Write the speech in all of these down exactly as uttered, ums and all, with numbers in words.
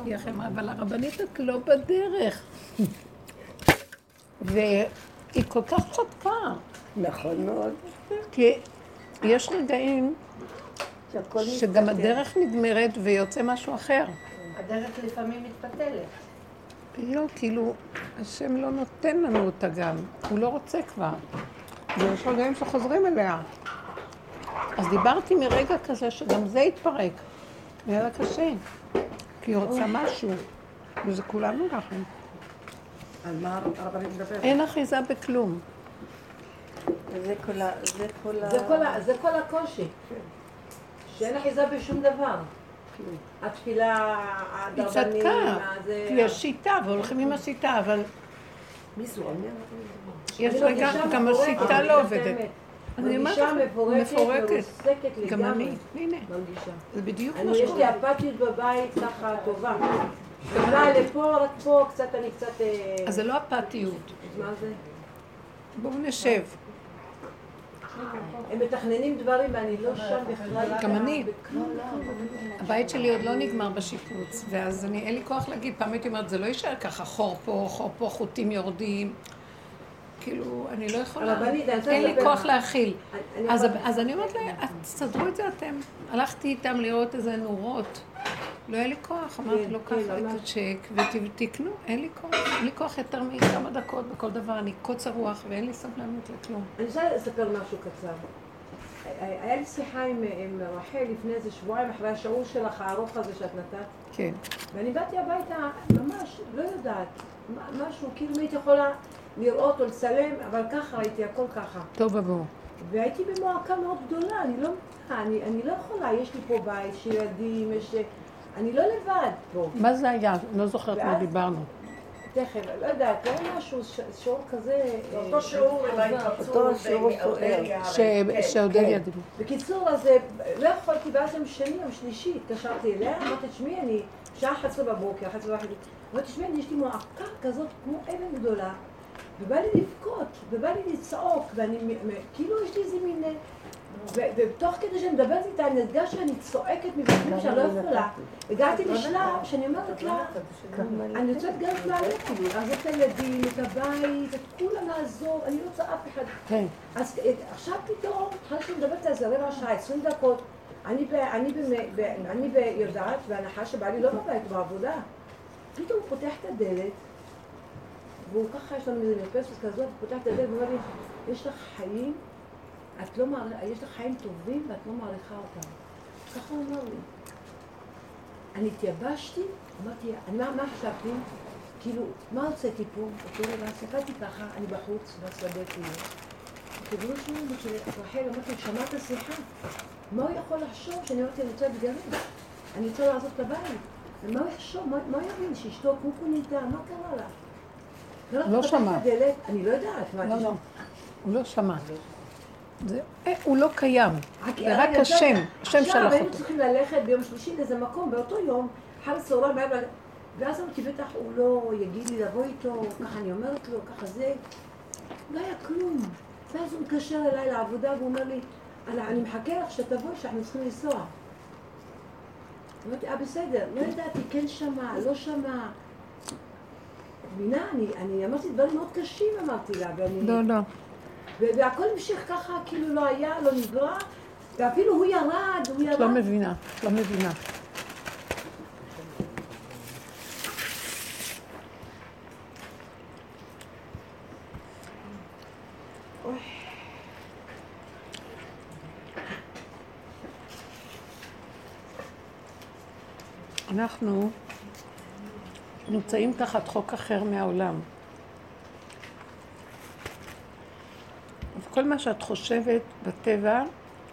אמרתי לכם, אבל הרבנית את לא בדרך. והיא כל כך צדקה. נכון מאוד. כי יש רגעים שגם הדרך נגמרת ויוצא משהו אחר. הדרך לפעמים מתפתלת. לא, כאילו, השם לא נותן לנו אותה גם. הוא לא רוצה כבר. ויש רגעים שחוזרים אליה. אז דיברתי מרגע כזה שגם זה יתפרק. היה לה קשה. כי היא רוצה משהו. וזה כולנו ככה. על מה הרבנית מדברת? אין אחיזה בכלום. זה כל ה... זה כל ה... זה כל ה- זה כל הקושי. שאין אחיזה בשום דבר. התפילה, היא הדרבנים, צדקה. זה... יש שיטה, והולכים עם השיטה, אבל מי זו? יש אני רגע, מרגישה גם מפורקת, השיטה אני לא אגיד את עובדת. האמת. אני אומרת מרגישה לך, מפורקת, מפורקת. מרוסקת גם אני, לגמרי. הנה, מרגישה. זה בדיוק אני, מה יש לי שקורה. אפתיות בבית ככה טובה. בכלל לפה, רק פה, קצת אני קצת... אה, אז זה לא אפתיות. אז מה זה? בואו נשב. הם מתכננים דברים ואני לא שם בכלל. גם אני. הבית שלי עוד לא נגמר בשיפוץ, ואז אני, אין לי כוח להגיד, פעם הייתי אומרת, זה לא יישאר ככה, חור פה, חור פה, חוטים יורדים. כאילו, אני לא יכולה, הרבנית, אני רוצה אין לי לדבר. כוח להכיל. אני- אז אני- אז אני אומרת להם, תסדרו את זה אתם. הלכתי איתם לראות איזה נורות. לא היה לי כוח, אמרתי לו כן, ככה את ממש. הצ'ק, ותקנו, אין לי כוח. אין לי כוח יותר מכמה דקות בכל דבר, אני קוצר רוח ואין לי סבלנות לכלום. אני רוצה לספר משהו קצר. היה לי שיחה עם, עם רחל לפני איזה שבועיים אחרי השיעור שלך הארוך הזה שאת נתת. כן. ואני באתי הביתה ממש לא יודעת, מ- משהו, כאילו הייתי יכולה לראות או לצלם, אבל ככה ראיתי הכל ככה. טוב עבור. והייתי במועקה מאוד גדולה, אני לא אני, אני לא יכולה, יש לי פה בית, יש ילדים, יש... אני לא לבד פה. מה זה היה? לא זוכרת מה ואז- דיברנו. תכף, לא יודעת, לא משהו, ש- שיעור כזה... אותו אה, שיעור עם חזק. ההתפרצות אותו שיעור באודליה. ש- כן, שאודליה דיבר. בקיצור, אז אה, לא יכולתי, ואז יום שני, יום שלישי, התקשרתי אליה, אמרתי, תשמעי, אני שעה אחת עשרה בבוקר, אחת עשרה וחצי, אמרתי, תשמעי, יש לי מועקה כזאת כמו אבן גדולה, ובא לי לבכות, ובא לי לצעוק, ואני, מ- מ- כאילו יש לי איזה מין... אה, ו- ובתוך כדי שאני מדברת איתה, אני הרגשתי שאני צועקת מבפנים שאני לא יכולה. הגעתי לשלב שאני אומרת לה, אני יוצאת גם מעלה, לעזוב את הילדים, את הבית, את כולם לעזוב, אני לא רוצה אף אחד. כן. אז אה, עכשיו פתאום, התחלתי שאני מדברת על זה רבע שעה, עשרים דקות, אני ב- אני במ- ב- אני ב- יודעת, בהנחה שבא לי לא בבית, בעבודה. פתאום הוא פותח את הדלת, והוא ככה, יש לנו איזה מרפסת כזאת, הוא פותח את הדלת ואומר לי, יש לך חיים, את לא מעריכה, יש לך חיים טובים ואת לא מעריכה אותם. ככה הוא אמר לי. אני התייבשתי, אמרתי, אני, מה, מה חשבתי? כאילו, מה הוצאתי פה? אותו רגע, הסתכלתי ככה, אני בחוץ, בשדה כאילו. תגלו שוב, רחל, אמרתי, שמעת שיחה? מה הוא יכול לחשוב שאני אמרתי, אני רוצה להתגרש? אני רוצה לעזוב את הבית. ומה הוא יחשוב? מה, מה הוא יבין? שאשתו קוקוניתה? מה קרה לה? לא שמע. פתחת הדלת, אני לא יודעת. מה, לא, תשמע. לא. הוא לא שמע. זה- אה, הוא לא קיים. רק- זה רק רגע, השם. רגע. השם עכשיו שלח היינו אותו. צריכים ללכת ביום שלישי לאיזה מקום, באותו יום, אחר הצהריים, בערב, ואז אמרתי, בטח הוא לא יגיד לי לבוא איתו, ככה אני אומרת לו, ככה זה. לא היה כלום. ואז הוא מתקשר אליי לעבודה והוא אומר לי, "אני- אני מחכה לך שתבואי, שאנחנו צריכים לנסוע. אמרתי, אה בסדר, לא ידעתי, כן שמע, לא שמע. מבינה, אני, אני אמרתי דברים מאוד קשים, אמרתי לה, ואני... לא, לא. ו- והכל המשיך ככה, כאילו לא היה, לא נברא, ואפילו הוא ירד, הוא ירד. את לא מבינה. את לא מבינה. אנחנו נמצאים תחת חוק אחר מהעולם. וכל מה שאת חושבת בטבע,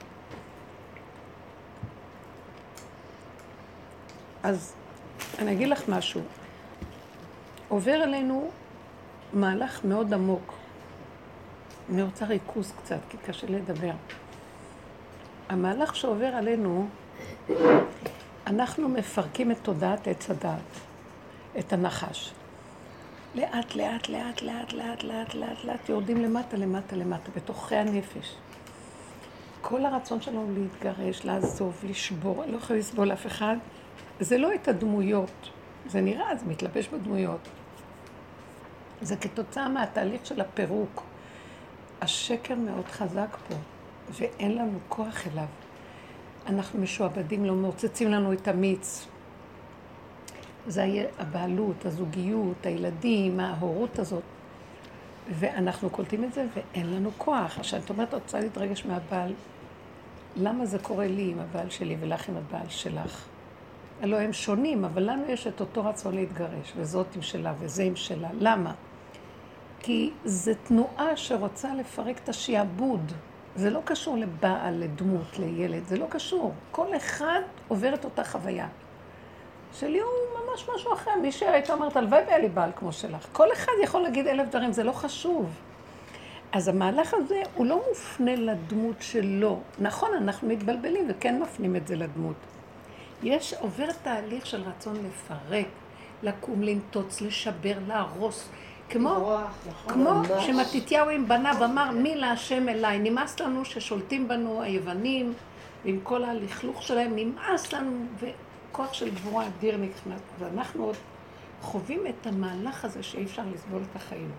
אז אני אגיד לך משהו. עובר עלינו מהלך מאוד עמוק. אני רוצה ריכוז קצת, כי קשה לדבר. המהלך שעובר עלינו, אנחנו מפרקים את תודעת עץ הדעת, את הנחש. לאט, לאט, לאט, לאט, לאט, לאט, לאט, לאט, יורדים למטה, למטה, למטה, בתוכי הנפש. כל הרצון שלנו להתגרש, לעזוב, לשבור, לא יכול לסבול אף אחד. זה לא את הדמויות, זה נראה, זה מתלבש בדמויות. זה כתוצאה מהתהליך של הפירוק. השקר מאוד חזק פה, ואין לנו כוח אליו. אנחנו משועבדים, לא מוצצים לנו את המיץ. זה הבעלות, הזוגיות, הילדים, ההורות הזאת. ואנחנו קולטים את זה ואין לנו כוח. עכשיו, את אומרת, את רוצה להתרגש מהבעל. למה זה קורה לי עם הבעל שלי ולך עם הבעל שלך? הלוא הם שונים, אבל לנו יש את אותו רצון להתגרש, וזאת עם שלה וזה עם שלה. למה? כי זו תנועה שרוצה לפרק את השיעבוד. זה לא קשור לבעל, לדמות, לילד, זה לא קשור. כל אחד עובר את אותה חוויה. שלי הוא ממש משהו אחר. מי שהייתה אומרת, הלוואי והיה לי בעל כמו שלך. כל אחד יכול להגיד אלף דברים, זה לא חשוב. אז המהלך הזה הוא לא מופנה לדמות שלו. נכון, אנחנו מתבלבלים וכן מפנים את זה לדמות. יש עובר תהליך של רצון לפרק, לקום, לנטוץ, לשבר, להרוס. כמו, כמו שמתתיהו עם בניו אמר, מי להשם אליי. נמאס לנו ששולטים בנו היוונים, ועם כל הלכלוך שלהם, נמאס לנו, וכוח של גבורה אדיר נכנס. ואנחנו עוד חווים את המהלך הזה שאי אפשר לסבול את החיים.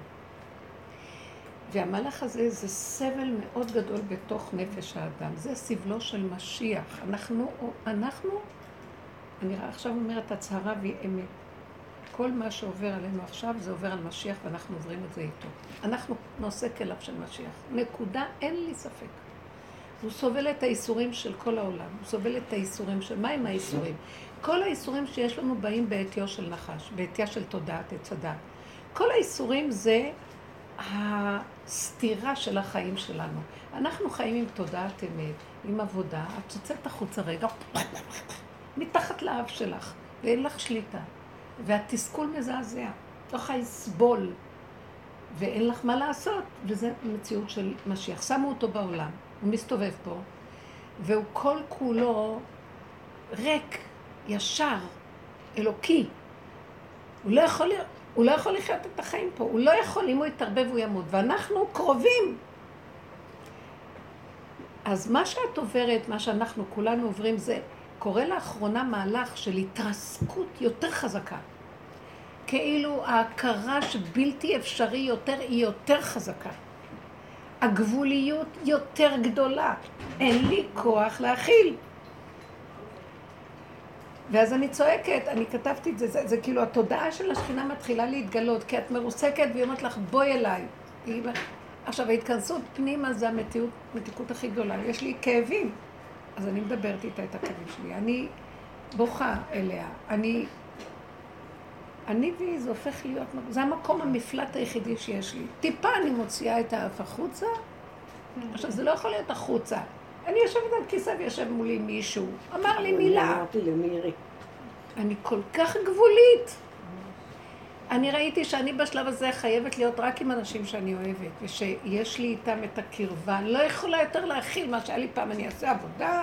והמהלך הזה זה סבל מאוד גדול בתוך נפש האדם. זה סבלו של משיח. אנחנו, אנחנו, אני עכשיו אומרת הצהרה והיא אמת. כל מה שעובר עלינו עכשיו זה עובר על משיח ואנחנו עוברים את זה איתו. אנחנו נושא כליו של משיח. נקודה, אין לי ספק. הוא סובל את האיסורים של כל העולם. הוא סובל את האיסורים של... מה עם האיסורים? כל האיסורים שיש לנו באים בעטיו של נחש, בעטיה של תודעת, עץ הדת. כל האיסורים זה הסתירה של החיים שלנו. אנחנו חיים עם תודעת אמת, עם עבודה, את יוצאת החוצה רגע, מתחת לאף שלך, ואין לך שליטה. והתסכול מזעזע, לא חי סבול, ואין לך מה לעשות, וזה מציאות של משיח. שמו אותו בעולם, הוא מסתובב פה, והוא כל כולו ריק, ישר, אלוקי. הוא לא יכול, הוא לא יכול לחיות את החיים פה, הוא לא יכול, אם הוא יתערבב הוא ימות, ואנחנו קרובים. אז מה שאת עוברת, מה שאנחנו כולנו עוברים זה, קורה לאחרונה מהלך של התרסקות יותר חזקה. כאילו ההכרה שבלתי אפשרי יותר היא יותר חזקה. הגבוליות יותר גדולה. אין לי כוח להכיל. ואז אני צועקת, אני כתבתי את זה, זה, זה כאילו התודעה של השכינה מתחילה להתגלות, כי את מרוסקת והיא אומרת לך, בואי אליי. עכשיו, ההתכנסות פנימה זה המתיקות, המתיקות הכי גדולה. יש לי כאבים. אז אני מדברת איתה את הכאבים שלי, אני בוכה אליה, אני, אני והיא זה הופך להיות, זה המקום המפלט היחידי שיש לי. טיפה אני מוציאה את האף החוצה, עכשיו זה לא יכול להיות החוצה. אני יושבת על כיסא ויושב מולי מישהו, אמר לי מילה. אמרתי למירי. אני כל כך גבולית. אני ראיתי שאני בשלב הזה חייבת להיות רק עם אנשים שאני אוהבת, ושיש לי איתם את הקרבה. אני לא יכולה יותר להכיל מה שהיה לי פעם, אני אעשה עבודה,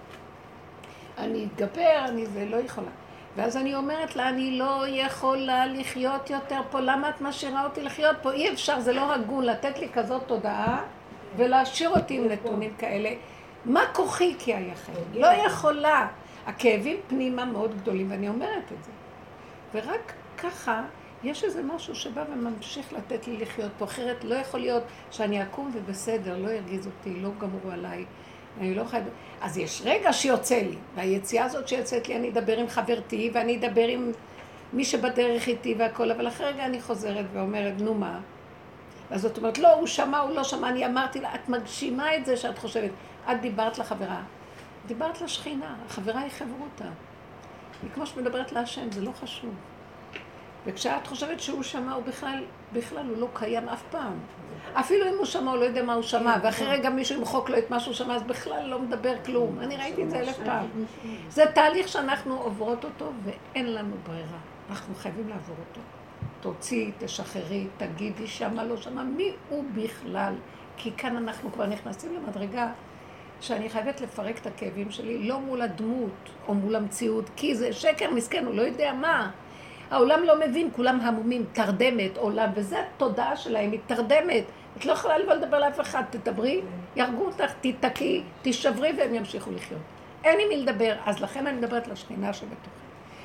אני אתגבר, אני זה לא יכולה. ואז אני אומרת לה, אני לא יכולה לחיות יותר פה, למה את משאירה אותי לחיות פה? אי אפשר, זה לא הגון לתת לי כזאת תודעה, ולהשאיר אותי עם נתונים כאלה. מה כוחי כי היחד? לא יכולה. הכאבים פנימה מאוד גדולים, ואני אומרת את זה. ורק ככה, יש איזה משהו שבא וממשיך לתת לי לחיות פה, אחרת לא יכול להיות שאני אקום ובסדר, לא ירגיז אותי, לא גמרו עליי, אני לא חייבת... אז יש רגע שיוצא לי, והיציאה הזאת שיוצאת לי, אני אדבר עם חברתי, ואני אדבר עם מי שבדרך איתי והכל, אבל אחרי רגע אני חוזרת ואומרת, נו מה? אז זאת אומרת, לא, הוא שמע, הוא לא שמע, אני אמרתי לה, את מגשימה את זה שאת חושבת, את דיברת לחברה, דיברת לשכינה, החברה היא חברותה. וכמו שמדברת להשם, זה לא חשוב. וכשאת חושבת שהוא שמע, הוא בכלל, בכלל הוא לא קיים אף פעם. אפילו אם הוא שמע, הוא לא יודע מה הוא שמע, ואחרי רגע מישהו ימחוק לו את מה שהוא שמע, אז בכלל לא מדבר כלום. אני ראיתי את זה אלף פעם. זה תהליך שאנחנו עוברות אותו, ואין לנו ברירה. אנחנו חייבים לעבור אותו. תוציאי, תשחררי, תגידי, שמה, לא שמה, מי הוא בכלל? כי כאן אנחנו כבר נכנסים למדרגה שאני חייבת לפרק את הכאבים שלי, לא מול הדמות או מול המציאות, כי זה שקר מסכן, הוא לא יודע מה. העולם לא מבין, כולם המומים, תרדמת, עולם, וזה התודעה שלהם, היא תרדמת. את לא יכולה לבוא לדבר לאף אחד, תדברי, ירגו אותך, תתקי, תשברי והם ימשיכו לחיות. אין עם מי לדבר, אז לכן אני מדברת לשכינה שבתוכי.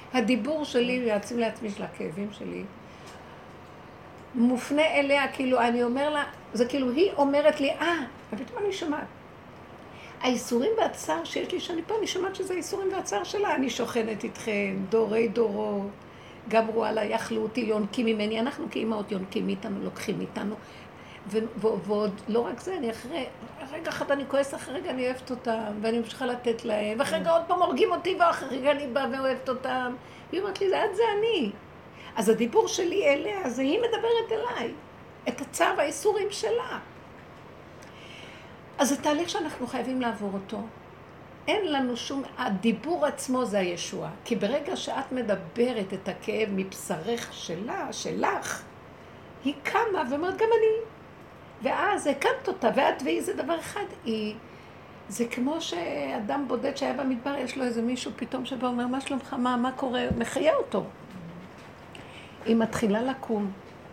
הדיבור שלי, ויעצים לעצמי של הכאבים שלי, מופנה אליה, כאילו, אני אומר לה, זה כאילו, היא אומרת לי, אה, ופתאום אני שומעת. האיסורים והצער שיש לי שאני פה, אני שומעת שזה האיסורים והצער שלה. אני שוכנת איתכם, דורי דורות, גמרו עליי, יאכלו אותי, יונקים ממני. אנחנו כאימהות יונקים מאיתנו, לוקחים מאיתנו. ועוד לא רק זה, אני אחרי, רגע אחד אני כועס, אחרי רגע אני אוהבת אותם, ואני ממשיכה לתת להם, ואחרי רגע עוד פעם הורגים אותי, ואחרי רגע אני באה ואוהבת אותם. היא אומרת לי, זה עד זה אני. אז הדיבור שלי אליה, זה היא מדברת אליי, את הצער והאיסורים שלה. אז זה תהליך שאנחנו חייבים לעבור אותו. אין לנו שום, הדיבור עצמו זה הישוע. כי ברגע שאת מדברת את הכאב מבשרך שלה, שלך, היא קמה ואומרת גם אני. ואז הקמת אותה, ואת והיא זה דבר אחד. היא, זה כמו שאדם בודד שהיה במדבר, יש לו איזה מישהו פתאום שבא אומר, מה שלומך, מה, מה קורה? מחיה אותו. היא מתחילה לקום.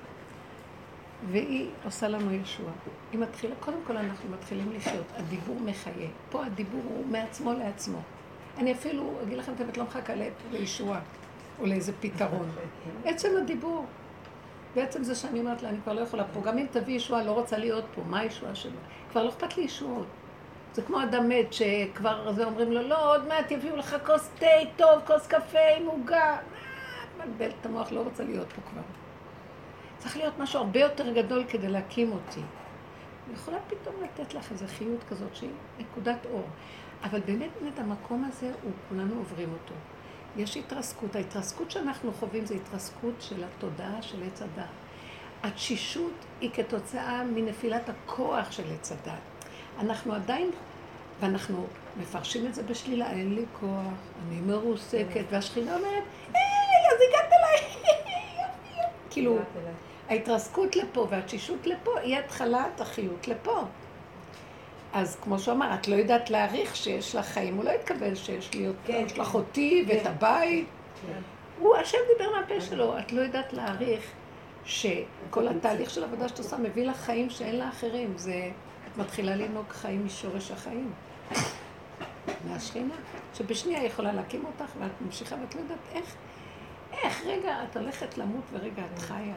והיא עושה לנו ישוע. היא מתחילה, קודם כל אנחנו מתחילים לחיות, הדיבור מחיה. פה הדיבור הוא מעצמו לעצמו. אני אפילו, אגיד לכם, אתם לא מחכה לישוע, או לאיזה פתרון. עצם הדיבור. בעצם זה שאני אומרת לה, אני כבר לא יכולה פה. גם אם תביא ישוע, לא רוצה להיות פה. מה הישוע שלו? כבר לא אכפת לי ישועות. זה כמו אדם מת שכבר זה אומרים לו, לא, עוד מעט יביאו לך כוס תה טוב, כוס קפה עם עוגה. מגבל את המוח, לא רוצה להיות פה כבר. צריך להיות משהו הרבה יותר גדול כדי להקים אותי. אני יכולה פתאום לתת לך איזו חיות כזאת שהיא נקודת אור. אבל באמת, באמת המקום הזה, הוא, כולנו עוברים אותו. יש התרסקות. ההתרסקות שאנחנו חווים זה התרסקות של התודעה של עץ הדת. התשישות היא כתוצאה מנפילת הכוח של עץ הדת. אנחנו עדיין, ואנחנו מפרשים את זה בשלילה, אין לי כוח, אני מרוסקת, והשכינה אומרת, היי, אז הגעת אליי. כאילו, ההתרסקות לפה והתשישות לפה היא התחלת החיות לפה. אז כמו שהוא אמר, את לא יודעת להעריך שיש לך חיים, הוא לא התכוון שיש לי אותך, יש לך אותי ואת הבית. הוא, השם דיבר מהפה שלו, את לא יודעת להעריך שכל התהליך של העבודה שאת עושה מביא לך חיים שאין לה אחרים. זה, את מתחילה לנהוג חיים משורש החיים. מהשכינה, שבשנייה יכולה להקים אותך ואת ממשיכה ואת לא יודעת איך. איך, רגע, את הולכת למות ורגע את חיה.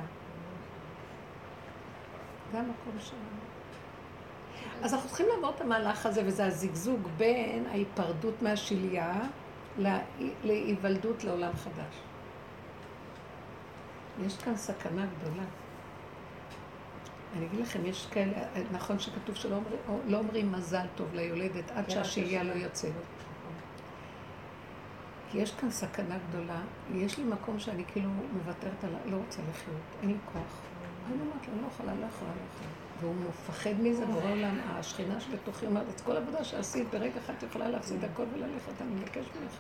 זה המקום שלנו. אז אנחנו צריכים לעבור את המהלך הזה, וזה הזגזוג בין ההיפרדות מהשליה להיוולדות לעולם חדש. יש כאן סכנה גדולה. אני אגיד לכם, יש כאלה, נכון שכתוב שלא אומרים, לא אומרים מזל טוב ליולדת עד שהשליה לא יוצאת. כי יש כאן סכנה גדולה, יש לי מקום שאני כאילו מוותרת על, לא רוצה לחיות, אין לי כוח. אני אומרת לו, לא יכולה, לא יכולה, לא יכולה. והוא מפחד מזה, בורא עולם, השכינה שבתוכי אומרת, את כל עבודה שעשית, ברגע אחד יכולה להפסיד הכל וללכת, אני מבקש ממך.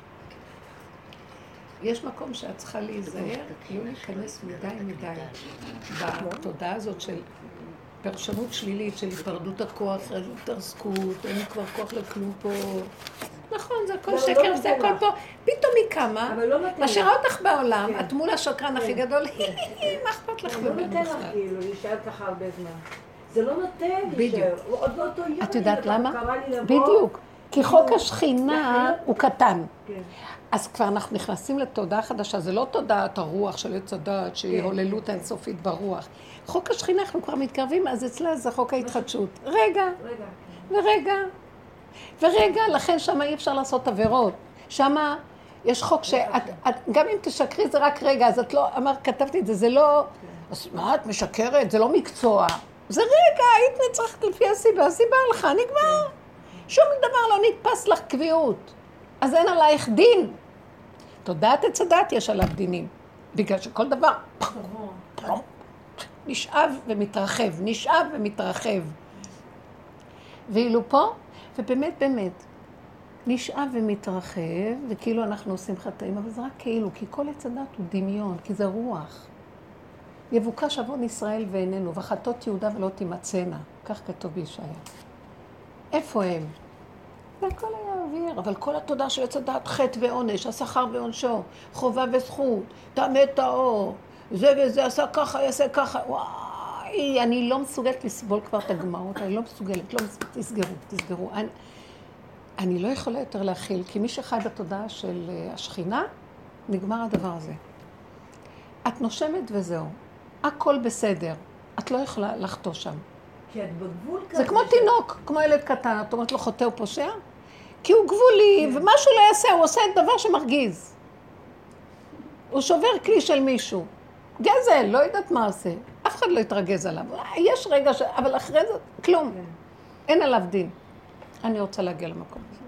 יש מקום שאת צריכה להיזהר, לא להיכנס מדי מדי בתודעה הזאת של פרשנות שלילית, של היפרדות הכוח, התרסקות, אין לי כבר כוח לכלום פה. נכון, זה הכל שקר, זה הכל פה. פתאום היא קמה, משאירה אותך בעולם, את מול השקרן הכי גדול, מה אכפת לך ממנו בכלל? זה לא נותן לך כאילו להישאר ככה הרבה זמן. זה לא נותן להישאר. עוד לא אותו יום. את יודעת למה? בדיוק. כי חוק השכינה הוא קטן. אז כבר אנחנו נכנסים לתודעה חדשה, זה לא תודעת הרוח של עץ הדת, שהיא הוללות אינסופית ברוח. חוק השכינה אנחנו כבר מתקרבים, אז אצלה זה חוק ההתחדשות. רגע, ורגע. ורגע, לכן שמה אי אפשר לעשות עבירות. שמה יש חוק שאת, את, גם אם תשקרי זה רק רגע, אז את לא, אמר, כתבתי את זה, זה לא, אז מה את משקרת? זה לא מקצוע. זה רגע, היית נצרכת לפי הסיבה, הסיבה הלכה, נגמר. שום דבר לא נתפס לך קביעות. אז אין עלייך דין. תודעת עץ הדת יש עליו דינים. בגלל שכל דבר נשאב ומתרחב, נשאב ומתרחב. ואילו פה, ובאמת, באמת, נשאב ומתרחב, וכאילו אנחנו עושים חטאים, אבל זה רק כאילו, כי כל עץ הדת הוא דמיון, כי זה רוח. יבוקש עוון ישראל ואיננו, וחטאות יהודה ולא תימצאנה. כך כתוב בישעיה. איפה הם? זה הכל היה אוויר, אבל כל התודה של עץ הדת, חטא ועונש, השכר ועונשו, חובה וזכות, טמא טהור, זה וזה עשה ככה, יעשה ככה, וואי, אני לא מסוגלת לסבול כבר את הגמרות, אני לא מסוגלת, לא מסוגלת, תסגרו, תסגרו. אני, אני לא יכולה יותר להכיל, כי מי שחי בתודעה של השכינה, נגמר הדבר הזה. את נושמת וזהו. הכל בסדר. את לא יכולה לחטוא שם. כי את בגבול כזה. זה כמו תינוק, כמו ילד קטן. את אומרת לו חוטא או פושע? כי הוא גבולי, ומשהו לא יעשה, הוא עושה דבר שמרגיז. הוא שובר כלי של מישהו. גזל, לא יודעת מה עושה. אף אחד לא יתרגז עליו. יש רגע ש... אבל אחרי זה, כלום. אין עליו דין. אני רוצה להגיע למקום הזה.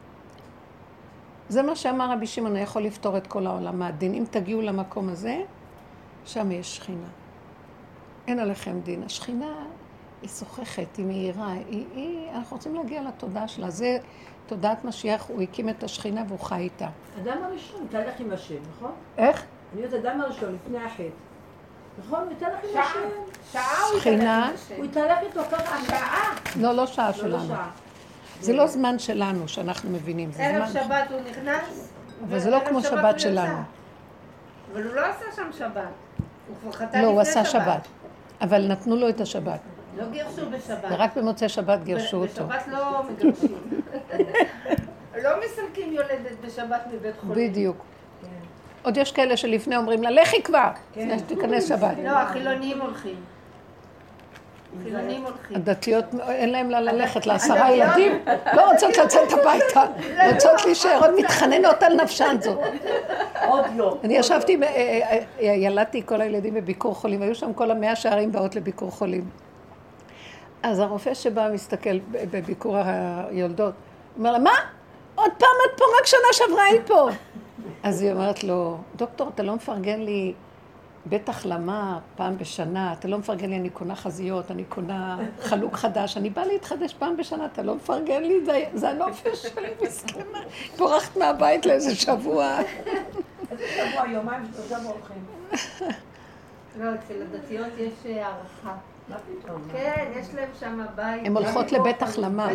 זה מה שאמר רבי שמעון, אני יכול לפתור את כל העולם מהדין. אם תגיעו למקום הזה, שם יש שכינה. אין עליכם דין. השכינה היא שוחכת, היא מהירה, היא, היא, אנחנו רוצים להגיע לתודעה שלה. זה תודעת משיח, הוא הקים את השכינה והוא חי איתה. אדם הראשון, תלך עם השם, נכון? איך? אני יודעת, אדם הראשון, לפני החטא. נכון? הוא יתהלך עם השם. שעה הוא שכינה. הוא יתהלך איתו ככה שעה. לא, לא שעה לא, לא שלנו. שעה. זה לא זמן שלנו שאנחנו מבינים. זה ערב זמן... שבת הוא נכנס, אבל זה לא כמו שבת שלנו. אבל הוא לא עשה שם שבת. הוא כבר חטא לפני שבת. לא, הוא עשה שבת. אבל נתנו לו את השבת. לא גירשו בשבת. ורק במוצאי שבת גירשו אותו. בשבת לא מגרשים. לא מסלקים יולדת בשבת מבית חולים. בדיוק. עוד יש כאלה שלפני אומרים לה, לכי כבר, תיכנס שבת. לא, החילוניים הולכים. חילונים הולכים. הדתיות, אין להם לה ללכת לעשרה ילדים, לא רוצות לצאת הביתה, רוצות להישאר, עוד מתחננות על נפשן זאת. עוד יום. אני ישבתי, ילדתי כל הילדים בביקור חולים, היו שם כל המאה שערים באות לביקור חולים. אז הרופא שבא מסתכל בביקור היולדות, אומר לה, מה? עוד פעם את פה, רק שנה שעברה היית פה. אז היא אומרת לו, דוקטור, אתה לא מפרגן לי בית החלמה פעם בשנה, אתה לא מפרגן לי, אני קונה חזיות, אני קונה חלוק חדש, אני באה להתחדש פעם בשנה, אתה לא מפרגן לי, זה, זה הנופש שלי מסכנה. פורחת מהבית לאיזה שבוע. איזה שבוע, יומיים, שלושה והולכים. לא, אצל הדתיות יש הערכה. מה פתאום? כן, יש להם שם בית. הן הולכות לבית החלמה.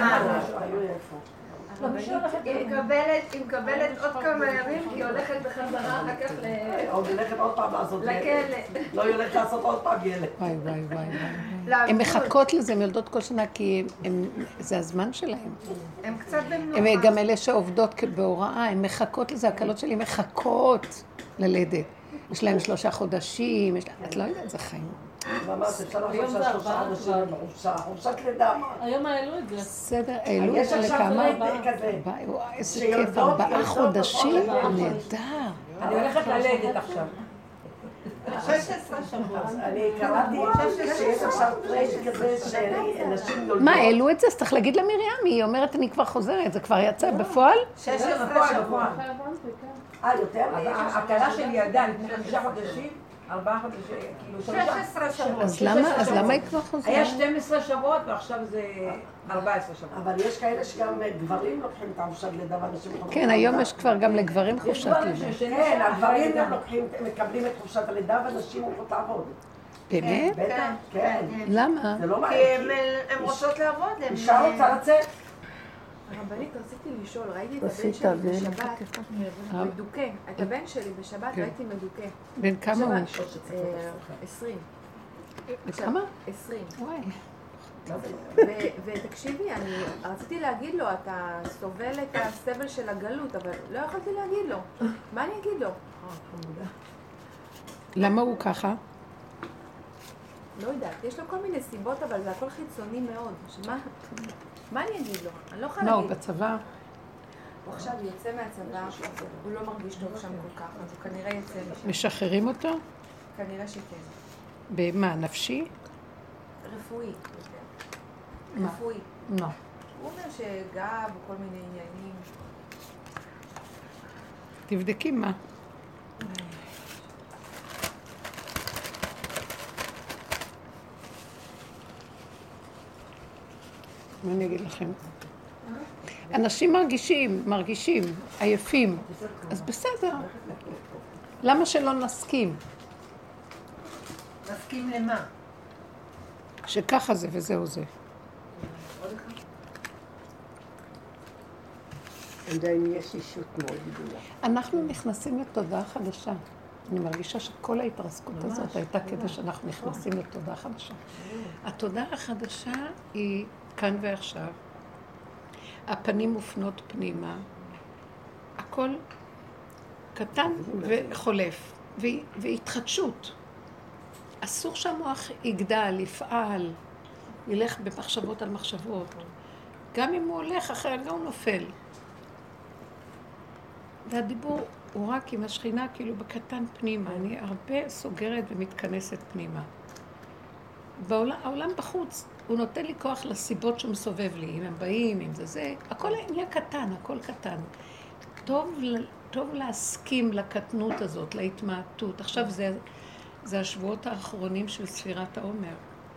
היא מקבלת עוד כמה ימים, כי היא הולכת בחזרה אחר כך עוד הולכת עוד פעם לעשות לכלא. לא היא הולכת לעשות עוד פעם ילד. וואי, וואי, וואי, וואי. הן מחכות לזה, הן יולדות כל שנה, כי זה הזמן שלהן. הם קצת במנוחה. הן גם אלה שעובדות בהוראה, הן מחכות לזה, הקלות שלי מחכות ללדת. יש להן שלושה חודשים, את לא יודעת, זה חיים. ממש, אפשר לחשוב שהשלושה אנשים בחופשה, חופשת לידה. היום העלו את זה. בסדר, העלו את יש זה עכשיו לכמה? פרויקט כזה. וואי, איזה כיף, ארבעה חודשים, נהדר. אני הולכת ללדת עכשיו. שש עשרה שבוע. אני קראתי שיש עכשיו פרויקט כזה שאנשים יולדות. מה, העלו את זה? אז צריך להגיד למרים, היא אומרת, אני כבר חוזרת, זה כבר יצא בפועל? שש עשרה שבוע. אה, יותר? הכלה שלי ילדה לפני חמישה חודשים, ארבעה חודשים, כאילו שש שלושה. עשרה שבוע. אז למה, אז למה היא כבר חוזרת? היה שתים עשרה שבועות ועכשיו זה ארבע עשרה שבועות. אבל יש כאלה שגם גברים לוקחים את החופשת לידה ואנשים יכולים... כן, היום יש כבר גם לגברים יש חופשת דברים לידה. ששני כן, שעה הגברים אחרי גם לוקחים, מקבלים את חופשת הלידה ואנשים הולכות לעבוד. באמת? בטח, כן. למה? זה לא כי מעניין. הן רוצות לעבוד. הן- אישה רוצה לצאת. הרבנית, רציתי לשאול, ראיתי את עשית, הבן שלי ואין בשבת מדוכא. את הבן שלי בשבת ראיתי מדוכא. בן כמה הוא? אה, עשרים. כמה? עשרים. וואי. ו- ותקשיבי, אני רציתי להגיד לו, אתה סובל את הסבל של הגלות, אבל לא יכולתי להגיד לו. מה אני אגיד לו? למה הוא ככה? לא יודעת, יש לו כל מיני סיבות, אבל זה הכל חיצוני מאוד. שמה, מה אני אגיד לו? אני לא יכולה מה, הוא להגיד. בצבא? הוא עכשיו יוצא מהצבא, הוא לא מרגיש טוב שם כל כך, אז הוא כנראה יוצא משם. משחררים אותו? כנראה שכן. במה, נפשי? רפואי. מה? רפואי. לא. הוא אומר שגב וכל מיני עניינים. תבדקי מה. מה אני אגיד לכם? אנשים מרגישים, מרגישים, עייפים, אז בסדר. למה שלא נסכים? מסכים למה? שככה זה וזהו זה. עדיין יש אישות מאוד גדולה. אנחנו נכנסים לתודעה חדשה. אני מרגישה שכל ההתרסקות הזאת הייתה כדי שאנחנו נכנסים לתודעה חדשה. התודעה החדשה היא כאן ועכשיו. הפנים מופנות פנימה. הכל קטן וחולף, והתחדשות. אסור שהמוח יגדל, יפעל, ילך במחשבות על מחשבות. גם אם הוא הולך, אחרי גם הוא נופל. והדיבור הוא רק עם השכינה, כאילו בקטן פנימה. אני הרבה סוגרת ומתכנסת פנימה. בעולם, העולם בחוץ, הוא נותן לי כוח לסיבות שהוא מסובב לי. אם הם באים, אם זה זה, הכל נהיה קטן, הכל קטן. טוב, טוב להסכים לקטנות הזאת, להתמעטות. עכשיו זה, זה השבועות האחרונים של ספירת העומר.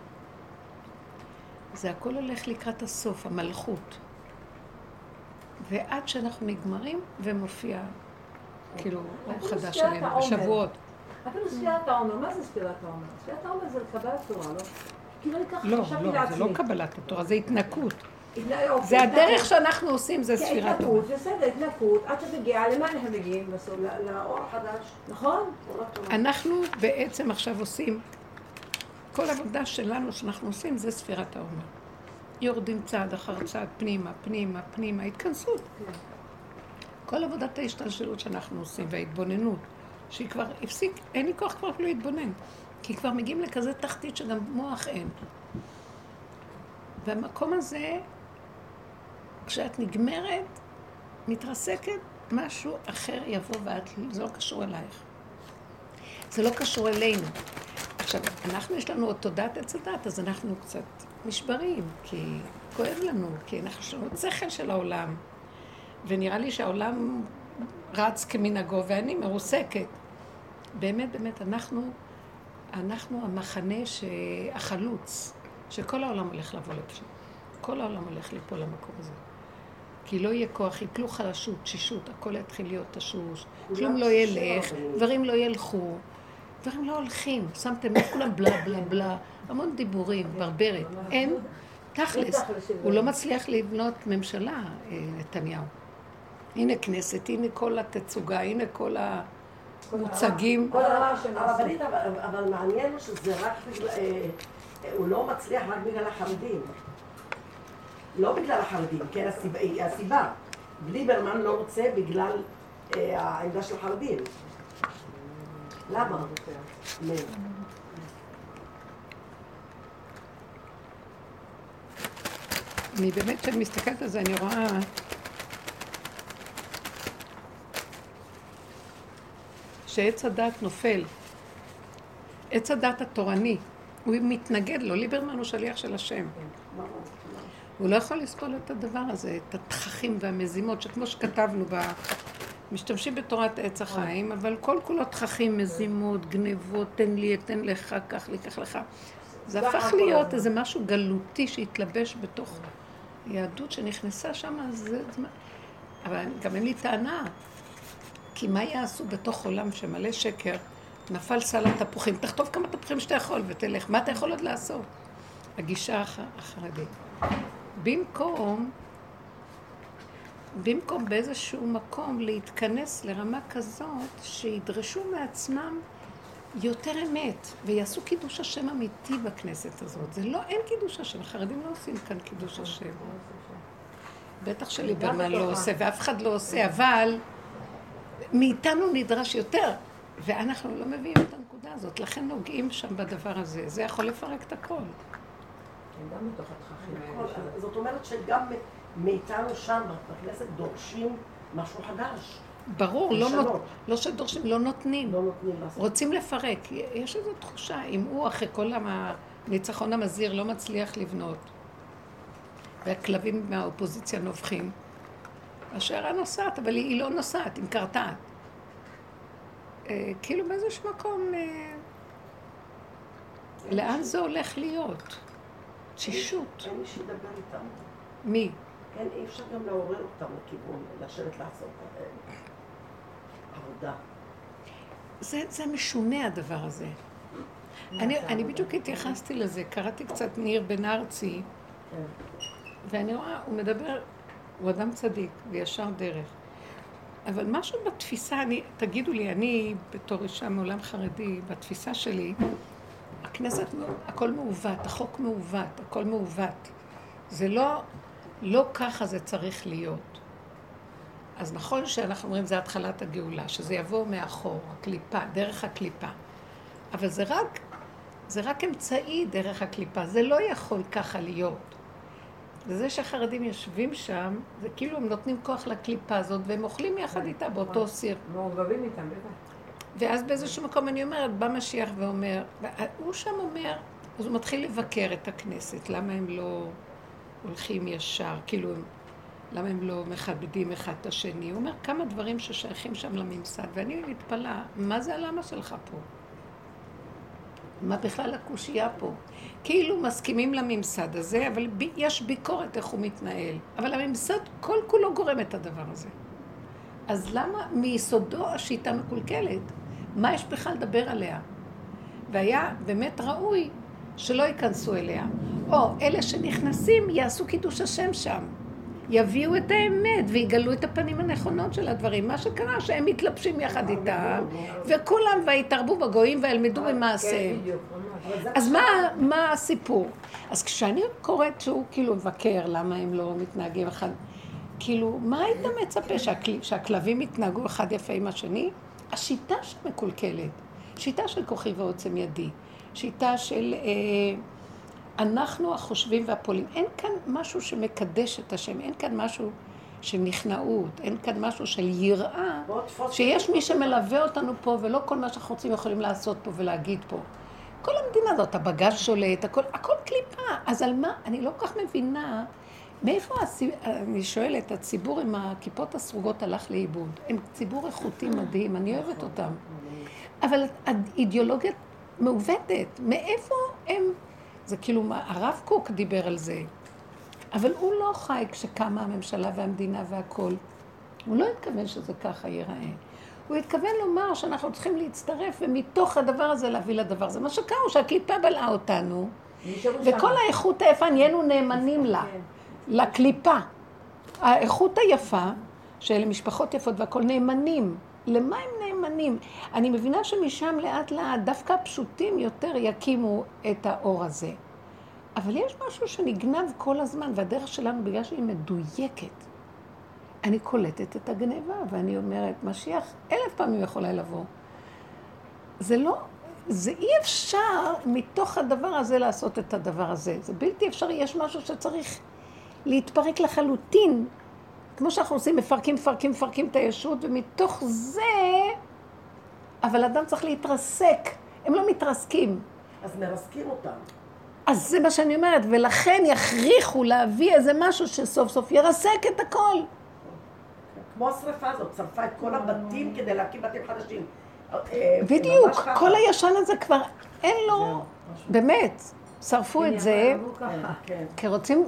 זה הכל הולך לקראת הסוף, המלכות. ועד שאנחנו נגמרים ומופיע כאילו אור חדש עלינו, בשבועות. אפילו ספירת העומר, מה זה ספירת העומר? ספירת העומר זה לקבלת תורה, לא? כאילו אני ככה לא, חשבתי לא, לעצמי. זה לא קבלת התורה, זה התנקות. התנקות. זה הדרך שאנחנו עושים, זה ספירת העומר. התנקות, בסדר, התנקות, עד שתגיע, למה אנחנו מגיעים בסוף? לאור החדש. נכון? אנחנו בעצם עכשיו עושים, כל עבודה שלנו שאנחנו עושים זה ספירת העומר. יורדים צעד אחר צעד, פנימה, פנימה, פנימה, התכנסות. כל עבודת ההשתלשלות שאנחנו עושים, וההתבוננות, שהיא כבר הפסיק, אין לי כוח כבר אפילו להתבונן, כי כבר מגיעים לכזה תחתית שגם מוח אין. והמקום הזה, כשאת נגמרת, מתרסקת, משהו אחר יבוא ואת, זה לא קשור אלייך. זה לא קשור אלינו. עכשיו, אנחנו יש לנו עוד תודעת עץ הדת, אז אנחנו קצת נשברים, כי כואב לנו, כי אנחנו יש לנו עוד שכל של העולם. ונראה לי שהעולם רץ כמנהגו, ואני מרוסקת. באמת, באמת, אנחנו, אנחנו המחנה החלוץ, שכל העולם הולך לבוא לפשוט. כל העולם הולך ליפול למקום הזה. כי לא יהיה כוח, יפלו חלשות, תשישות, הכל יתחיל להיות תשוש, כלום לא ילך, דברים לא ילכו, דברים לא הולכים. שמתם את כולם בלה בלה בלה, המון דיבורים, ברברת. אין, תכלס, הוא לא מצליח לבנות ממשלה, נתניהו. הנה כנסת, הנה כל התצוגה, הנה כל המוצגים. אבל מעניין שזה רק בגלל, הוא לא מצליח רק בגלל החרדים. לא בגלל החרדים, כן, הסיבה. ליברמן לא רוצה בגלל העמדה של החרדים. למה? אני באמת, כשאני מסתכלת על זה, אני רואה שעץ הדת נופל. עץ הדת התורני, הוא מתנגד לו, ליברמן הוא שליח של השם. הוא לא יכול לסבול את הדבר הזה, את התככים והמזימות, שכמו שכתבנו בה, משתמשים בתורת עץ החיים, אבל כל כולו תככים, מזימות, גנבות, תן לי, תן לך, קח לי, קח לך. זה הפך להיות איזה משהו גלותי שהתלבש בתוך יהדות שנכנסה שם, זה... אבל גם אין לי טענה, כי מה יעשו בתוך עולם שמלא שקר, נפל סל התפוחים, תכתוב כמה תפוחים שאתה יכול ותלך, מה אתה יכול עוד לעשות? הגישה החרדית. במקום, במקום באיזשהו מקום להתכנס לרמה כזאת שידרשו מעצמם יותר אמת ויעשו קידוש השם אמיתי בכנסת הזאת. זה לא, אין קידוש השם, החרדים לא עושים כאן קידוש השם. בטח שליברמן לא עושה ואף אחד לא עושה, אבל מאיתנו נדרש יותר, ואנחנו לא מביאים את הנקודה הזאת, לכן נוגעים שם בדבר הזה, זה יכול לפרק את הכל. גם מתוך התככים. זאת אומרת שגם מאיתנו שם בכנסת דורשים משהו חדש. ברור, לא, נות, לא שדורשים, לא נותנים. לא נותנים לעשות. רוצים לפרק. יש איזו תחושה, אם הוא אחרי כל הניצחון המזהיר לא מצליח לבנות, והכלבים מהאופוזיציה נובחים, השיירה נוסעת, אבל היא, היא לא נוסעת, היא מקרטעת. אה, כאילו באיזשהו מקום, אה, לאן זה הולך להיות? תשישות. אין מי שידבר איתם. מי? כן, אי אפשר גם לעורר אותם לכיוון, לשבת לעשות עבודה. זה, זה משונה הדבר הזה. אני, אני בדיוק התייחסתי לזה, קראתי קצת ניר בן ארצי, ואני רואה, הוא מדבר, הוא אדם צדיק וישר דרך. אבל משהו בתפיסה, אני, תגידו לי, אני בתור אישה מעולם חרדי, בתפיסה שלי, הכנסת, הכל מעוות, החוק מעוות, הכל מעוות. זה לא, לא ככה זה צריך להיות. אז נכון שאנחנו אומרים זה התחלת הגאולה, שזה יבוא מאחור, הקליפה, דרך הקליפה. אבל זה רק, זה רק אמצעי דרך הקליפה, זה לא יכול ככה להיות. וזה שהחרדים יושבים שם, זה כאילו הם נותנים כוח לקליפה הזאת, והם אוכלים יחד איתה באותו סיר. מעורבבים איתם, בטח. ואז באיזשהו מקום אני אומרת, בא משיח ואומר, הוא שם אומר, אז הוא מתחיל לבקר את הכנסת, למה הם לא הולכים ישר, כאילו, למה הם לא מכבדים אחד את השני. הוא אומר כמה דברים ששייכים שם לממסד, ואני מתפלאה, מה זה הלמה שלך פה? מה בכלל הקושייה פה? כאילו מסכימים לממסד הזה, אבל ב- יש ביקורת איך הוא מתנהל. אבל הממסד כל כולו גורם את הדבר הזה. אז למה מיסודו השיטה מקולקלת? מה יש בכלל לדבר עליה? והיה באמת ראוי שלא ייכנסו אליה. או אלה שנכנסים יעשו קידוש השם שם. יביאו את האמת ויגלו את הפנים הנכונות של הדברים. מה שקרה שהם מתלבשים יחד איתם, וכולם ויתרבו בגויים וילמדו ממעשיהם. אז מה, מה הסיפור? אז כשאני קוראת שהוא כאילו מבקר, למה הם לא מתנהגים אחד, כאילו, מה היית מצפה? שהכל, שהכלבים יתנהגו אחד יפה עם השני? השיטה שמקולקלת, שיטה של כוחי ועוצם ידי, שיטה של אה, אנחנו החושבים והפועלים. אין כאן משהו שמקדש את השם, אין כאן משהו של נכנעות, אין כאן משהו של יראה, שיש מי שמלווה אותנו פה, ולא כל מה שאנחנו רוצים יכולים לעשות פה ולהגיד פה. כל המדינה הזאת, הבגז שולט, הכל, הכל קליפה. אז על מה? אני לא כל כך מבינה מאיפה, הציב... אני שואלת, הציבור עם הכיפות הסרוגות הלך לאיבוד. הם ציבור איכותי מדהים, אני אוהבת אותם. אבל האידיאולוגיה מעוותת. מאיפה הם... זה כאילו, הרב קוק דיבר על זה. אבל הוא לא חי כשקמה הממשלה והמדינה והכל. הוא לא התכוון שזה ככה ייראה. הוא התכוון לומר שאנחנו צריכים להצטרף, ומתוך הדבר הזה להביא לדבר הזה. מה שקרה הוא שהקליפה בלעה אותנו, וכל האיכות היפה נהיינו נאמנים לה. לקליפה. האיכות היפה של משפחות יפות והכל נאמנים. למה הם נאמנים? אני מבינה שמשם לאט לאט דווקא הפשוטים יותר יקימו את האור הזה. אבל יש משהו שנגנב כל הזמן, והדרך שלנו בגלל שהיא מדויקת. אני קולטת את הגניבה, ואני אומרת, משיח אלף פעמים יכולה לבוא. זה לא, זה אי אפשר מתוך הדבר הזה לעשות את הדבר הזה. זה בלתי אפשרי, יש משהו שצריך להתפרק לחלוטין, כמו שאנחנו עושים, מפרקים, מפרקים, מפרקים את הישות, ומתוך זה, אבל אדם צריך להתרסק. הם לא מתרסקים. אז מרסקים אותם. אז זה מה שאני אומרת, ולכן יכריחו להביא איזה משהו שסוף סוף ירסק את הכל. כמו השריפה הזאת, שרפה את כל הבתים כדי להקים בתים חדשים. בדיוק, כל הישן הזה כבר אין לו, באמת, שרפו את זה, כי רוצים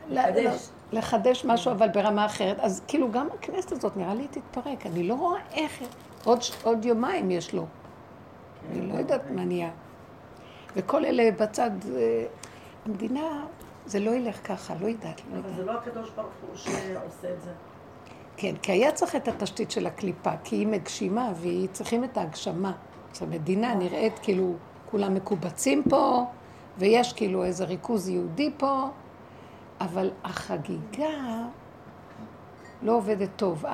לחדש משהו אבל ברמה אחרת. אז כאילו גם הכנסת הזאת נראה לי תתפרק, אני לא רואה איך, עוד יומיים יש לו. אני לא יודעת מה נהיה. וכל אלה בצד, המדינה, זה לא ילך ככה, לא יודעת. אבל זה לא הקדוש ברוך הוא שעושה את זה. כן, כי היה צריך את התשתית של הקליפה, כי היא מגשימה והיא צריכים את ההגשמה. אז המדינה נראית כאילו כולם מקובצים פה, ויש כאילו איזה ריכוז יהודי פה, אבל החגיגה לא עובדת טוב.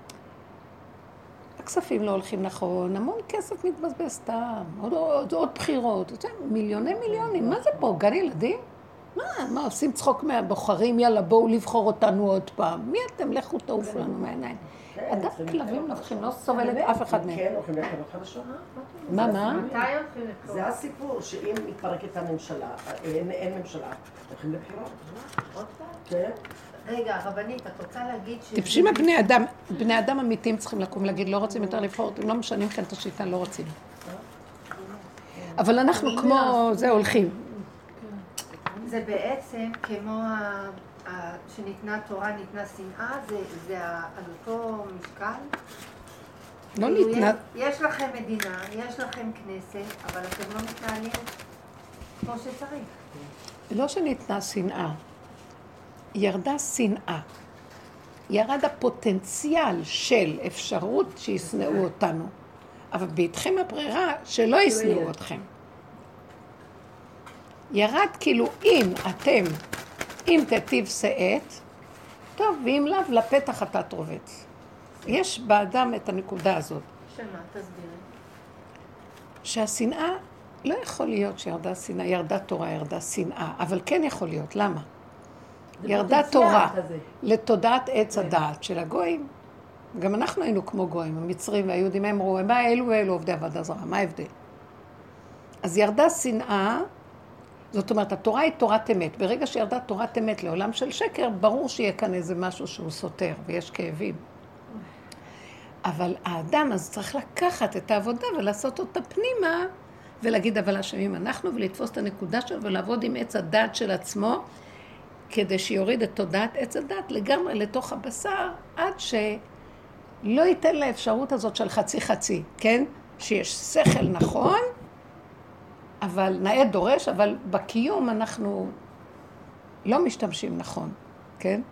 הכספים לא הולכים נכון, המון כסף מתבזבז סתם, עוד, עוד, עוד בחירות, מיליוני מיליונים, מה זה פה, גן ילדים? מה, מה, עושים צחוק מהבוחרים, יאללה, בואו לבחור אותנו עוד פעם. מי אתם? לכו תעופו לנו מהעיניים. אדם כלבים נבחים, לא סובלת אף אחד מהם. כן, הולכים לבחירות חדשות. מה, מה? מתי הולכים לבחירות? זה הסיפור, שאם מתפרקת הממשלה, אין ממשלה, הולכים לבחירות. עוד פעם? כן. רגע, רבנית, את רוצה להגיד ש... טיפשים הבני אדם, בני אדם אמיתיים צריכים לקום להגיד, לא רוצים יותר לבחור, הם לא משנים כאן את השיטה, לא רוצים. אבל אנחנו כמו זה הולכים. זה בעצם כמו ה... ה... שניתנה תורה, ניתנה שנאה, זה, זה ה... על אותו משקל? לא כאילו ניתנה... יש, יש לכם מדינה, יש לכם כנסת, אבל אתם לא מתנהלים כמו שצריך. לא שניתנה שנאה, ירדה שנאה. ירד הפוטנציאל של אפשרות שישנאו אותנו. אבל בידכם הברירה שלא ישנאו אתכם. ירד כאילו אם אתם, אם תטיב שאת, טוב, ואם לאו, לפתח אתה תרובץ. יש באדם את הנקודה הזאת. שמה? תסבירי. שהשנאה, לא יכול להיות שירדה שנאה, ירדה תורה, ירדה שנאה, אבל כן יכול להיות, למה? ירדה תורה לתודעת עץ הדעת של הגויים. גם אנחנו היינו כמו גויים, המצרים והיהודים, הם אמרו, מה אלו ואלו עובדי עבודה זרה, מה ההבדל? אז ירדה שנאה, זאת אומרת, התורה היא תורת אמת. ברגע שירדה תורת אמת לעולם של שקר, ברור שיהיה כאן איזה משהו שהוא סותר, ויש כאבים. אבל האדם אז צריך לקחת את העבודה ולעשות אותה פנימה, ולהגיד, אבל אשמים אנחנו, ולתפוס את הנקודה שלו, ולעבוד עם עץ הדעת של עצמו, כדי שיוריד את תודעת עץ הדעת לגמרי לתוך הבשר, עד שלא ייתן לאפשרות הזאת של חצי חצי, כן? שיש שכל נכון, אבל נאה דורש, אבל בקיום אנחנו לא משתמשים נכון, כן?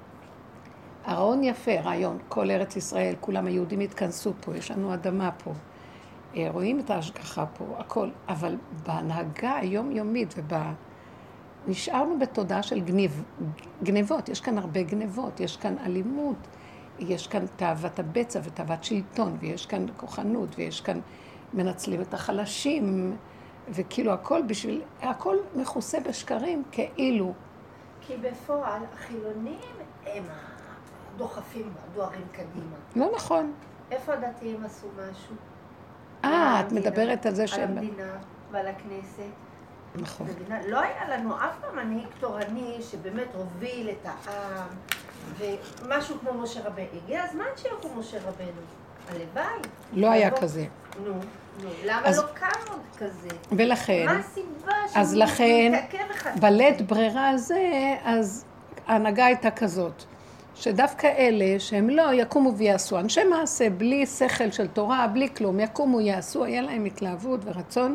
הרעיון יפה, רעיון, כל ארץ ישראל, כולם היהודים התכנסו פה, יש לנו אדמה פה, רואים את ההשגחה פה, הכל, אבל בהנהגה היומיומית ובה... נשארנו בתודעה של גניב, גניבות, יש כאן הרבה גניבות, יש כאן אלימות, יש כאן תאוות הבצע ותאוות שלטון, ויש כאן כוחנות, ויש כאן מנצלים את החלשים, וכאילו הכל בשביל, הכל מכוסה בשקרים כאילו. כי בפועל החילונים הם דוחפים דוהרים קדימה. לא נכון. איפה הדתיים עשו משהו? אה, את מדברת על זה שהם... על המדינה ועל הכנסת. נכון. לא היה לנו אף פעם מנהיג תורני שבאמת הוביל את העם, ומשהו כמו משה רבנו. הגיע הזמן שיקום משה רבנו. הלוואי. לא היה כזה. נו, נו. למה לא קם עוד כזה? ולכן... מה הסיבה אז לכן, בלית ברירה הזה, אז ההנהגה הייתה כזאת. שדווקא אלה שהם לא יקומו ויעשו, אנשי מעשה בלי שכל של תורה, בלי כלום, יקומו יעשו, היה להם התלהבות ורצון,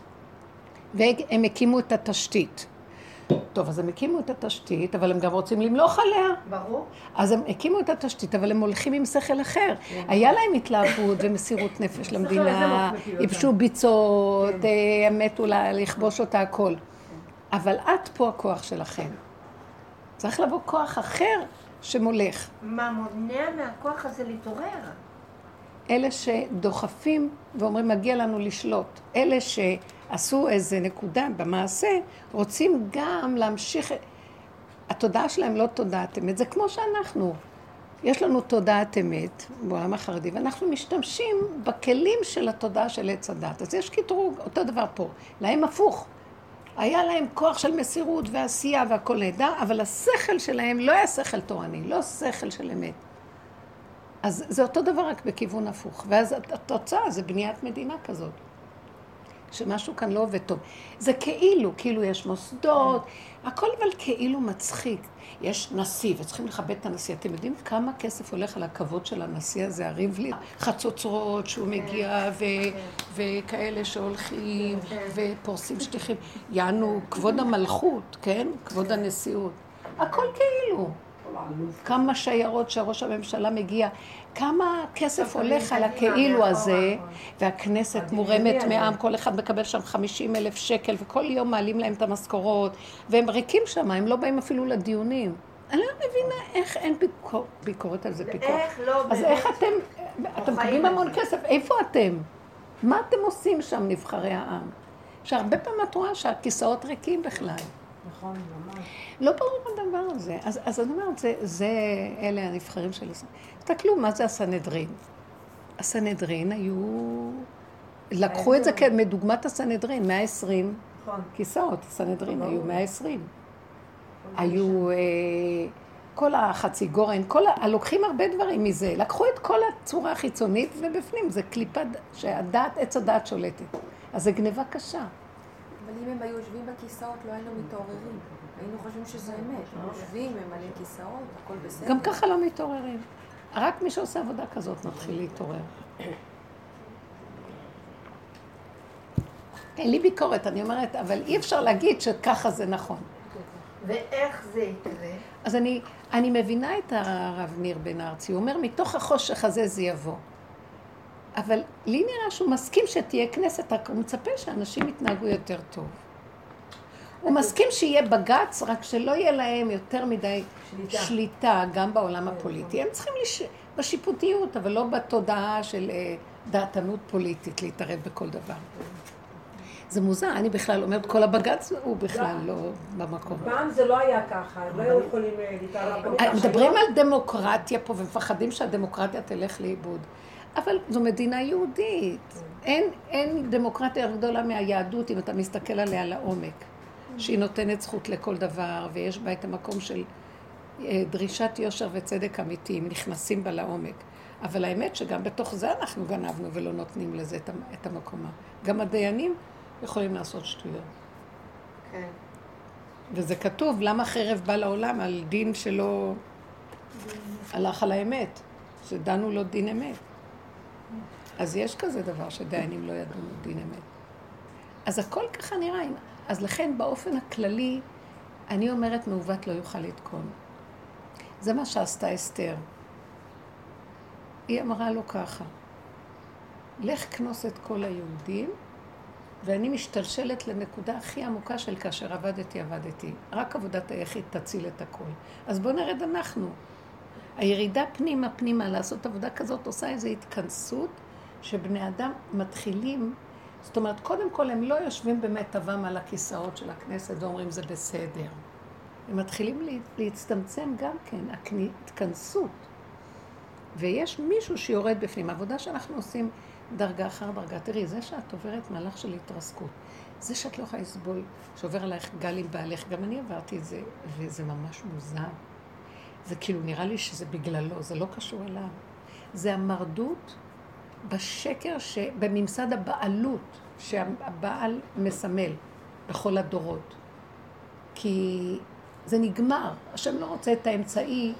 והם הקימו את התשתית. טוב, אז הם הקימו את התשתית, אבל הם גם רוצים למלוך עליה. ברור. אז הם הקימו את התשתית, אבל הם הולכים עם שכל אחר. היה להם התלהבות ומסירות נפש למדינה, יבשו ביצות, הם מתו לכבוש אותה הכל. אבל את פה הכוח שלכם. צריך לבוא כוח אחר שמולך. מה מונע מהכוח הזה להתעורר? אלה שדוחפים ואומרים, מגיע לנו לשלוט. אלה שעשו איזה נקודה במעשה, רוצים גם להמשיך... התודעה שלהם לא תודעת אמת. זה כמו שאנחנו. יש לנו תודעת אמת בעולם החרדי, ואנחנו משתמשים בכלים של התודעה של עץ הדת. אז יש קטרוג, אותו דבר פה. להם הפוך. היה להם כוח של מסירות ועשייה והכל נהדר, אבל השכל שלהם לא היה שכל תורני, לא שכל של אמת. אז זה אותו דבר רק בכיוון הפוך. ואז התוצאה זה בניית מדינה כזאת. שמשהו כאן לא עובד טוב. זה כאילו, כאילו יש מוסדות, הכל אבל כאילו מצחיק. יש נשיא, וצריכים לכבד את הנשיא. אתם יודעים כמה כסף הולך על הכבוד של הנשיא הזה, הריבלין? חצוצרות שהוא מגיע, ו- וכאלה שהולכים, ופורסים שטיחים. יענו, כבוד המלכות, כן? כבוד הנשיאות. הכל כאילו. כמה שיירות שראש הממשלה מגיע, כמה כסף הולך על הכאילו הזה, והכנסת מורמת מעם, כל אחד מקבל שם חמישים אלף שקל, וכל יום מעלים להם את המשכורות, והם ריקים שם, הם לא באים אפילו לדיונים. אני לא מבינה איך אין ביקור, ביקורת על זה ביקורת. איך לא באמת? אז איך אתם, אתם מקבלים המון כסף, איפה אתם? מה אתם עושים שם נבחרי העם? שהרבה פעמים את רואה שהכיסאות ריקים בכלל. נכון, ממש. לא ברור הדבר הזה. אז, אז אני אומרת, זה, זה אלה הנבחרים של ישראל. תסתכלו, מה זה הסנהדרין? הסנהדרין היו... לקחו את זה כמדוגמת הסנהדרין, מאה ועשרים נכון. כיסאות, הסנהדרין היו מאה ועשרים. היו אה, כל החצי גורן, כל ה... לוקחים הרבה דברים מזה. לקחו את כל הצורה החיצונית ובפנים, זה קליפה שהדעת, עץ הדעת שולטת. אז זה גניבה קשה. אבל אם הם היו יושבים בכיסאות, לא היינו מתעוררים. היינו חושבים שזה אמת. הם יושבים, הם מלאים כיסאות, הכל בסדר. גם ככה לא מתעוררים. רק מי שעושה עבודה כזאת מתחיל להתעורר. אין לי ביקורת, אני אומרת, אבל אי אפשר להגיד שככה זה נכון. ואיך זה יקרה? אז אני, אני מבינה את הרב ניר בן ארצי, הוא אומר, מתוך החושך הזה זה יבוא. אבל לי נראה שהוא מסכים שתהיה כנסת, רק הוא מצפה שאנשים יתנהגו יותר טוב. הוא מסכים שיהיה בג"ץ, רק שלא יהיה להם יותר מדי שליטה. שליטה גם בעולם הפוליטי. הם צריכים לש... בשיפוטיות, אבל לא בתודעה של אה, דעתנות פוליטית להתערב בכל דבר. זה מוזר, אני בכלל אומרת, כל הבג"ץ הוא בכלל לא במקום. פעם זה לא היה ככה, הם לא היו יכולים להתערב. מדברים על דמוקרטיה פה ומפחדים שהדמוקרטיה תלך לאיבוד. אבל זו מדינה יהודית. אין, אין דמוקרטיה גדולה מהיהדות אם אתה מסתכל עליה לעומק. שהיא נותנת זכות לכל דבר ויש בה את המקום של דרישת יושר וצדק אמיתי, הם נכנסים בה לעומק. אבל האמת שגם בתוך זה אנחנו גנבנו ולא נותנים לזה את המקומה. גם הדיינים יכולים לעשות שטויות. כן. וזה כתוב, למה חרב בא לעולם על דין שלא הלך על האמת, שדנו לו דין אמת. אז יש כזה דבר שדיינים לא ידעו דין אמת. אז הכל ככה נראה. אז לכן באופן הכללי, אני אומרת מעוות לא יוכל לתקון. זה מה שעשתה אסתר. היא אמרה לו ככה, לך כנוס את כל היהודים, ואני משתלשלת לנקודה הכי עמוקה של כאשר עבדתי, עבדתי. רק עבודת היחיד תציל את הכל. אז בואו נרד אנחנו. הירידה פנימה, פנימה, לעשות עבודה כזאת, עושה איזו התכנסות, שבני אדם מתחילים, זאת אומרת, קודם כל הם לא יושבים במיטבם על הכיסאות של הכנסת ואומרים זה בסדר. הם מתחילים להצטמצם גם כן, התכנסות. ויש מישהו שיורד בפנים. העבודה שאנחנו עושים דרגה אחר דרגה. תראי, זה שאת עוברת מהלך של התרסקות, זה שאת לא יכולה לסבול, שעובר עלייך גל עם בעלך, גם אני עברתי את זה, וזה ממש מוזר. זה כאילו נראה לי שזה בגללו, זה לא קשור אליו. זה המרדות בשקר, בממסד הבעלות שהבעל מסמל בכל הדורות. כי זה נגמר. השם לא רוצה את האמצעי,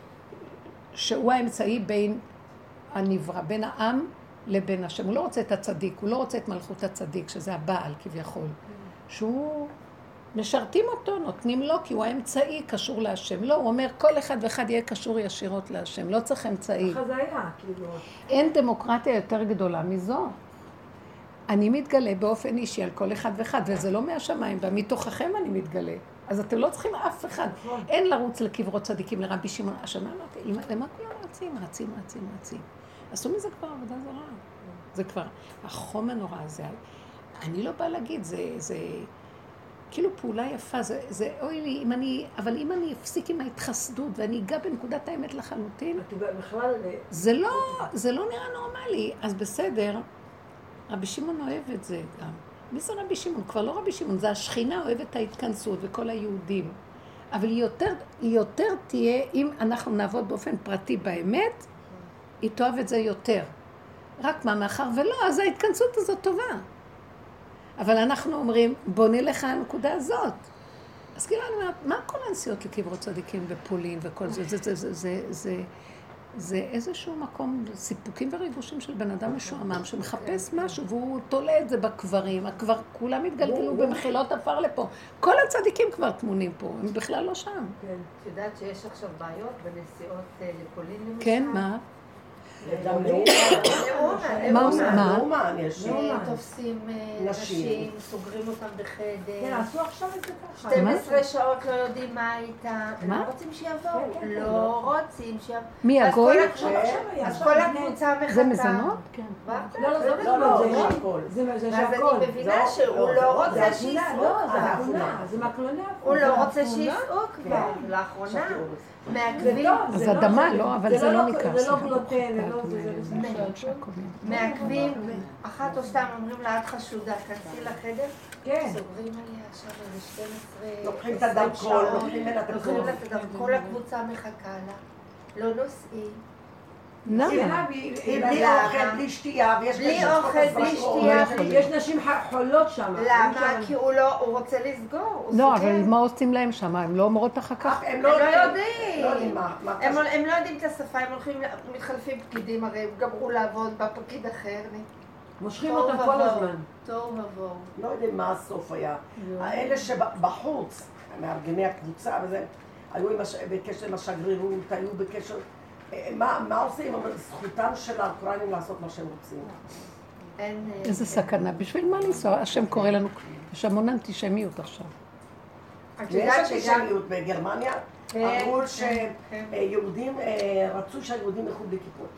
שהוא האמצעי בין הנברא, בין העם לבין השם. הוא לא רוצה את הצדיק, הוא לא רוצה את מלכות הצדיק, שזה הבעל כביכול. שהוא משרתים אותו, נותנים לו, כי הוא האמצעי קשור להשם. לא, הוא אומר, כל אחד ואחד יהיה קשור ישירות להשם, לא צריך אמצעי. ככה זה היה, כאילו. אין דמוקרטיה יותר גדולה מזו. אני מתגלה באופן אישי על כל אחד ואחד, וזה לא מהשמיים, ומתוככם אני מתגלה. אז אתם לא צריכים אף אחד. אין לרוץ לקברות צדיקים לרבי שמעון. השנה אמרתי, למה כולם רצים, רצים, רצים, רצים? עשו מזה כבר עבודה זרה. זה כבר החום הנורא הזה. אני לא באה להגיד, זה, זה כאילו פעולה יפה, זה, זה אוי לי, אם אני, אבל אם אני אפסיק עם ההתחסדות ואני אגע בנקודת האמת לחלוטין, בכלל, זה לא, זה לא נראה נורמלי. אז בסדר, רבי שמעון אוהב את זה גם. מי זה רבי שמעון? כבר לא רבי שמעון, זה השכינה אוהבת את ההתכנסות וכל היהודים. אבל היא יותר, היא יותר תהיה, אם אנחנו נעבוד באופן פרטי באמת, היא תאהב את זה יותר. רק מה, מאחר ולא, אז ההתכנסות הזאת טובה. אבל אנחנו אומרים, בוא נלך לנקודה הזאת. אז כאילו אני אומרת, מה כל הנסיעות לקברות צדיקים בפולין וכל זה? זה, זה, זה, זה, זה, זה איזשהו מקום, סיפוקים וריגושים של בן אדם משועמם שמחפש משהו והוא תולה את זה בקברים. כבר כולם התגלגלו במחילות עפר לפה. כל הצדיקים כבר תמונים פה, הם בכלל לא שם. את יודעת שיש עכשיו בעיות בנסיעות לפולין למשל? כן, מה? גם מה? לאומן יש. תופסים נשים, סוגרים אותם בחדר. כן, עשו עכשיו את זה ככה. שתים עשרה שעות לא יודעים מה איתה. הם לא רוצים שיבואו. לא רוצים שיבואו. מי הגוי? אז כל הקבוצה מחכה. זה מזונות? כן. לא, לא, זה לא, לא, זה הכל. זה אז שהכל. אני מבינה שהוא לא רוצה שיסעו. לא, זה אפונה, זה מקלוני אפונה. הוא לא רוצה שיסעו כבר. לאחרונה. מעכבים. אז אדמה לא, אבל זה לא ניכר. זה לא גלוטן, זה מעכבים, אחת או שתיים אומרים לה, את חשודה, כנסי לחדר, כן. סוגרים עליה עכשיו איזה שתים עשרה, לוקחים את הדרכון, לוקחים לה את לוקחים לה הדרכון. את הדרכון, כל הקבוצה מחכה לה, לא נוסעים. למה? בלי אוכל, בלי שתייה, ויש בלי אוכל, בלי שתייה. יש נשים חולות שם. למה? כי הוא לא, הוא רוצה לסגור, הוא לא, סוגר. אבל מה עושים להם שם? הם לא אומרות אחר כך? הם הם לא לא יודעים. לא יודעים יודעים. מה. מה הם קשור. הם לא יודעים את השפה, הם הולכים, מתחלפים פקידים, הרי הם גמרו לעבוד בפקיד אחר. מושכים אותם כל הזמן. תוהו ובוהו. לא יודעים מה הסוף היה. האלה שבחוץ, מארגני הקבוצה וזה, היו עם הש- בקשר עם השגרירות, היו בקשר... מה, מה עושים? אבל זכותם של האוקראינים לעשות מה שהם רוצים. אין... איזה סכנה. בשביל מה לנסוע? השם קורא לנו, יש המון אנטישמיות עכשיו. ויש אנטישמיות בגרמניה, כן, אמרו כן, כן. שיהודים רצו שהיהודים ילכו בלי כיפות.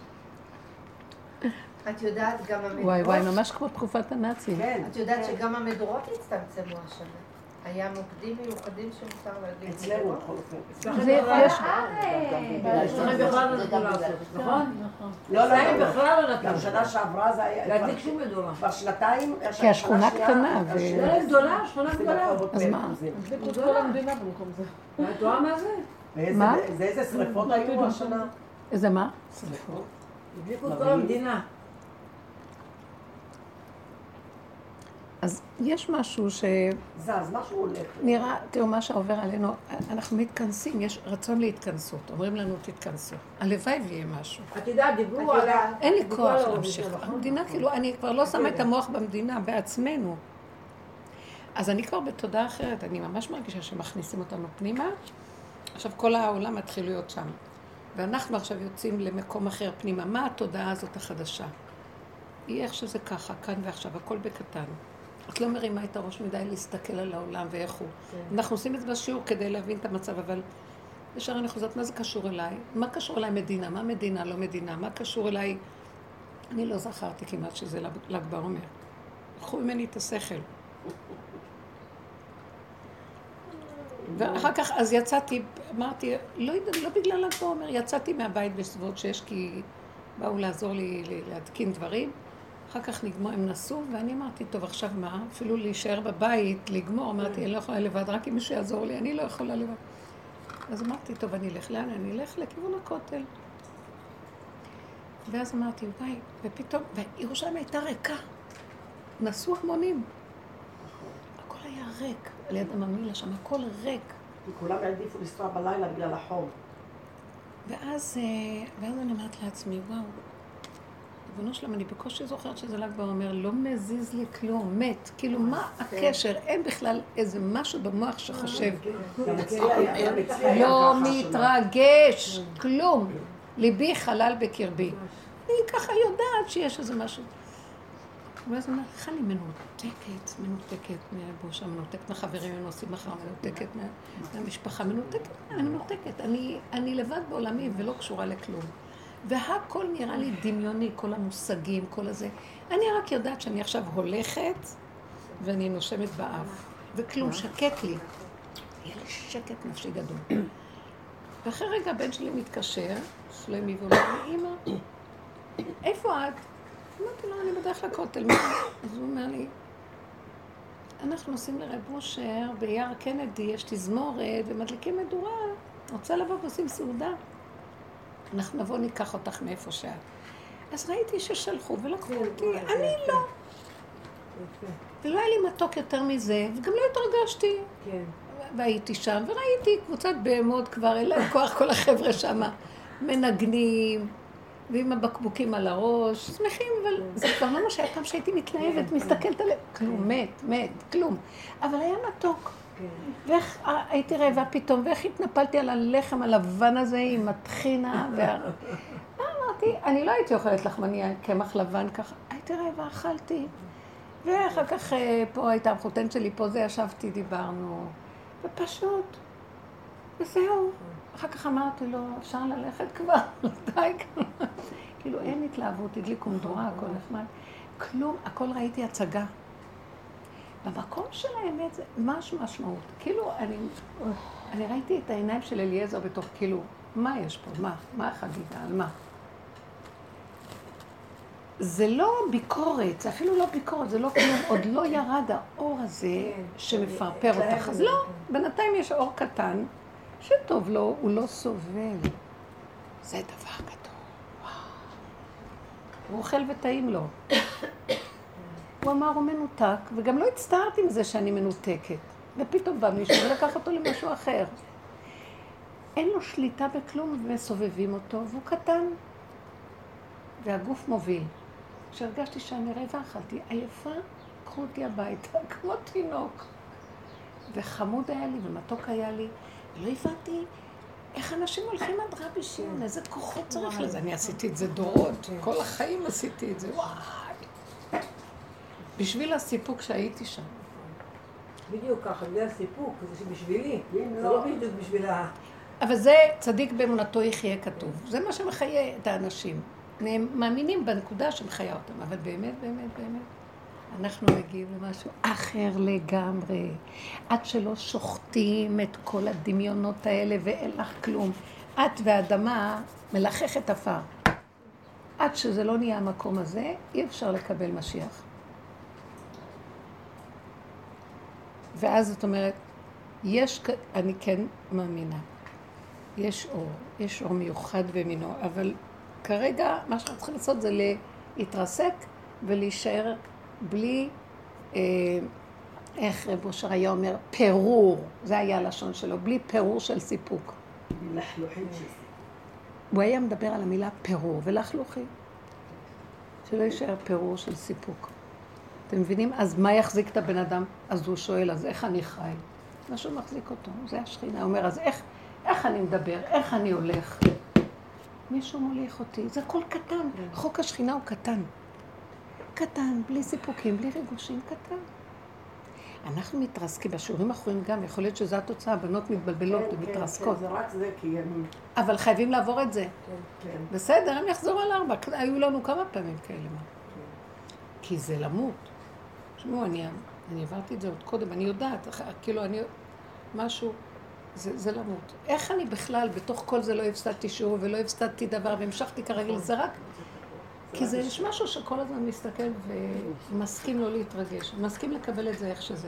את יודעת גם המדורות... וואי וואי, ממש כמו תקופת הנאצים. כן. את יודעת שגם המדורות הצטמצמו השנה. היה מוקדים מיוחדים שמותר להדליק אצלנו מדורות. בכל אופן. זה יש... אצלכם בכלל לא נתנו לעשות, נכון? לא, לא, אצלכם לא. בכלל לא נתנו. גם שנה שעברה זה היה... להדליק שום מדורה. כבר שנתיים... כי השכונה קטנה, ו- לא, גדולה, שכונה גדולה. אז מה? הדליקו את כל המדינה במקום זה. את רואה מה זה? מה? זה איזה שריפות היו השנה? איזה מה? שריפות. הדליקו את כל המדינה. אז יש משהו זז, משהו הולך. שנראה, תראו מה שעובר עלינו, אנחנו מתכנסים, יש רצון להתכנסות, אומרים לנו תתכנסו. הלוואי ויהיה משהו. את יודעת, דיברו על ה... אין לי דיברו על כוח האירוויזיון, להמשיך. נכון? המדינה, כאילו, אני כבר לא שמה את המוח במדינה, בעצמנו. אז אני כבר בתודעה אחרת, אני ממש מרגישה שמכניסים אותנו פנימה. עכשיו כל העולם מתחיל להיות שם. ואנחנו עכשיו יוצאים למקום אחר פנימה. מה התודעה הזאת החדשה? היא איך שזה ככה, כאן ועכשיו, הכל בקטן. את לא מרימה את הראש מדי להסתכל על העולם ואיך הוא. אנחנו עושים את זה בשיעור כדי להבין את המצב, אבל ישר אני חוזרת, מה זה קשור אליי? מה קשור אליי מדינה? מה מדינה, לא מדינה? מה קשור אליי? אני לא זכרתי כמעט שזה ל"ג בעומר. לקחו ממני את השכל. ואחר כך, אז יצאתי, אמרתי, לא, לא בגלל ל"ג בעומר, יצאתי מהבית בסביבות שש, כי באו לעזור לי להתקין דברים. אחר כך נגמור, הם נסעו, ואני אמרתי, טוב, עכשיו מה? אפילו להישאר בבית, לגמור, אמרתי, אני לא יכולה לבד, רק אם מישהו יעזור לי, אני לא יכולה לבד. אז אמרתי, טוב, אני אלך, לאן? אני אלך לכיוון הכותל. ואז אמרתי, וואי, ופתאום, וירושלים הייתה ריקה. נסעו המונים. הכל היה ריק, על יד הממילה שם, הכל ריק. כי כולם העדיפו לנסוע בלילה בגלל החום. ואז, ואז אני אומרת לעצמי, וואו, ריבונו שלום, אני בקושי זוכרת שזה ל"ג בעומר, לא מזיז לי כלום, מת. כאילו, מה הקשר? אין בכלל איזה משהו במוח שחושב. לא מתרגש, כלום. ליבי חלל בקרבי. אני ככה יודעת שיש איזה משהו. ואז אני אומרת, איך אני מנותקת, מנותקת מהבושה, מנותקת מהחברים, הם עושים מחר, מנותקת מהמשפחה, מנותקת, אני מנותקת. אני לבד בעולמי ולא קשורה לכלום. והכל נראה לי דמיוני, כל המושגים, כל הזה. אני רק יודעת שאני עכשיו הולכת ואני נושמת באף. וכלום, שקט לי. יהיה לי שקט נפשי גדול. ואחרי רגע הבן שלי מתקשר, שלמי ואומר לי, אמא, איפה את? אמרתי לו, אני בדרך לכותל. אז הוא אומר לי, אנחנו נוסעים לרב אושר, ביער קנדי, יש תזמורת ומדליקים מדורה. רוצה לבוא ועושים סעודה. אנחנו נבוא, ניקח אותך מאיפה שאת. אז ראיתי ששלחו ולקחו אותי, אני לא. ולא היה לי מתוק יותר מזה, וגם לא התרגשתי. והייתי שם, וראיתי קבוצת בהמות כבר, אין להם כוח, כל החבר'ה שם מנגנים, ועם הבקבוקים על הראש, שמחים, אבל זה כבר לא מה שהיה פעם שהייתי מתלהבת, מסתכלת עליהם, כלום, מת, מת, כלום. אבל היה מתוק. ואיך הייתי רעבה פתאום, ואיך התנפלתי על הלחם הלבן הזה עם הטחינה, ואמרתי, אני לא הייתי אוכלת לחמניה, קמח לבן ככה, הייתי רעבה, אכלתי. ואחר כך פה הייתה המחותנת שלי, פה זה ישבתי, דיברנו, ופשוט, וזהו. אחר כך אמרתי לו, אפשר ללכת כבר, די כבר. כאילו אין התלהבות, הדליקו מדורה, הכל נחמד. כלום, הכל ראיתי הצגה. במקום של האמת זה ממש משמעות. כאילו, אני, אני ראיתי את העיניים של אליעזר בתוך, כאילו, מה יש פה? מה? מה החגיגה? על מה? זה לא ביקורת, זה אפילו לא ביקורת, זה לא כלום, עוד לא ירד האור הזה שמפרפר אותך. אז לא, בינתיים יש אור קטן, שטוב לו, הוא לא סובל. זה דבר גדול. וואו. הוא אוכל וטעים לו. הוא אמר, הוא מנותק, וגם לא הצטערתי מזה שאני מנותקת. ופתאום בא מישהו ולקח אותו למשהו אחר. אין לו שליטה בכלום ומסובבים אותו, והוא קטן. והגוף מוביל. כשהרגשתי שאני רעבה, אכלתי עייפה, קחו אותי הביתה, כמו תינוק. וחמוד היה לי ומתוק היה לי. ולא הבנתי איך אנשים הולכים עד רבי שמעון, איזה כוחות צריך לזה. אני עשיתי את זה דורות, כל החיים עשיתי את זה, וואי. בשביל הסיפוק שהייתי שם. בדיוק ככה, בגלל הסיפוק, זה בשבילי, אם זה לא- לא בדיוק בשביל ה... אבל זה צדיק באמונתו יחיה כתוב. זה מה שמחיה את האנשים. הם מאמינים בנקודה שמחיה אותם, אבל באמת, באמת, באמת, אנחנו מגיעים למשהו אחר לגמרי. עד שלא שוחטים את כל הדמיונות האלה ואין לך כלום. את והאדמה מלחכת עפר. עד שזה לא נהיה המקום הזה, אי אפשר לקבל משיח. ואז זאת אומרת, יש, אני כן מאמינה. יש אור, יש אור מיוחד במינו, אבל כרגע מה שאנחנו צריכים לעשות זה להתרסק ולהישאר בלי, אה, איך רב אושר היה אומר, פירור, זה היה הלשון שלו, בלי פירור של סיפוק. לחלוכית של זה. הוא היה מדבר על המילה פירור ולחלוכי, שלא יישאר פירור של סיפוק. אתם מבינים? אז מה יחזיק את הבן אדם? אז הוא שואל, אז איך אני חי? משהו מחזיק אותו, זה השכינה. הוא אומר, אז איך, איך אני מדבר? איך אני הולך? מישהו מוליך אותי, זה הכל קטן. חוק השכינה הוא קטן. קטן, בלי סיפוקים, בלי ריגושים, קטן. אנחנו מתרסקים, בשיעורים האחרונים גם, יכול להיות שזו התוצאה, הבנות מתבלבלות כן, ומתרסקות. כן, זה רק זה, כי הם... אבל חייבים לעבור את זה. כן. בסדר, הם יחזרו על ארבע. היו לנו כמה פעמים כאלה. מה? כי זה למות. תשמעו, אני, אני עברתי את זה עוד קודם, אני יודעת, כאילו אני... משהו, זה, זה למות. איך אני בכלל, בתוך כל זה לא הפסדתי שיעור ולא הפסדתי דבר והמשכתי כרגיל, זה רק... כי זה יש משהו שכל הזמן מסתכל ומסכים לא להתרגש, מסכים לקבל את זה איך שזה.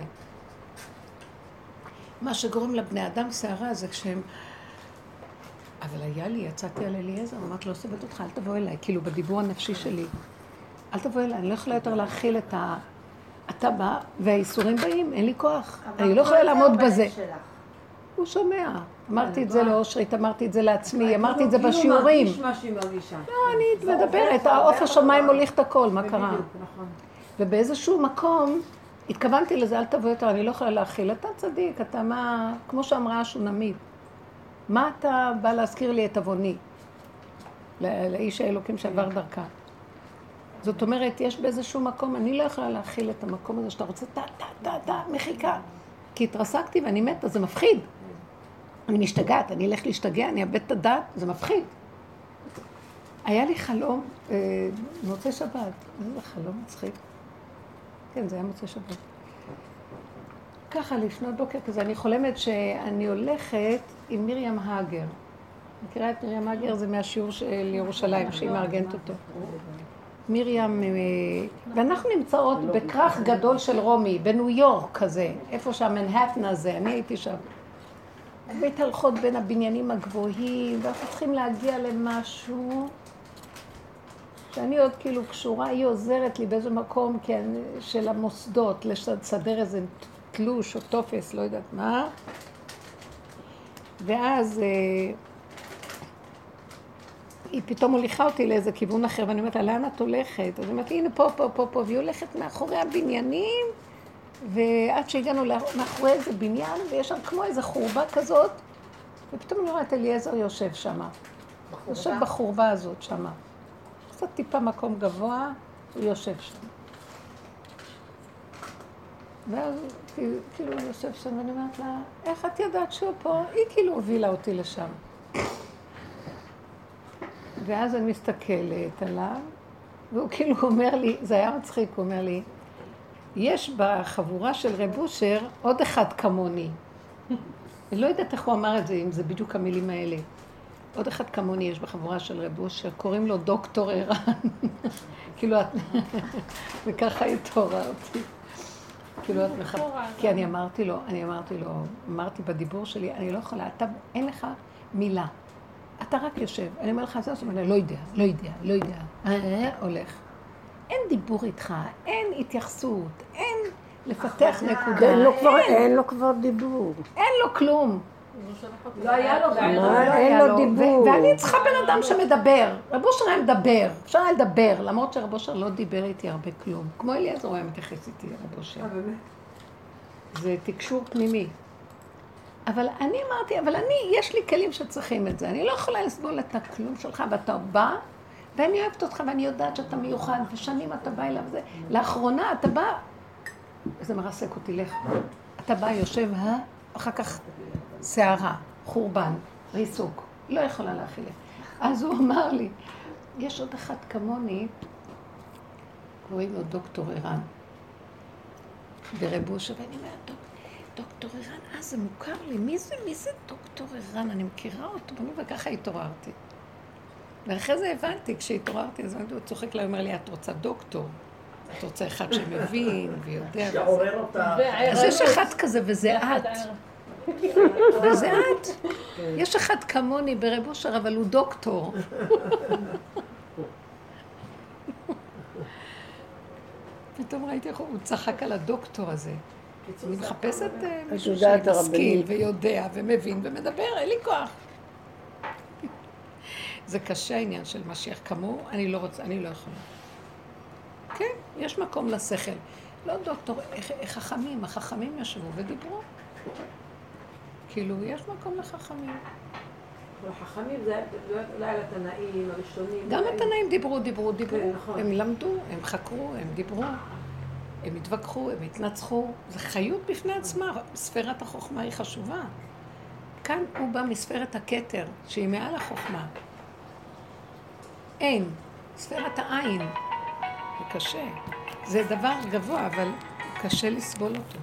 מה שגורם לבני אדם שערה זה כשהם... אבל היה לי, יצאתי על אליעזר, אמרת, לא סובלת אותך, אל תבוא אליי, כאילו בדיבור הנפשי שלי. אל תבוא אליי, אני לא יכולה יותר להכיל את ה... אתה בא, והאיסורים באים, אין לי כוח. אני לא יכולה לעמוד בזה. הוא שומע. אמרתי את זה לאושרית, אמרתי את זה לעצמי, אמרתי את זה בשיעורים. כאילו מרגיש מה שהיא מרגישה. לא, אני מדברת, העוף השמיים מוליך את הכל, מה קרה? בדיוק, נכון. ובאיזשהו מקום, התכוונתי לזה, אל תבוא יותר, אני לא יכולה להכיל. אתה צדיק, אתה מה... כמו שאמרה השונמית. מה אתה בא להזכיר לי את אבוני? לאיש האלוקים שעבר דרכה. זאת אומרת, יש באיזשהו מקום, אני לא יכולה להכיל את המקום הזה שאתה רוצה, תה, תה, תה, תה, מחיקה. כי התרסקתי ואני מתה, זה מפחיד. אני משתגעת, אני אלך להשתגע, אני אאבד את הדעת, זה מפחיד. היה לי חלום, אה, מוצא שבת, איזה חלום מצחיק. כן, זה היה מוצא שבת. ככה, לפנות בוקר כזה, אני חולמת שאני הולכת עם מרים האגר. מכירה את מרים האגר? זה מהשיעור של ירושלים, שהיא מארגנת אותו. מרים, ואנחנו נמצאות בכרך גדול של רומי, בניו יורק כזה, איפה שהמנהטן הזה, אני הייתי שם. והתהלכות בין הבניינים הגבוהים, ואנחנו צריכים להגיע למשהו שאני עוד כאילו קשורה, היא עוזרת לי באיזה מקום כן, של המוסדות, לסדר איזה תלוש או תופס, לא יודעת מה. ואז היא פתאום מוליכה אותי לאיזה כיוון אחר, ואני אומרת לה, לאן את הולכת? אז היא אומרת, הנה פה, פה, פה, פה, והיא הולכת מאחורי הבניינים, ועד שהגענו מאחורי איזה בניין, ויש שם כמו איזה חורבה כזאת, ופתאום אני רואה את אליעזר יושב שם. יושב בחורבה הזאת שם. קצת טיפה מקום גבוה, הוא יושב שם. ואז כאילו הוא יושב שם, ואני אומרת לה, איך את ידעת שהוא פה? היא כאילו הובילה אותי לשם. ואז אני מסתכלת עליו, והוא כאילו אומר לי, זה היה מצחיק, הוא אומר לי, יש בחבורה של רב אושר עוד אחד כמוני. אני לא יודעת איך הוא אמר את זה, אם זה בדיוק המילים האלה. עוד אחד כמוני יש בחבורה של רב אושר, קוראים לו דוקטור ערן. כאילו את... וככה התעוררתי. כאילו את מחפ... כי אני אמרתי לו, אני אמרתי לו, אמרתי בדיבור שלי, אני לא יכולה, אתה, אין לך מילה. אתה רק יושב, אני אומר לך, זאת אומרת, לא יודע, לא יודע, לא יודע, אה, הולך. אין דיבור איתך, אין התייחסות, אין לפתח נקודה. אין לו כבר דיבור. אין לו כלום. לא היה לו, אין לו דיבור. ואני צריכה בן אדם שמדבר. רב אושר היה מדבר, אפשר היה לדבר, למרות שרב אושר לא דיבר איתי הרבה כלום. כמו אליעזר הוא היה מתייחס איתי, רב אושר. זה תקשור פנימי. אבל אני אמרתי, אבל אני, יש לי כלים שצריכים את זה. אני לא יכולה לסבול את הכלום שלך, ואתה בא, ואני אוהבת אותך, ואני יודעת שאתה מיוחד, ושנים אתה בא אליו. זה. לאחרונה אתה בא, וזה מרסק אותי, לך. אתה בא, יושב, אה? אחר כך שערה, חורבן, ריסוק. לא יכולה להכיל. אז הוא אמר לי, יש עוד אחד כמוני, קוראים לו דוקטור ערן, ברבושה, ואני אומרת, דוק, דוקטור ערן, אה, זה מוכר לי, מי זה, מי זה דוקטור ערן? אני מכירה אותו, וככה התעוררתי. ואחרי זה הבנתי, כשהתעוררתי, אז הוא צוחק לה, אומר לי, את רוצה דוקטור? את רוצה אחד שמבין ויודע. שעורר אותה. אז יש אחד כזה, וזה את. וזה את. יש אחד כמוני ברב אושר, אבל הוא דוקטור. פתאום ראיתי איך הוא צחק על הדוקטור הזה. אני מחפשת מישהו שמשכיל ויודע ומבין ומדבר, אין לי כוח. זה קשה העניין של משיח כמוהו, אני לא רוצה, אני לא יכולה. כן, יש מקום לשכל. לא דוקטור, חכמים, החכמים ישבו ודיברו. כאילו, יש מקום לחכמים. החכמים זה אולי על התנאים הראשונים. גם התנאים דיברו, דיברו, דיברו. הם למדו, הם חקרו, הם דיברו, הם התווכחו, הם התנצחו. זה חיות בפני עצמה, ספירת החוכמה היא חשובה. כאן הוא בא מספירת הכתר, שהיא מעל החוכמה. אין, ספירת העין. זה קשה. זה דבר גבוה, אבל קשה לסבול אותו.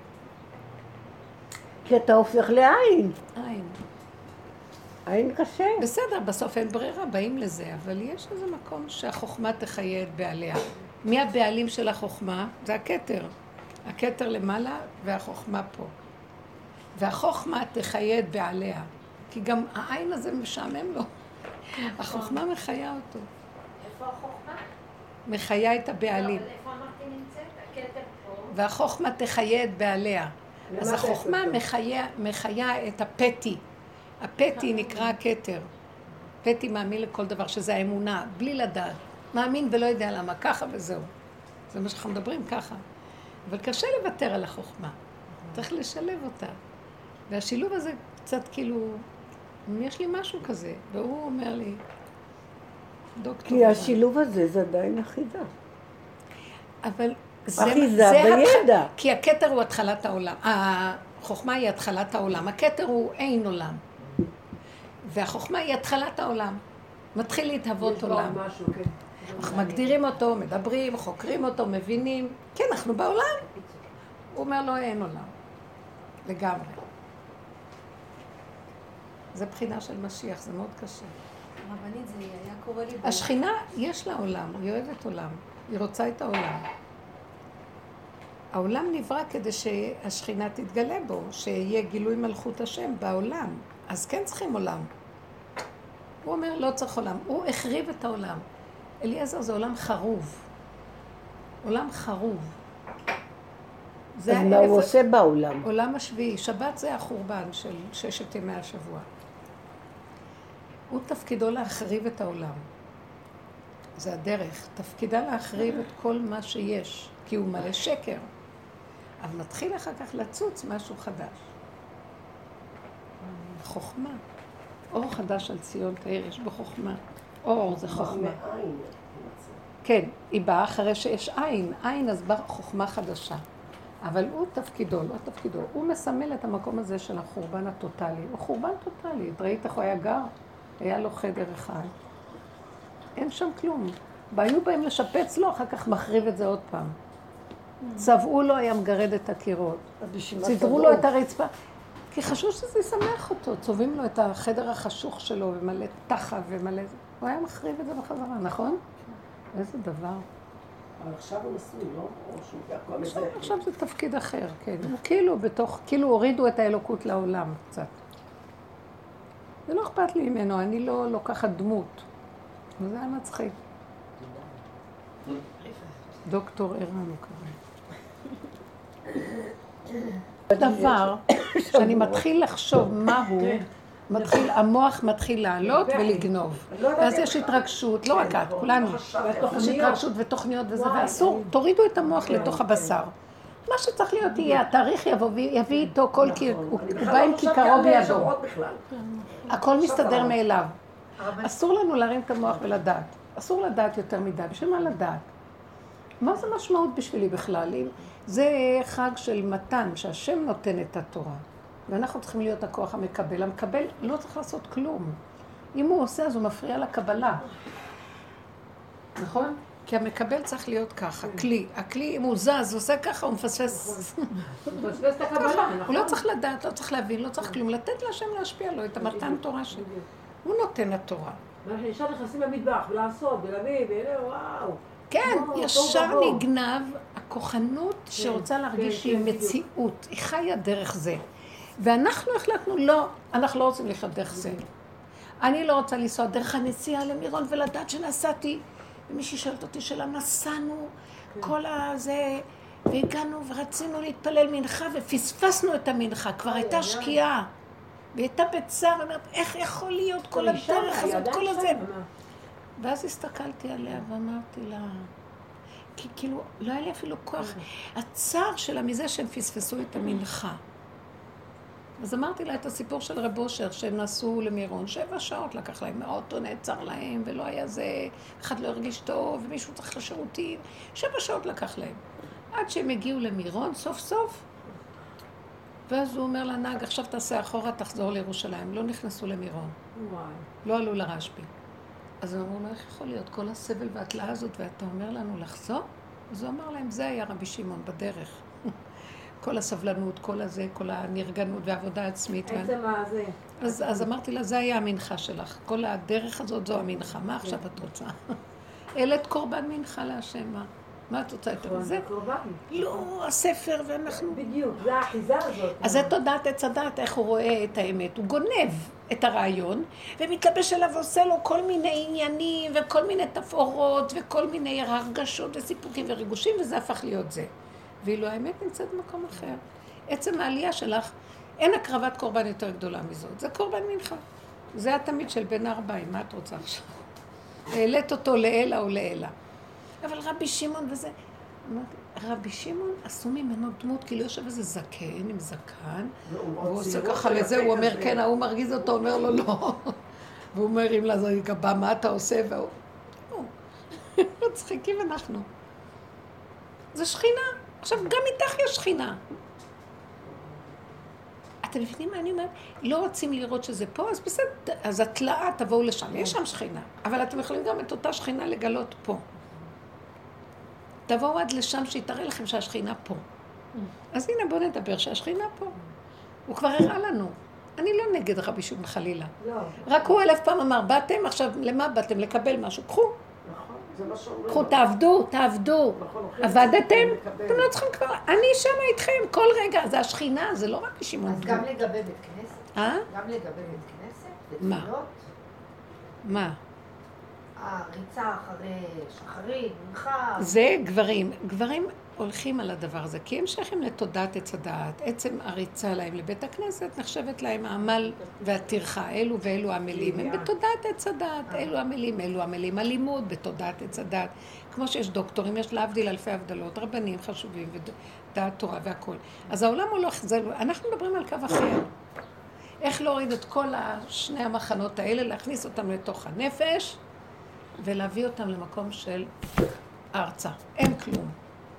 כי אתה הופך לעין. עין. עין קשה. בסדר, בסוף אין ברירה, באים לזה, אבל יש איזה מקום שהחוכמה תחיה את בעליה. מי הבעלים של החוכמה? זה הכתר. הכתר למעלה והחוכמה פה. והחוכמה תחיה את בעליה. כי גם העין הזה משעמם לו. החוכמה מחיה אותו. איפה החוכמה? מחיה את הבעלים. איפה אמרתי נמצאת? הכתר פה. והחוכמה תחיה את בעליה. אז החוכמה מחיה, מחיה את הפתי. הפתי נקרא הכתר. פתי מאמין לכל דבר, שזה האמונה, בלי לדעת. מאמין ולא יודע למה, ככה וזהו. זה מה שאנחנו מדברים, ככה. אבל קשה לוותר על החוכמה. צריך לשלב אותה. והשילוב הזה קצת כאילו, יש לי משהו כזה, והוא אומר לי, דוקטור... כי השילוב הזה זה עדיין אחיזה. אבל זה... אחיזה זה בידע. התח... כי הכתר הוא התחלת העולם. החוכמה היא התחלת העולם. הכתר הוא אין עולם. והחוכמה היא התחלת העולם. מתחיל להתהוות עולם. משהו, כן. אנחנו מגדירים אותו, מדברים, חוקרים אותו, מבינים. כן, אנחנו בעולם. הוא אומר לו, אין עולם. לגמרי. זה בחינה של משיח, זה מאוד קשה. רבנית, זה היה קורה לי... השכינה, יש לה עולם, היא אוהבת עולם. היא רוצה את העולם. העולם נברא כדי שהשכינה תתגלה בו, שיהיה גילוי מלכות השם בעולם. אז כן צריכים עולם. הוא אומר, לא צריך עולם. הוא החריב את העולם. אליעזר זה עולם חרוב. עולם חרוב. אז מה הוא עושה בעולם? עולם השביעי. שבת זה החורבן של ששת ימי השבוע. הוא תפקידו להחריב את העולם. זה הדרך. תפקידה להחריב את כל מה שיש, כי הוא מלא שקר. אבל מתחיל אחר כך לצוץ משהו חדש. חוכמה. אור חדש על ציון תאיר, יש בו חוכמה. אור זה חוכמה. כן, היא באה אחרי שיש עין. עין אז באה חוכמה חדשה. אבל הוא תפקידו, לא תפקידו. הוא מסמל את המקום הזה של החורבן הטוטלי. הוא חורבן טוטלי. ראית איך הוא היה גר? היה לו חדר אחד. אין שם כלום. והיו בהם לשפץ לו, אחר כך מחריב את זה עוד פעם. צבעו לו, היה מגרד את הקירות. סידרו לו את הרצפה. כי חשוב שזה ישמח אותו. צובעים לו את החדר החשוך שלו, ומלא תחת ומלא... הוא היה מחריב את זה בחזרה, נכון? איזה דבר. אבל עכשיו הוא נשוי, לא? או שהוא הכל עכשיו, עכשיו זה תפקיד אחר, כן. הוא כאילו בתוך, כאילו הורידו את האלוקות לעולם קצת. זה לא אכפת לי ממנו, אני לא לוקחת דמות. וזה היה מצחיק. דוקטור ערן הוא קורא. דבר שאני מתחיל לחשוב מהו, מתחיל, המוח מתחיל לעלות ולגנוב. ואז יש התרגשות, לא רק את, כולנו. יש התרגשות ותוכניות וזה, ואסור, תורידו את המוח לתוך הבשר. מה שצריך להיות יהיה, התאריך יבוא ויביא איתו כל כי הוא בא עם כיכרו בידו. הכל מסתדר מאליו. אסור לנו להרים את המוח ולדעת. אסור לדעת יותר מדי. בשביל מה לדעת? מה זה משמעות בשבילי בכלל? זה חג של מתן, שהשם נותן את התורה. ואנחנו צריכים להיות הכוח המקבל. המקבל לא צריך לעשות כלום. אם הוא עושה, אז הוא מפריע לקבלה. נכון? כי המקבל צריך להיות ככה, כלי. הכלי, אם הוא זז, עושה ככה, הוא מפספס. הוא מפספס את הקבלה, נכון? הוא לא צריך לדעת, לא צריך להבין, לא צריך כלום. לתת להשם להשפיע לו את המתן תורה שלו. הוא נותן התורה. ואנחנו ישר נכנסים למטבח, ולעשות, ולהביא, ואלה, וואו. כן, ישר נגנב הכוחנות שרוצה להרגיש שהיא מציאות. היא חיה דרך זה. ואנחנו החלטנו, לא, אנחנו לא רוצים לחיות דרך זה. אני לא רוצה לנסוע דרך הנסיעה למירון ולדעת שנסעתי. ומישהי שואלת אותי שאלה, נסענו כל הזה, והגענו ורצינו להתפלל מנחה, ופספסנו את המנחה, כבר הייתה שקיעה. והיא הייתה בצער, ואומרת, איך יכול להיות כל הדרך הזאת, כל הזה? ואז הסתכלתי עליה ואמרתי לה, כי כאילו, לא היה לי אפילו כוח. הצער שלה מזה שהם פספסו את המנחה. אז אמרתי לה את הסיפור של רב אושר, שהם נסעו למירון, שבע שעות לקח להם, האוטו נעצר להם, ולא היה זה, אחד לא הרגיש טוב, ומישהו צריך לשירותים, שבע שעות לקח להם. עד שהם הגיעו למירון, סוף סוף, ואז הוא אומר לנהג, עכשיו תעשה אחורה, תחזור לירושלים. לא נכנסו למירון. וואי. לא עלו לרשב"י. אז הוא אמרו לו, איך יכול להיות כל הסבל והתלאה הזאת, ואתה אומר לנו לחזור? אז הוא אמר להם, זה היה רבי שמעון בדרך. כל הסבלנות, כל הזה, כל הנרגנות והעבודה עצמית. עצם הזה. אז, אז אמרתי לה, זה היה המנחה שלך. כל הדרך הזאת זו המנחה. מה עכשיו את רוצה? העלית קורבן מנחה להשם, מה? מה את רוצה יותר מזה? לא, הספר ואנחנו... בדיוק, זה האחיזה הזאת. אז זה תודעת עץ הדעת, איך הוא רואה את האמת. הוא גונב את הרעיון, ומתלבש עליו ועושה לו כל מיני עניינים, וכל מיני תפאורות, וכל מיני הרגשות וסיפוקים וריגושים, וזה הפך להיות זה. ואילו האמת נמצאת במקום אחר. עצם העלייה שלך, אין הקרבת קורבן יותר גדולה מזאת. זה קורבן מנחה. זה התמיד של בן ארבעים, מה את רוצה עכשיו? העלית אותו לאלה או לאלה. אבל רבי שמעון וזה, רבי שמעון עשו ממנו דמות, כאילו יושב איזה זקן עם זקן, והוא עושה ככה לזה, הוא אומר כן, ההוא מרגיז אותו, אומר לו לא. והוא מרים לזה גבה, מה אתה עושה? והוא... מצחיקים אנחנו. זה שכינה. עכשיו, גם איתך יש שכינה. אתם מבינים מה אני אומרת? לא רוצים לראות שזה פה, אז בסדר, אז התלאה תבואו לשם, יש שם שכינה. אבל אתם יכולים גם את אותה שכינה לגלות פה. תבואו עד לשם שיתראה לכם שהשכינה פה. אז הנה בואו נדבר שהשכינה פה. הוא כבר הראה לנו. אני לא נגד רבי שמעון חלילה. רק הוא אלף פעם אמר, באתם עכשיו, למה באתם? לקבל משהו. קחו. קחו, תעבדו, תעבדו. עבדתם? אתם לא צריכים כבר, אני שם איתכם כל רגע. זה השכינה, זה לא רק שמעון. אז גם לגבי בית כנסת? אה? גם לגבי בית כנסת? מה? בתפילות? מה? הריצה אחרי שחרית, מנחה. זה גברים. גברים הולכים על הדבר הזה, כי הם שייכים לתודעת עץ הדעת. עצם הריצה להם לבית הכנסת נחשבת להם העמל והטרחה. אלו ואלו עמלים. הם בתודעת עץ הדעת. אלו עמלים, אלו עמלים. הלימוד בתודעת עץ הדעת. כמו שיש דוקטורים, יש להבדיל אלפי הבדלות, רבנים חשובים ודעת תורה והכל. אז העולם הולך, זה, אנחנו מדברים על קו אחר. איך להוריד את כל שני המחנות האלה, להכניס אותם לתוך הנפש, ולהביא אותם למקום של ארצה. אין כלום.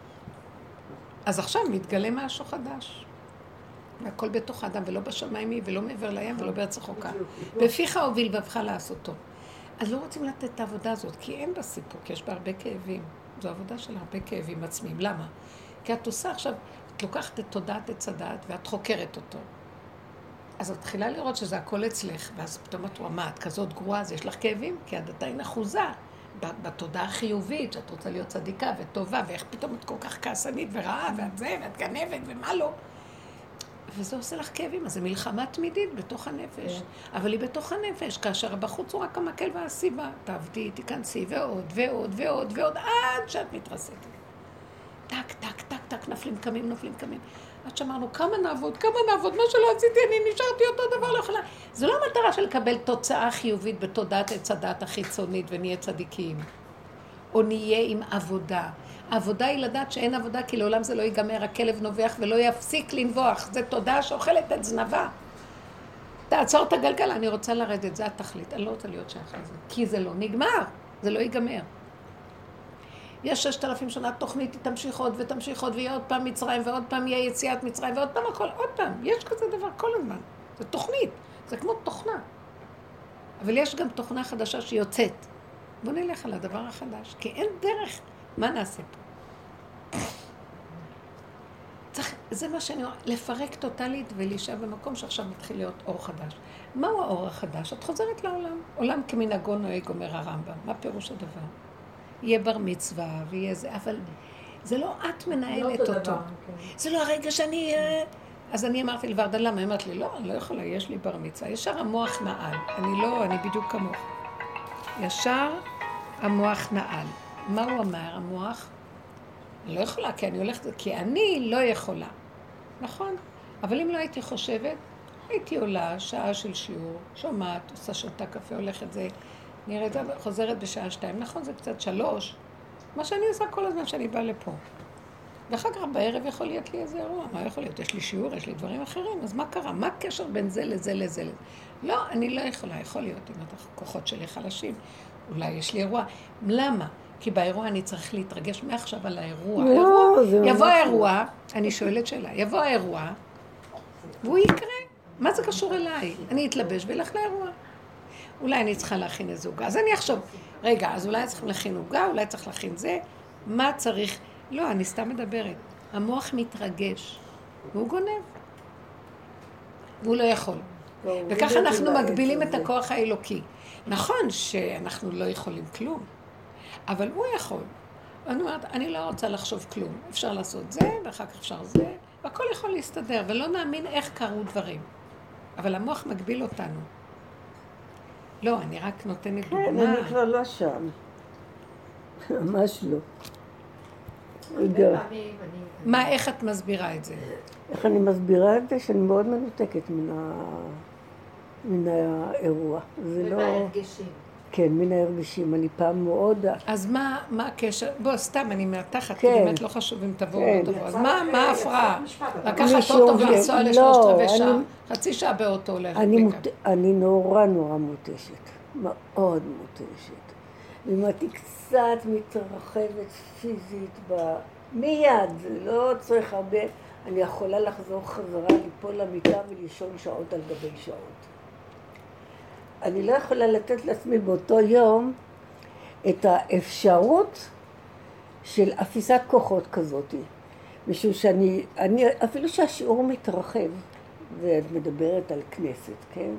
אז עכשיו מתגלה משהו חדש. והכל בתוך האדם, ולא בשמיים היא, ולא מעבר לים, ולא בארץ רחוקה. בפיך הוביל ובך לעשותו. אז לא רוצים לתת את העבודה הזאת, כי אין בה סיפוק, יש בה הרבה כאבים. זו עבודה של הרבה כאבים עצמיים. למה? כי את עושה עכשיו, את לוקחת את תודעת עץ הדעת, ואת חוקרת אותו. אז את מתחילה לראות שזה הכל אצלך, ואז פתאום את רואה, מה, את כזאת גרועה, אז יש לך כאבים? כי את עדיין אחוזה בתודעה החיובית, שאת רוצה להיות צדיקה וטובה, ואיך פתאום את כל כך כעסנית ורעה, ואת זה, ואת גנבת, ומה לא. וזה עושה לך כאבים, אז זו מלחמה תמידית בתוך הנפש. אבל היא בתוך הנפש, כאשר בחוץ הוא רק המקל והסיבה. תעבדי, תיכנסי, ועוד, ועוד, ועוד, ועוד, עד שאת מתרסקת. טק, טק, טק, טק, נפלים קמים, נופלים קמים. עד שאמרנו, כמה נעבוד, כמה נעבוד, מה שלא עשיתי, אני נשארתי אותו דבר, לא יכולה. זו לא המטרה של לקבל תוצאה חיובית בתודעת עץ הדעת החיצונית, ונהיה צדיקים. או נהיה עם עבודה. העבודה היא לדעת שאין עבודה, כי לעולם זה לא ייגמר, הכלב נובח ולא יפסיק לנבוח. זה תודעה שאוכלת את זנבה. תעצור את הגלגל, אני רוצה לרדת, זה התכלית. אני לא רוצה להיות שייך לזה. כי זה לא נגמר, זה לא ייגמר. יש ששת אלפים שנה תוכנית, היא תמשיך עוד ותמשיך עוד, ויהיה עוד פעם מצרים, ועוד פעם יהיה יציאת מצרים, ועוד פעם הכל, עוד פעם. יש כזה דבר כל הזמן. זה תוכנית, זה כמו תוכנה. אבל יש גם תוכנה חדשה שיוצאת. בוא נלך על הדבר החדש, כי אין דרך. מה נעשה פה? צריך, זה מה שאני אומר, לפרק טוטלית ולהישאר במקום שעכשיו מתחיל להיות אור חדש. מהו האור החדש? את חוזרת לעולם. עולם כמנהגו נוהג, אומר הרמב"ם. מה פירוש הדבר? יהיה בר מצווה ויהיה זה, אבל זה לא את מנהלת אותו. דבר, okay. זה לא הרגע שאני... אז אני אמרתי לוורדה, למה? היא אמרת לי, לא, אני לא יכולה, יש לי בר מצווה. ישר המוח נעל. אני לא, אני בדיוק כמוך. ישר המוח נעל. מה הוא אמר, המוח? אני לא יכולה, כי אני הולכת, כי אני לא יכולה. נכון? אבל אם לא הייתי חושבת, הייתי עולה שעה של שיעור, שומעת, עושה שותה קפה, הולכת זה, נראית, חוזרת בשעה שתיים. נכון, זה קצת שלוש. מה שאני עושה כל הזמן שאני באה לפה. ואחר כך בערב יכול להיות לי איזה אירוע. מה יכול להיות? יש לי שיעור, יש לי דברים אחרים. אז מה קרה? מה הקשר בין זה לזה לזה לזה? לא, אני לא יכולה. יכול להיות אם הכוחות שלי חלשים. אולי יש לי אירוע. למה? כי באירוע אני צריך להתרגש מעכשיו על האירוע. לא, זה יבוא האירוע, אני שואלת שאלה, יבוא האירוע, והוא יקרה. מה זה קשור אליי? אני אתלבש ואלך לאירוע. אולי אני צריכה להכין איזה עוגה. אז אני אחשוב, רגע, אז אולי צריך להכין עוגה, אולי צריך להכין זה. מה צריך? לא, אני סתם מדברת. המוח מתרגש, והוא גונב. והוא לא יכול. וככה אנחנו מגבילים את הכוח האלוקי. נכון שאנחנו לא יכולים כלום, אבל הוא יכול. אני אומרת, אני לא רוצה לחשוב כלום. אפשר לעשות זה, ואחר כך אפשר זה, והכל יכול להסתדר, ולא נאמין איך קרו דברים. אבל המוח מגביל אותנו. לא, אני רק נותנת דוגמה. כן, אני כבר לא שם. ממש לא. מה, איך את מסבירה את זה? איך אני מסבירה את זה? שאני מאוד מנותקת מן ה... מן האירוע. זה לא... ומה ההרגשים? כן, מן ההרגשים. אני פעם מאוד... אז מה, מה הקשר? בוא, סתם, אני מהתחת, כי כן. באמת לא חשוב אם תבואו כן. או לא תבואו. אז מה, מה ההפרעה? לקחת מישהו אוטו ש- ולנסוע לא, לשלושת רבעי אני- שעה, חצי שעה באוטו הולך. אני, מכאן. מות... אני נורא נורא מותשת. מאוד מותשת. אם אני קצת מתרחבת פיזית ב... מיד, זה לא צריך הרבה. אני יכולה לחזור חזרה, ליפול למיטה ולישון שעות על גבי שעות. אני לא יכולה לתת לעצמי באותו יום את האפשרות של אפיסת כוחות כזאת. משום שאני, אני, אפילו שהשיעור מתרחב, ואת מדברת על כנסת, כן?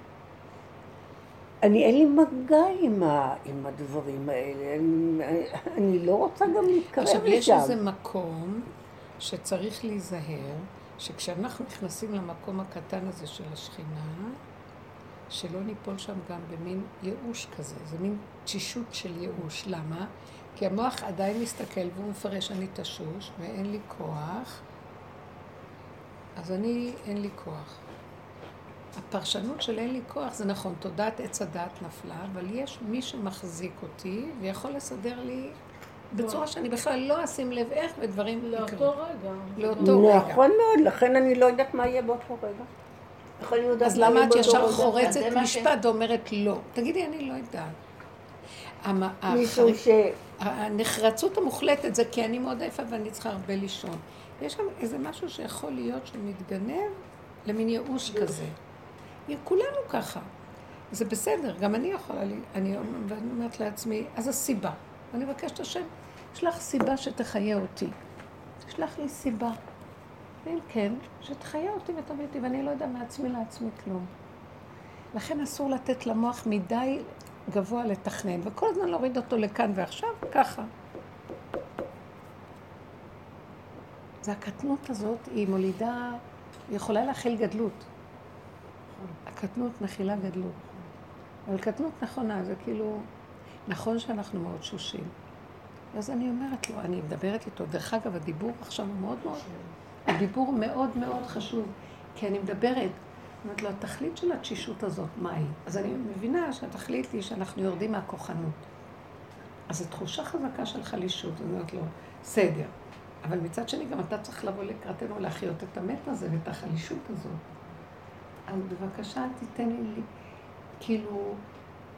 אני, אין לי מגע עם, ה, עם הדברים האלה. אני, אני לא רוצה גם להתקרב לשם. עכשיו, יש איזה מקום שצריך להיזהר, שכשאנחנו נכנסים למקום הקטן הזה של השכינה, שלא ניפול שם גם במין ייאוש כזה. זה מין תשישות של ייאוש. למה? כי המוח עדיין מסתכל והוא מפרש, אני תשוש ואין לי כוח, אז אני, אין לי כוח. הפרשנות של אין לי כוח זה נכון, תודעת עץ הדעת נפלה, אבל יש מי שמחזיק אותי ויכול לסדר לי בצורה שאני בכלל לא אשים לב איך ודברים יקרו. לאותו רגע. לאותו רגע. נכון מאוד, לכן אני לא יודעת מה יהיה באותו רגע. אז למה את ישר חורצת משפט ואומרת לא? תגידי, אני לא יודעת. משום ש... הנחרצות המוחלטת זה כי אני מאוד עייפה ואני צריכה הרבה לישון. יש שם איזה משהו שיכול להיות שהוא מתגנב למין ייאוש כזה. כולנו ככה. זה בסדר, גם אני יכולה לי, אני אומרת לעצמי, אז הסיבה. אני מבקשת השם, יש לך סיבה שתחיה אותי. יש לך לי סיבה. ואם כן, שתחיה אותי ותביא אותי, ואני לא יודע מעצמי לעצמי כלום. לכן אסור לתת למוח מדי גבוה לתכנן, וכל הזמן להוריד אותו לכאן ועכשיו, ככה. זה הקטנות הזאת, היא מולידה, היא יכולה להכיל גדלות. הקטנות מכילה גדלות. אבל קטנות נכונה, זה כאילו, נכון שאנחנו מאוד שושים. אז אני אומרת לו, אני מדברת איתו, דרך אגב, הדיבור עכשיו הוא מאוד מאוד, הדיבור מאוד מאוד חשוב, כי אני מדברת, אומרת לו, התכלית של התשישות הזאת, מה היא? אז אני מבינה שהתכלית היא שאנחנו יורדים מהכוחנות. אז זו תחושה חזקה של חלישות, אני אומרת לו, סדר. אבל מצד שני, גם אתה צריך לבוא לקראתנו להחיות את המת הזה ואת החלישות הזאת. אז בבקשה, תיתן לי, כאילו,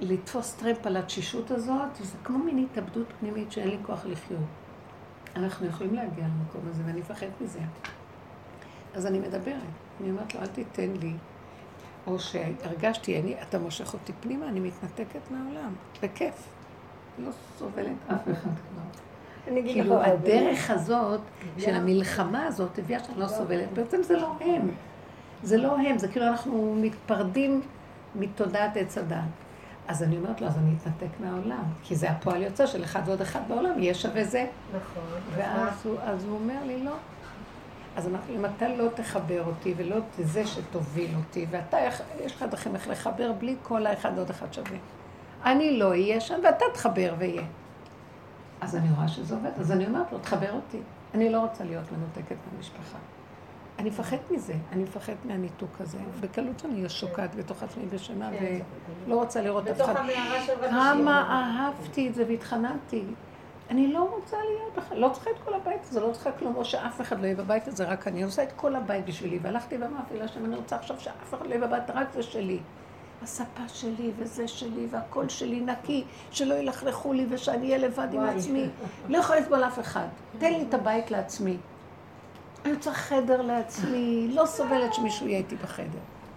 לתפוס טרמפ על התשישות הזאת, זה כמו מין התאבדות פנימית שאין לי כוח לחיות. אנחנו יכולים להגיע למקום הזה, ואני מפחד מזה. אז אני מדברת, אני אומרת לו, אל תיתן לי, או שהרגשתי, אני, אתה מושך אותי פנימה, אני מתנתקת מהעולם, בכיף. לא סובלת אף אחד כבר. כאילו, הדרך הזאת, של המלחמה הזאת, הביאה שאני לא סובלת, בעצם זה לא הם. זה לא הם, זה כאילו אנחנו מתפרדים מתודעת עץ הדת. אז אני אומרת לו, אז אני אתנתק מהעולם, כי זה הפועל יוצא של אחד ועוד אחד בעולם, יהיה שווה זה. נכון. ואז הוא, אז הוא אומר לי, לא. אז אמרתי, אם אתה לא תחבר אותי ולא זה שתוביל אותי, ואתה, יש לך דרכים איך לחבר בלי כל האחד ועוד אחד שווה. אני לא אהיה שם ואתה תחבר ויהיה. אז אני רואה שזה עובד, אז אני אומרת לו, תחבר אותי. אני לא רוצה להיות מנותקת מהמשפחה. אני מפחד מזה, אני מפחד מהניתוק הזה. בקלות שאני שוקעת בתוך עצמי בשינה ולא רוצה לראות אף אחד. בתוך המערה של רבי כמה אהבתי את זה והתחננתי. אני לא רוצה להיות בכלל, לא צריכה את כל הבית הזה, לא צריכה כלום, או שאף אחד לא יהיה בבית הזה, רק אני עושה את כל הבית בשבילי. והלכתי ואמרתי לה שאני רוצה עכשיו שאף אחד לא יהיה בבית, רק זה שלי. הספה שלי וזה שלי והכל שלי נקי, שלא ילכלכו לי ושאני אהיה לבד עם עצמי. לא יכולה לסבול אף אחד. תן לי את הבית לעצמי. אני רוצה חדר לעצמי, לא סובלת שמישהו יהיה איתי בחדר.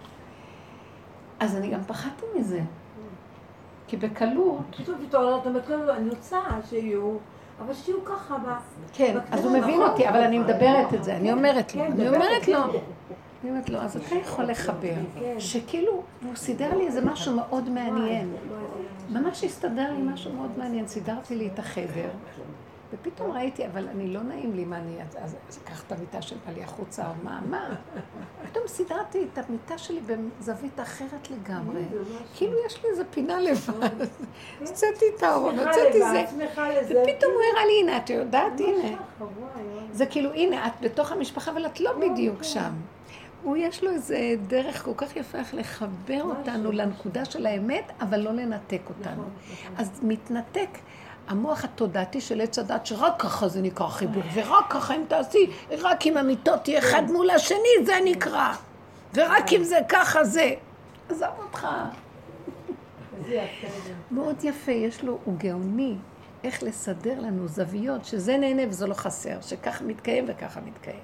אז אני גם פחדתי מזה. כי בקלות... פתאום פתאום, אתה מתחיל, אני רוצה שיהיו, אבל שיהיו ככה ב... כן, אז הוא מבין אותי, אבל אני מדברת את זה, אני אומרת לו, אני אומרת לו, אני אומרת לו, אז אתה יכול לחבר, שכאילו, הוא סידר לי איזה משהו מאוד מעניין. ממש הסתדר לי משהו מאוד מעניין, סידרתי לי את החדר. ופתאום ראיתי, אבל אני לא נעים לי מה אני, אז אקח את המיטה של בעלי החוצה או מה, מה? פתאום סידרתי את המיטה שלי בזווית אחרת לגמרי. כאילו יש לי איזו פינה לבד. הוצאתי את הארון, הוצאתי זה. ופתאום הוא הראה לי, הנה, את יודעת, הנה. זה כאילו, הנה, את בתוך המשפחה, אבל את לא בדיוק שם. הוא יש לו איזה דרך כל כך יפה איך לחבר אותנו לנקודה של האמת, אבל לא לנתק אותנו. אז מתנתק. המוח התודעתי של עץ הדת, שרק ככה זה נקרא חיבור, ורק ככה אם תעשי, רק אם המיטות תהיה אחד מול השני, זה נקרא. ורק אם זה ככה זה. עזב אותך. מאוד יפה, יש לו, הוא גאוני, איך לסדר לנו זוויות, שזה נהנה וזה לא חסר, שככה מתקיים וככה מתקיים.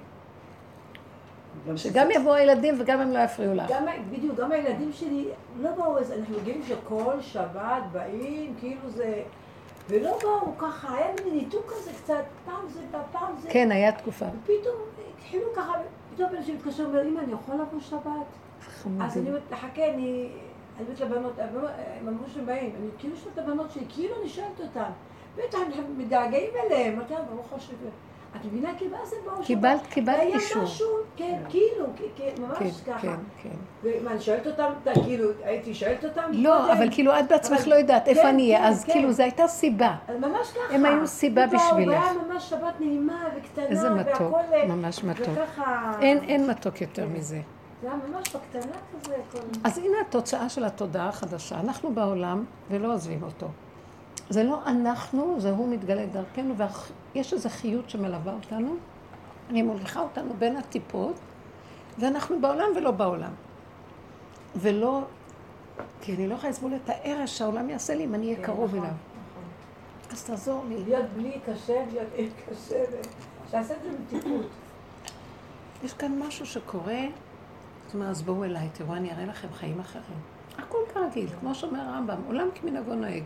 שגם יבואו הילדים וגם הם לא יפריעו לך. בדיוק, גם הילדים שלי לא באו איזה, אנחנו יודעים שכל שבת באים, כאילו זה... ולא באו ככה, היה מין ניתוק כזה קצת, פעם זה בא, פעם זה... כן, היה תקופה. ופתאום, התחילו ככה, פתאום בן שמתקשר, אומר, אמא, אני יכול לבוא שבת? אז אני אומרת, חכה, אני... אני אומרת לבנות, הם אמרו שהם באים, אני כאילו שואלת את הבנות שלי, כאילו אני שואלת אותן. בטח, הם מתגעגעים אליהם, אמרתי, ברוך השם. את מבינה, כאילו, אז הם באו שבת. קיבלת, קיבלת אישור. היה משהו, כן, כאילו, ממש ככה. כן, כן. ומה, אני שואלת אותם, כאילו, הייתי שואלת אותם? לא, אבל כאילו, את בעצמך לא יודעת איפה אני אהיה, אז כאילו, זו הייתה סיבה. ממש ככה. הם היו סיבה בשבילך. והיה ממש שבת נעימה וקטנה, איזה מתוק, ממש מתוק. אין מתוק יותר מזה. זה היה ממש בקטנה כזה. אז הנה התוצאה של התודעה החדשה. אנחנו בעולם ולא עוזבים אותו. זה לא אנחנו, זה הוא מתגלה דרכנו, ויש איזו חיות שמלווה אותנו. אני מוליכה אותנו בין הטיפות, ואנחנו בעולם ולא בעולם. ולא, כי אני לא יכולה לסבול את הערך שהעולם יעשה לי אם אני אהיה קרוב אליו. אז תעזור לי. להיות בלי קשה, להיות אין קשה, שעשה את זה מטיפות. יש כאן משהו שקורה, זאת אומרת, אז בואו אליי, תראו, אני אראה לכם חיים אחרים. הכל כרגיל, כמו שאומר הרמב"ם, עולם כמנהגו נוהג.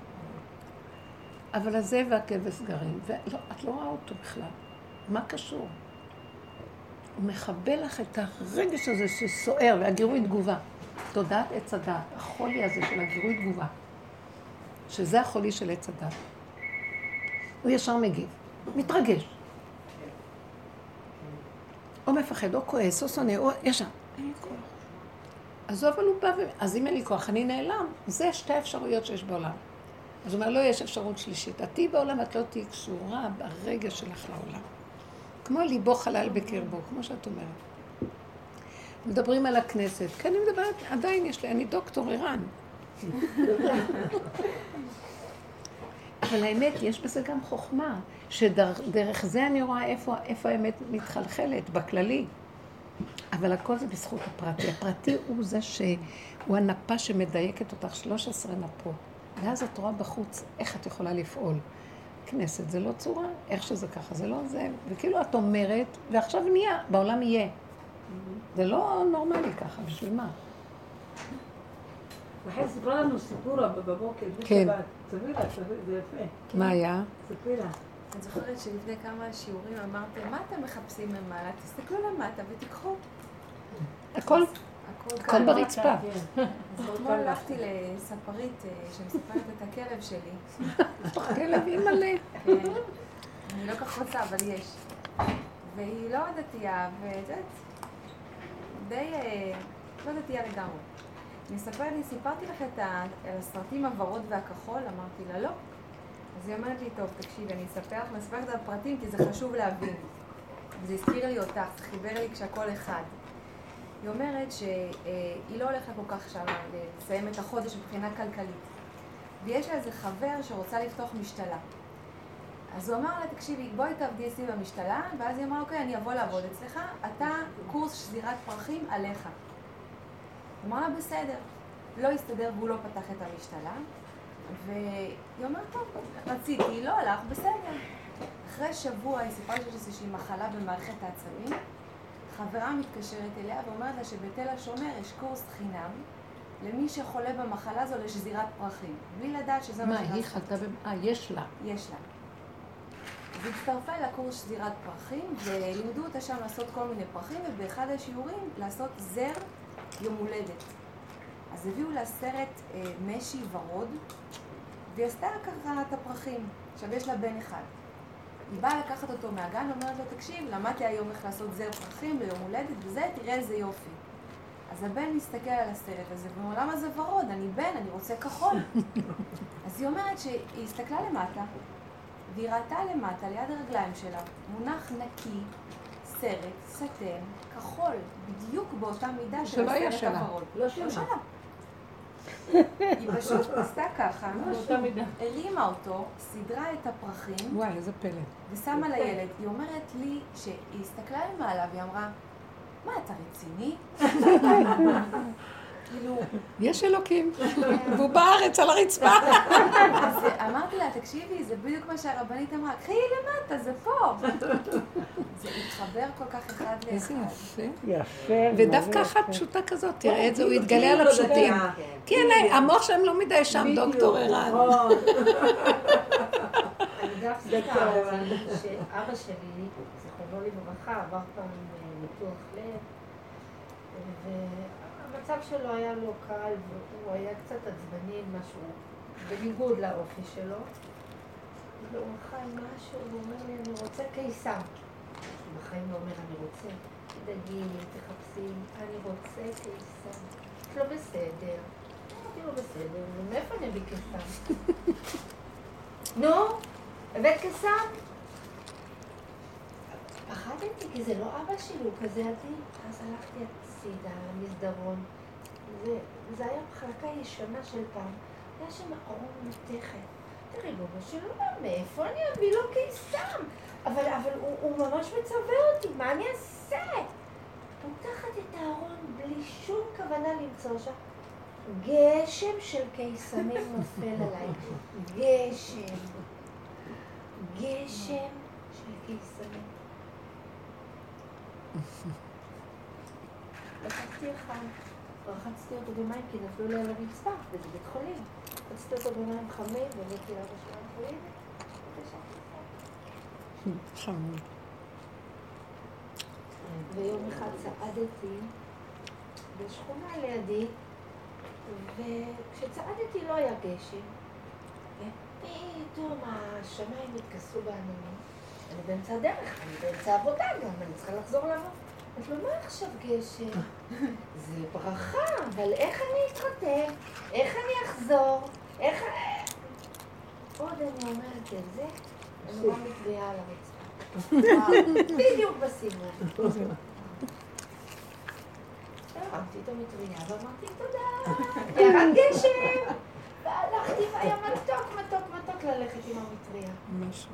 אבל הזה והכבש גרים, ואת לא רואה אותו בכלל. מה קשור? הוא מחבל לך את הרגש הזה שסוער, והגירוי תגובה. תודעת עץ הדת, החולי הזה של הגירוי תגובה. שזה החולי של עץ הדת. הוא ישר מגיב, מתרגש. או מפחד, או כועס, או שונא, או ישר. אין לי כוח. אז אבל הוא בא ו... אז אם אין לי כוח, אני נעלם. זה שתי אפשרויות שיש בעולם. אז הוא אומר, לא יש אפשרות שלישית. את תהיי בעולם, את לא תהיי קשורה ברגע שלך לעולם. כמו ליבו חלל בקרבו, כמו שאת אומרת. מדברים על הכנסת. כן, אני מדברת, עדיין יש לי, אני דוקטור ערן. אבל האמת, יש בזה גם חוכמה, שדרך זה אני רואה איפה, איפה האמת מתחלחלת, בכללי. אבל הכל זה בזכות הפרטי. הפרטי הוא זה שהוא הנפה שמדייקת אותך, שלוש עשרה נפות. ואז את רואה בחוץ איך את יכולה לפעול. כנסת זה לא צורה, איך שזה ככה, זה לא זה. וכאילו את אומרת, ועכשיו נהיה, בעולם יהיה. זה לא נורמלי ככה, בשביל מה? רחל סיפרה לנו סיפור בבוקר, כן. בשבת. סביר לה, סביר, זה יפה. מה היה? ספרי לה. אני זוכרת שלפני כמה שיעורים אמרתם, מה אתם מחפשים למעלה? תסתכלו למטה ותיקחו. הכל, הכל הכל כאן. ברצפה. כן. אז אתמול הלכתי לספרית אה, שמספרת את הכלב שלי. יש לך כלב אימא'לה. כן. אני לא כך רוצה, אבל יש. והיא לא דתייה, ואת יודעת, די אה, לא דתייה לגמרי. אני מספרת לי, סיפרתי לך את ה- על הסרטים הוורוד והכחול, אמרתי לה לא. אז היא אומרת לי, טוב, תקשיבי, אני אספר לך, אני אספר לך את הפרטים, כי זה חשוב להבין. זה הזכיר לי אותך, זה חיבר לי כשהכל אחד. היא אומרת שהיא לא הולכת כל כך שם לסיים את החודש מבחינה כלכלית. ויש לה איזה חבר שרוצה לפתוח משתלה. אז הוא אמר לה, תקשיבי, בואי תעבדי אצלי במשתלה, ואז היא אמרה, אוקיי, אני אבוא לעבוד אצלך, אתה קורס שזירת פרחים עליך. הוא אמר לה, בסדר. לא הסתדר והוא לא פתח את המשתלה, והיא אומרת, טוב, רציתי, לא הלך, בסדר. אחרי שבוע היא סיפרה שיש איזושהי מחלה במערכת העצבים, חברה מתקשרת אליה ואומרת לה שבתל השומר יש קורס חינם למי שחולה במחלה זו לשזירת פרחים, בלי לדעת שזה מה, מה היא חלתה ב... אה, יש לה. יש לה. אז היא הצטרפה לקורס שזירת פרחים, ולימדו אותה שם לעשות כל מיני פרחים, ובאחד השיעורים לעשות זר יום הולדת. אז הביאו לה סרט אה, משי ורוד, והיא עשתה ככה את הפרחים. עכשיו יש לה בן אחד. היא באה לקחת אותו מהגן ואומרת לו, תקשיב, למדתי היום איך לעשות זר פרחים ליום הולדת, וזה, תראה איזה יופי. אז הבן מסתכל על הסרט הזה, ואומר, למה זה ורוד? אני בן, אני רוצה כחול. אז היא אומרת שהיא הסתכלה למטה, והיא ראתה למטה, ליד הרגליים שלה, מונח נקי, סרט, סטן, כחול, בדיוק באותה מידה של לא היה הסרט שלה. הוורוד. לא שלה. היא פשוט עשתה ככה, באותה מידה. הרימה אותו, סידרה את הפרחים, וואי, איזה פלא. ושמה לילד. היא אומרת לי שהיא הסתכלה למעלה והיא אמרה, מה, אתה רציני? כאילו... יש אלוקים, והוא בארץ על הרצפה. אז אמרתי לה, תקשיבי, זה בדיוק מה שהרבנית אמרה, קחי למטה, זה פה. זה התחבר כל כך אחד לאחד. איזה יפה. יפה. ודווקא אחת פשוטה כזאת, תראה את זה, הוא יתגלה על הפשוטים. כן, המוח שלהם לא מדי שם, דוקטור ערן. אני גם סיפרה שאבא שלי, זכרונו לברכה, עבר פעם ניתוח לב, והמצב שלו היה לא קל, והוא היה קצת עצבני, משהו בניגוד לאופי שלו. והוא חי משהו, הוא אומר לי, אני רוצה קיסר. בחיים הוא אומר, אני רוצה, תדאגי, תחפשי, אני רוצה קיסר. את לא בסדר. אמרתי לו בסדר, ומאיפה אני אביא קיסר? נו, הבאת קיסר? פחדתי, כי זה לא אבא שלי, הוא כזה עדין. אז הלכתי הצידה למסדרון. זה היה מחלקה ישנה של פעם. היה שם ארון מתכת. תראי, בבא שלו, מאיפה אני אביא לו קיסם? אבל, אבל הוא, הוא ממש מצווה אותי, מה אני אעשה? פותחת את הארון בלי שום כוונה למצוא שם. גשם של קיסמים נופל עליי. גשם. גשם של קיסמים. לקחתי אחד, רחצתי אותו במים כי נפלו לי על הרצפה, וזה בית חולים. רחצתי אותו במים חמים והבאתי לאבא שלנו חולים. חמוד. ויום אחד צעדתי בשכונה לידי, וכשצעדתי לא היה גשם, ופתאום השמיים התכסו בעננים. אני באמצע הדרך, אני באמצע עבודה גם, אני צריכה לחזור לעבוד. אז לא, מה עכשיו גשם? זה ברכה, אבל איך אני אתחתן? איך אני אחזור? איך... עוד אני אומרת את זה, אני רואה מטריה על הרצפה. בדיוק בסיבוב. הרמתי את המטריה ואמרתי תודה, ירד גשם, והלכתי והיה מתוק, מתוק, מתוק ללכת עם המטריה. משהו.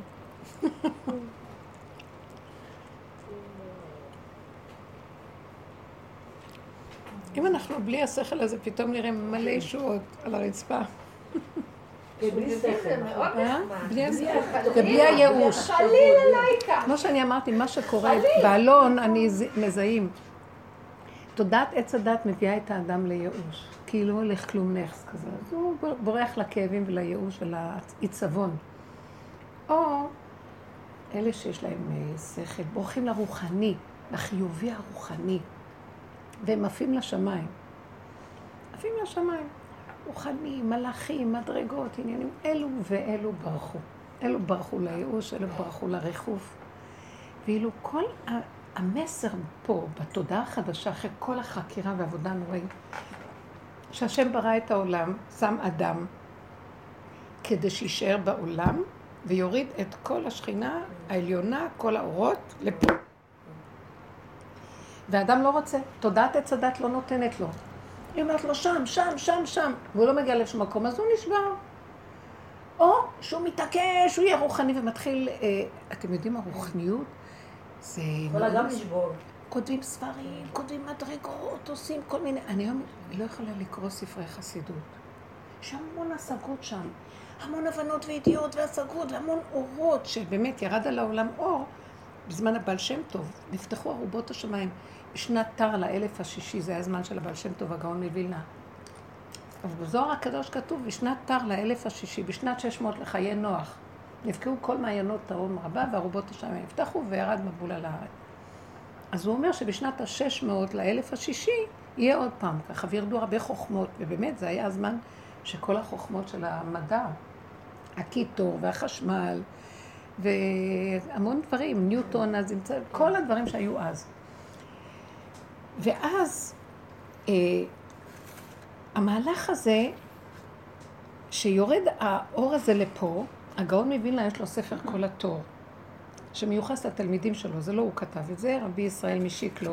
אם אנחנו בלי השכל הזה, פתאום נראה מלא ישועות על הרצפה. בלי זה שכל. מאוד אה? נחמד. בלי השכל. ובלי הייאוש. חלילה לא ייקח. כמו שאני אמרתי, מה שקורה, באלון אני ז- מזהים. תודעת עץ הדת מביאה את האדם לייאוש. כאילו הולך כלום נכס כזה. אז הוא בורח לכאבים ולייאוש ולעיצבון. או אלה שיש להם אה, שכל, בורחים לרוחני, לחיובי הרוחני. והם עפים לשמיים. עפים לשמיים. רוחני, מלאכים, מדרגות, עניינים. אלו ואלו ברחו. אלו ברחו לייאוש, אלו ברחו לריחוף. ואילו כל ה- המסר פה, בתודעה החדשה, אחרי כל החקירה והעבודה הנוראית, שהשם ברא את העולם, שם אדם, כדי שישאר בעולם, ויוריד את כל השכינה העליונה, כל האורות, לפה. והאדם לא רוצה, תודעת עץ הדת לא נותנת לו. היא אומרת לו שם, שם, שם, שם, והוא לא מגיע לשום מקום, אז הוא נשבר. או שהוא מתעקש, הוא יהיה רוחני ומתחיל, אה, אתם יודעים, הרוחניות זה... כל אדם נשבור. כותבים ספרים, כותבים מדרגות, עושים כל מיני... אני היום לא יכולה לקרוא ספרי חסידות. יש המון השגות שם, המון הבנות וידיעות והשגות והמון אורות, שבאמת ירד על העולם אור. בזמן הבעל שם טוב, נפתחו ארובות השמיים. בשנת תר לאלף השישי, זה היה הזמן של הבעל שם טוב, הגאון מווילנה. אבל בזוהר הקדוש כתוב, בשנת תר לאלף השישי, בשנת שש מאות לחיי נוח, נפקעו כל מעיינות תהום רבה וארובות השמיים נפתחו וירד מבול על הארץ. אז הוא אומר שבשנת ה-שש מאות לאלף השישי יהיה עוד פעם, ככה וירדו הרבה חוכמות, ובאמת זה היה הזמן שכל החוכמות של המדע, הקיטור והחשמל, והמון דברים, ניוטון, אז נמצא, כל הדברים שהיו אז. ואז אה, המהלך הזה, שיורד האור הזה לפה, הגאון מווילנה יש לו ספר כל התור, שמיוחס לתלמידים שלו, זה לא הוא כתב את זה, רבי ישראל משיקלוב.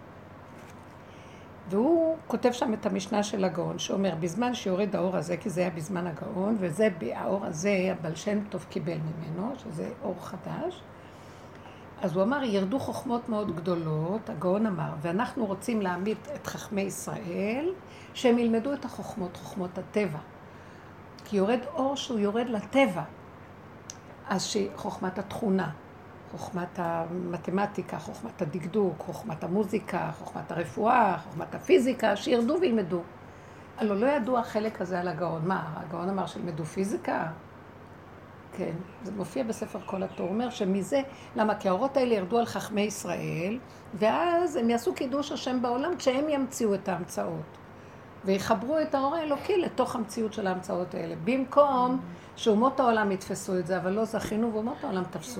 והוא כותב שם את המשנה של הגאון, שאומר, בזמן שיורד האור הזה, כי זה היה בזמן הגאון, וזה האור הזה, הבעל שם טוב קיבל ממנו, שזה אור חדש, אז הוא אמר, ירדו חוכמות מאוד גדולות, הגאון אמר, ואנחנו רוצים להעמיד את חכמי ישראל, שהם ילמדו את החוכמות, חוכמות הטבע. כי יורד אור שהוא יורד לטבע, אז שחוכמת התכונה, חוכמת המתמטיקה, חוכמת הדקדוק, חוכמת המוזיקה, חוכמת הרפואה, חוכמת הפיזיקה, שירדו וילמדו. הלוא לא ידוע החלק הזה על הגאון. מה, הגאון אמר שילמדו פיזיקה? כן, זה מופיע בספר כל התור, אומר שמזה, למה? כי האורות האלה ירדו על חכמי ישראל, ואז הם יעשו קידוש השם בעולם כשהם ימציאו את ההמצאות. ויחברו את האור האלוקי לתוך המציאות של ההמצאות האלה. במקום שאומות העולם יתפסו את זה, אבל לא זכינו ואומות העולם תפסו.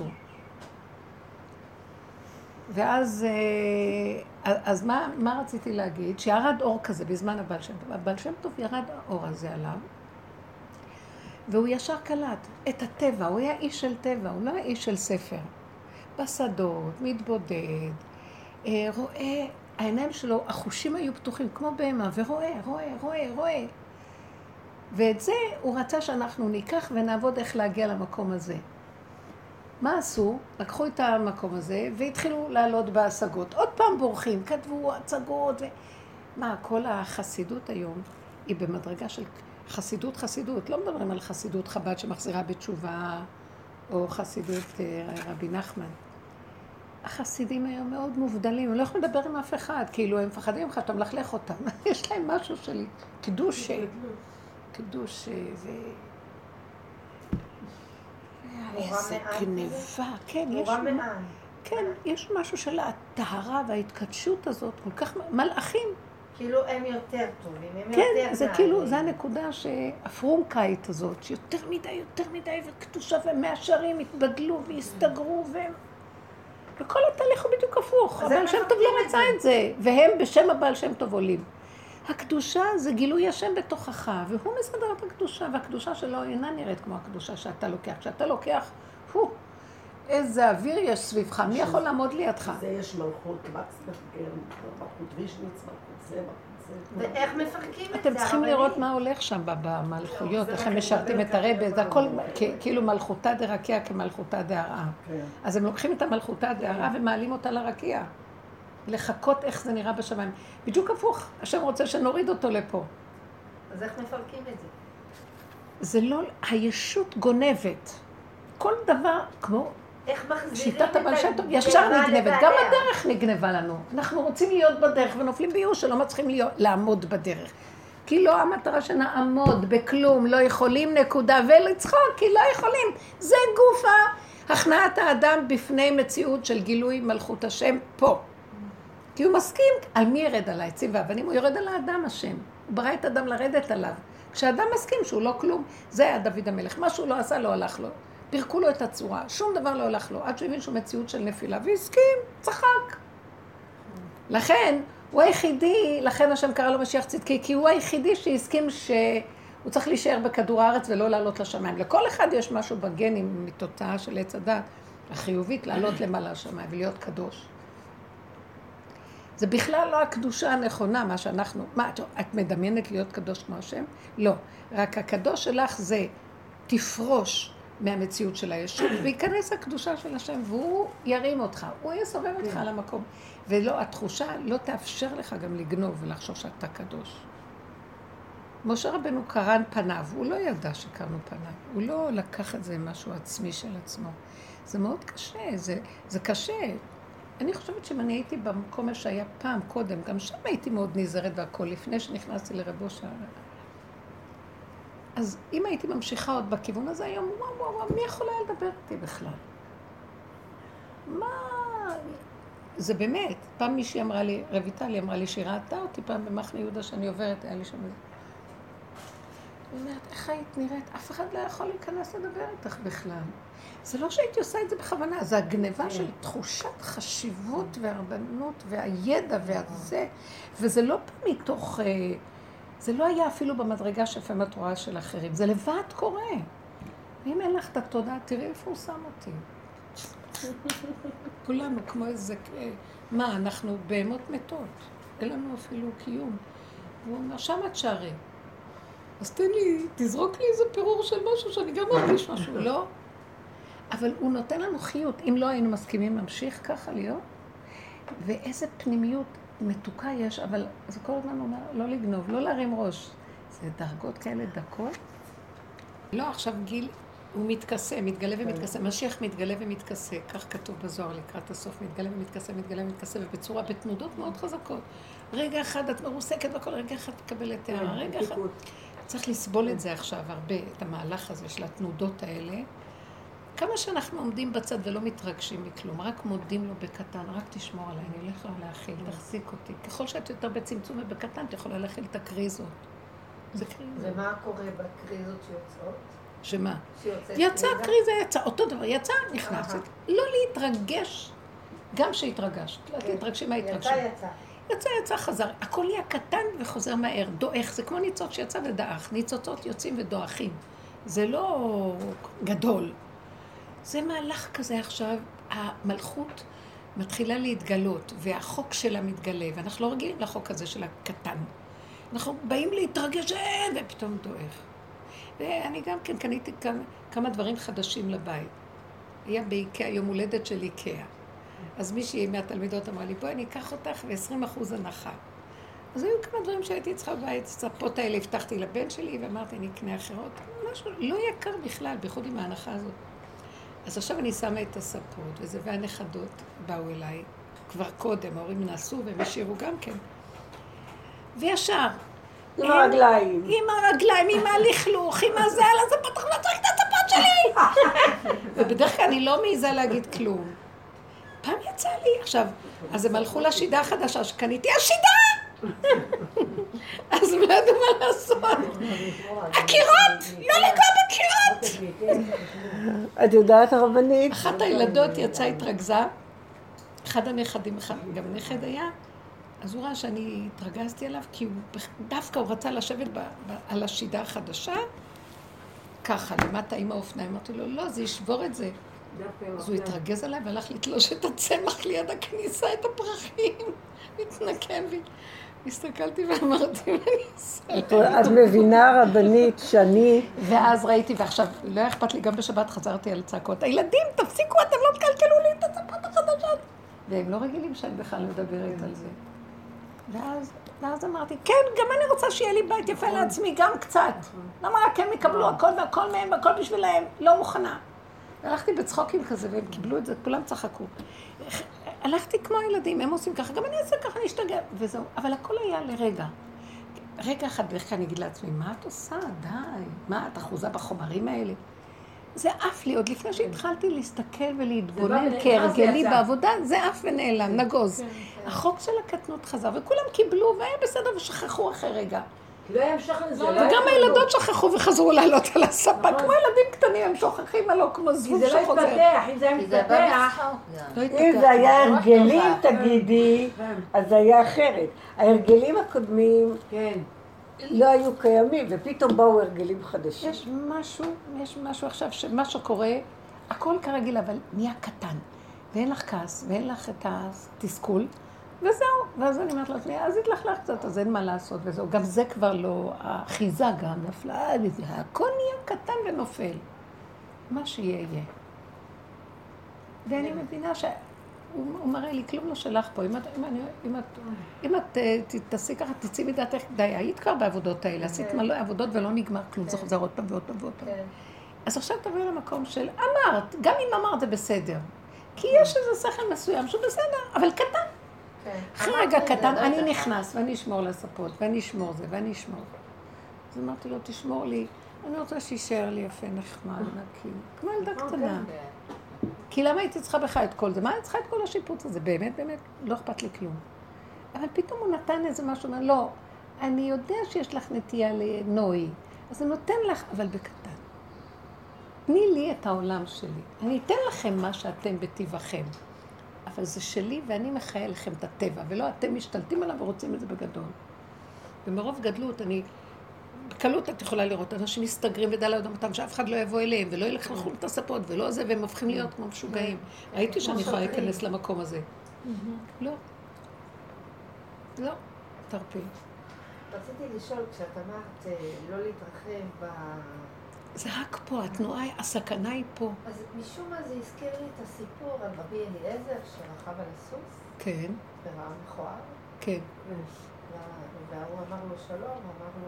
ואז, אז מה, מה רציתי להגיד? שירד אור כזה בזמן הבעל שם טוב. הבעל שם טוב ירד האור הזה עליו, והוא ישר קלט את הטבע, הוא היה איש של טבע, הוא לא היה איש של ספר. בשדות, מתבודד, רואה, העיניים שלו, החושים היו פתוחים כמו בהמה, ורואה, רואה, רואה, רואה. ואת זה הוא רצה שאנחנו ניקח ונעבוד איך להגיע למקום הזה. מה עשו? לקחו את המקום הזה והתחילו לעלות בהשגות. עוד פעם בורחים, כתבו הצגות ו... מה, כל החסידות היום היא במדרגה של חסידות חסידות. לא מדברים על חסידות חב"ד שמחזירה בתשובה או חסידות רבי נחמן. החסידים היום מאוד מובדלים, הם לא יכולים לדבר עם אף אחד, כאילו הם מפחדים לך, אתה מלכלך אותם. יש להם משהו של קידוש, קידוש ו... איזה גניבה, כן, יש... כן, יש משהו של הטהרה וההתקדשות הזאת, כל כך מלאכים. כאילו הם יותר טובים, הם יותר כן, זה כאילו, זה הנקודה שהפרונקאית הזאת, שיותר מדי, יותר מדי, וקדושה ומאשרים התבדלו והסתגרו והם... וכל התהליך הוא בדיוק הפוך, הבעל שם טוב לא רצה את זה, והם בשם הבעל שם טוב עולים. הקדושה זה גילוי השם בתוכך, והוא מסדר את הקדושה, והקדושה שלו אינה נראית כמו הקדושה שאתה לוקח. כשאתה לוקח, הו, איזה אוויר יש סביבך, מי יכול לעמוד לידך? זה יש מלכות מצנפגר, מלכות וישניץ, מלכות זה, מלכות זה. ואיך מפרקים את זה? אתם צריכים לראות מה הולך שם במלכויות, איך הם משרתים את הרבי, זה הכל כאילו מלכותה דרקיע כמלכותה דהרעה. אז הם לוקחים את המלכותה דהרעה ומעלים אותה לרקיע. לחכות איך זה נראה בשמיים. בדיוק הפוך, השם רוצה שנוריד אותו לפה. אז איך מפרקים את זה? זה לא, הישות גונבת. כל דבר, כמו איך מחזירים שיטת את הבעל שם טוב, ישר נגנבת. גם הדרך נגנבה לנו. אנחנו רוצים להיות בדרך ונופלים ביוש שלא מצליחים להיות, לעמוד בדרך. כי לא המטרה שנעמוד בכלום, לא יכולים נקודה ולצחוק, כי לא יכולים. זה גוף הכנעת האדם בפני מציאות של גילוי מלכות השם פה. כי הוא מסכים, על מי ירד על העצים והאבנים? הוא יורד על האדם השם. הוא ברא את האדם לרדת עליו. כשאדם מסכים שהוא לא כלום, זה היה דוד המלך. מה שהוא לא עשה לא הלך לו. פירקו לו את הצורה, שום דבר לא הלך לו, עד שהוא הבין שהוא מציאות של נפילה, והסכים, צחק. לכן, הוא היחידי, לכן השם קרא לו משיח צדקי, כי הוא היחידי שהסכים שהוא צריך להישאר בכדור הארץ ולא לעלות לשמיים. לכל אחד יש משהו בגנים מתוצאה של עץ הדת החיובית, לעלות למעלה לשמיים ולהיות קדוש. זה בכלל לא הקדושה הנכונה, מה שאנחנו, מה, את מדמיינת להיות קדוש כמו השם? לא, רק הקדוש שלך זה תפרוש מהמציאות של הישות, וייכנס הקדושה של השם, והוא ירים אותך, הוא יסובב אותך על המקום. ולא, התחושה לא תאפשר לך גם לגנוב ולחשוב שאתה קדוש. משה רבנו קרן פניו, הוא לא ידע שקרנו פניו, הוא לא לקח את זה משהו עצמי של עצמו. זה מאוד קשה, זה, זה קשה. אני חושבת שאם אני הייתי במקום שהיה פעם קודם, גם שם הייתי מאוד נזהרת והכל, לפני שנכנסתי לרבו שער. אז אם הייתי ממשיכה עוד בכיוון הזה היום, וואו וואו וואו, מי יכול היה לדבר איתי בכלל? מה? זה באמת, פעם מישהי אמרה לי, רויטלי אמרה לי שהיא ראתה אותי פעם במחנה יהודה שאני עוברת, היה לי שם איזה. היא אומרת, איך היית נראית? אף אחד לא יכול להיכנס לדבר איתך בכלל. זה לא שהייתי עושה את זה בכוונה, זה הגניבה של תחושת חשיבות והרבנות והידע והזה, וזה לא פעם מתוך, זה לא היה אפילו במדרגה שפעם התורה של אחרים, זה לבד קורה. ואם אין לך את התודעה, תראי איפה הוא שם אותי. כולנו כמו איזה, מה, אנחנו בהמות מתות, אין לנו אפילו קיום. והוא אומר, שם את שערי. אז תן לי, תזרוק לי איזה פירור של משהו שאני גם מרגיש משהו, לא? אבל הוא נותן לנו חיות, אם לא היינו מסכימים להמשיך ככה להיות, ואיזה פנימיות מתוקה יש, אבל זה כל הזמן אומר, לא לגנוב, לא להרים ראש. זה דרגות כאלה דקות. לא, עכשיו גיל, הוא מתכסה, מתגלה ומתכסה, משיח מתגלה ומתכסה, כך כתוב בזוהר לקראת הסוף, מתגלה ומתכסה, מתגלה ומתכסה, ובצורה, בתנודות מאוד חזקות. רגע אחד את מרוסקת וכל רגע אחד תקבלת תארה, רגע אחד. צריך לסבול את זה עכשיו הרבה, את המהלך הזה של התנודות האלה. כמה שאנחנו עומדים בצד ולא מתרגשים מכלום, רק מודים לו בקטן, רק תשמור עליי, אני אלך לו להכיל, תחזיק אותי. ככל שאת יותר בצמצום ובקטן, את יכולה להכיל את הקריזות. זה קריזות. ומה קורה בקריזות שיוצאות? שמה? יצא קריזה, יצא, אותו דבר, יצא, נכנסת. לא להתרגש, גם שהתרגשת, לא תתרגשי מה התרגשת. יצא, יצא. יצא, יצא, חזר. הכל יהיה קטן וחוזר מהר, דועך, זה כמו ניצוץ שיצא ודעך, ניצוצות יוצאים ודועכים. זה לא גדול. זה מהלך כזה עכשיו, המלכות מתחילה להתגלות, והחוק שלה מתגלה, ואנחנו לא רגילים לחוק הזה של הקטן. אנחנו באים להתרגש, ופתאום דועך. ואני גם כן קניתי כמה, כמה דברים חדשים לבית. היה באיקאה, יום הולדת של איקאה. אז מישהי מהתלמידות אמרה לי, בואי אני אקח אותך ו-עשרים אחוז הנחה. אז היו כמה דברים שהייתי צריכה בבית, הצפות האלה הבטחתי לבן שלי, ואמרתי, אני אקנה אחרות. משהו לא יקר בכלל, בייחוד עם ההנחה הזאת. אז עכשיו אני שמה את הספות, וזה, והנכדות באו אליי, כבר קודם, ההורים נעשו והם השאירו גם כן. וישר, עם הרגליים. עם הרגליים, עם הלכלוך, עם הזה, על הספות, אנחנו לא צריך את הספות שלי! ובדרך כלל אני לא מעיזה להגיד כלום. פעם יצא לי, עכשיו, אז הם הלכו לשידה החדשה שקניתי, השידה! אז הם לא ידעו מה לעשות. הקירות! לא לגוע בקירות! את יודעת הרבנית? אחת הילדות יצאה התרגזה, אחד הנכדים, גם נכד היה, אז הוא ראה שאני התרגזתי עליו, כי הוא, דווקא הוא רצה לשבת ב, ב, על השידה החדשה, ככה, למטה עם האופניים, אמרתי לו, לא, זה ישבור את זה. אז הוא התרגז עליי והלך לתלוש את הצמח ליד הכניסה, את הפרחים, התנקם בי. הסתכלתי ואמרתי, אני אסלם. את מבינה רבנית שאני... ואז ראיתי, ועכשיו לא אכפת לי, גם בשבת חזרתי על צעקות. הילדים, תפסיקו, אתם לא תקלקלו לי את הצפות החדשות. והם לא רגילים שאני בכלל מדברת על זה. ואז, ואז אמרתי, כן, גם אני רוצה שיהיה לי בית יפה לעצמי, גם קצת. למה רק הם יקבלו הכל והכל מהם והכל בשבילהם? לא מוכנה. הלכתי בצחוקים כזה, והם קיבלו את זה, כולם צחקו. הלכתי כמו הילדים, הם עושים ככה, גם אני אעשה ככה, אני אשתגע, וזהו. אבל הכל היה לרגע. רגע אחד, ואיך אני אגיד לעצמי, מה את עושה? די. מה, את אחוזה בחומרים האלה? זה עף לי, עוד לפני שהתחלתי להסתכל ולהתבונן כהרגלי בעבודה, זה עף ונעלם, נגוז. החוק של הקטנות חזר, וכולם קיבלו, והיה בסדר ושכחו אחרי רגע. לא היה המשך לזה. וגם הילדות שכחו וחזרו לעלות על הספה, כמו ילדים קטנים, הם שוכחים עלו כמו זבוב שחוזר. כי זה לא התפתח, אם זה היה מתפתח. אם זה היה הרגלים, תגידי, אז זה היה אחרת. ההרגלים הקודמים לא היו קיימים, ופתאום באו הרגלים חדשים. יש משהו, יש משהו עכשיו, שמה שקורה, הכל כרגיל, אבל נהיה קטן. ואין לך כעס, ואין לך את התסכול, וזהו. ואז אני אומרת לעצמי, אז התלכלך קצת, אז אין מה לעשות, וזהו. גם זה כבר לא, האחיזה גם נפלה, הכל נהיה קטן ונופל. מה שיהיה, יהיה. ואני מבינה ש... הוא מראה לי, כלום לא שלך פה, אם את, אם אני, אם את, אם את תעשי ככה, תצאי מדעתך, די, היית כבר בעבודות האלה, עשית מלא עבודות ולא נגמר כלום, זה חוזר עוד פעם ועוד פעם ועוד פעם. אז עכשיו תבואי למקום של, אמרת, גם אם אמרת זה בסדר, כי יש איזה שכל מסוים שהוא בסדר, אבל קטן. אחרי רגע קטן, אני נכנס ואני אשמור לספות, ואני אשמור זה, ואני אשמור. אז אמרתי לו, תשמור לי, אני רוצה שישאר לי יפה, נחמד, נקי, כמו ילדה קטנה. כי למה הייתי צריכה בך את כל זה? מה אני צריכה את כל השיפוץ הזה? באמת, באמת, לא אכפת לי כלום. אבל פתאום הוא נתן איזה משהו, אומר, לא, אני יודע שיש לך נטייה לנוי, אז אני נותן לך, אבל בקטן. תני לי את העולם שלי. אני אתן לכם מה שאתם בטבעכם, אבל זה שלי ואני מחיה לכם את הטבע, ולא אתם משתלטים עליו ורוצים את זה בגדול. ומרוב גדלות, אני... בקלות את יכולה לראות, אנשים מסתגרים ודלה יודעים אותם שאף אחד לא יבוא אליהם, ולא ילכלכו את הספות, ולא זה, והם הופכים להיות כמו משוגעים. ראיתי שאני יכולה להיכנס למקום הזה. לא. לא. תרפי. רציתי לשאול, כשאת אמרת לא להתרחב ב... זה רק פה, התנועה, הסכנה היא פה. אז משום מה זה הזכיר לי את הסיפור על רבי אליעזר שרכב על הסוס. כן. וראה מכוער. כן. והוא אמר לו שלום, אמר לו...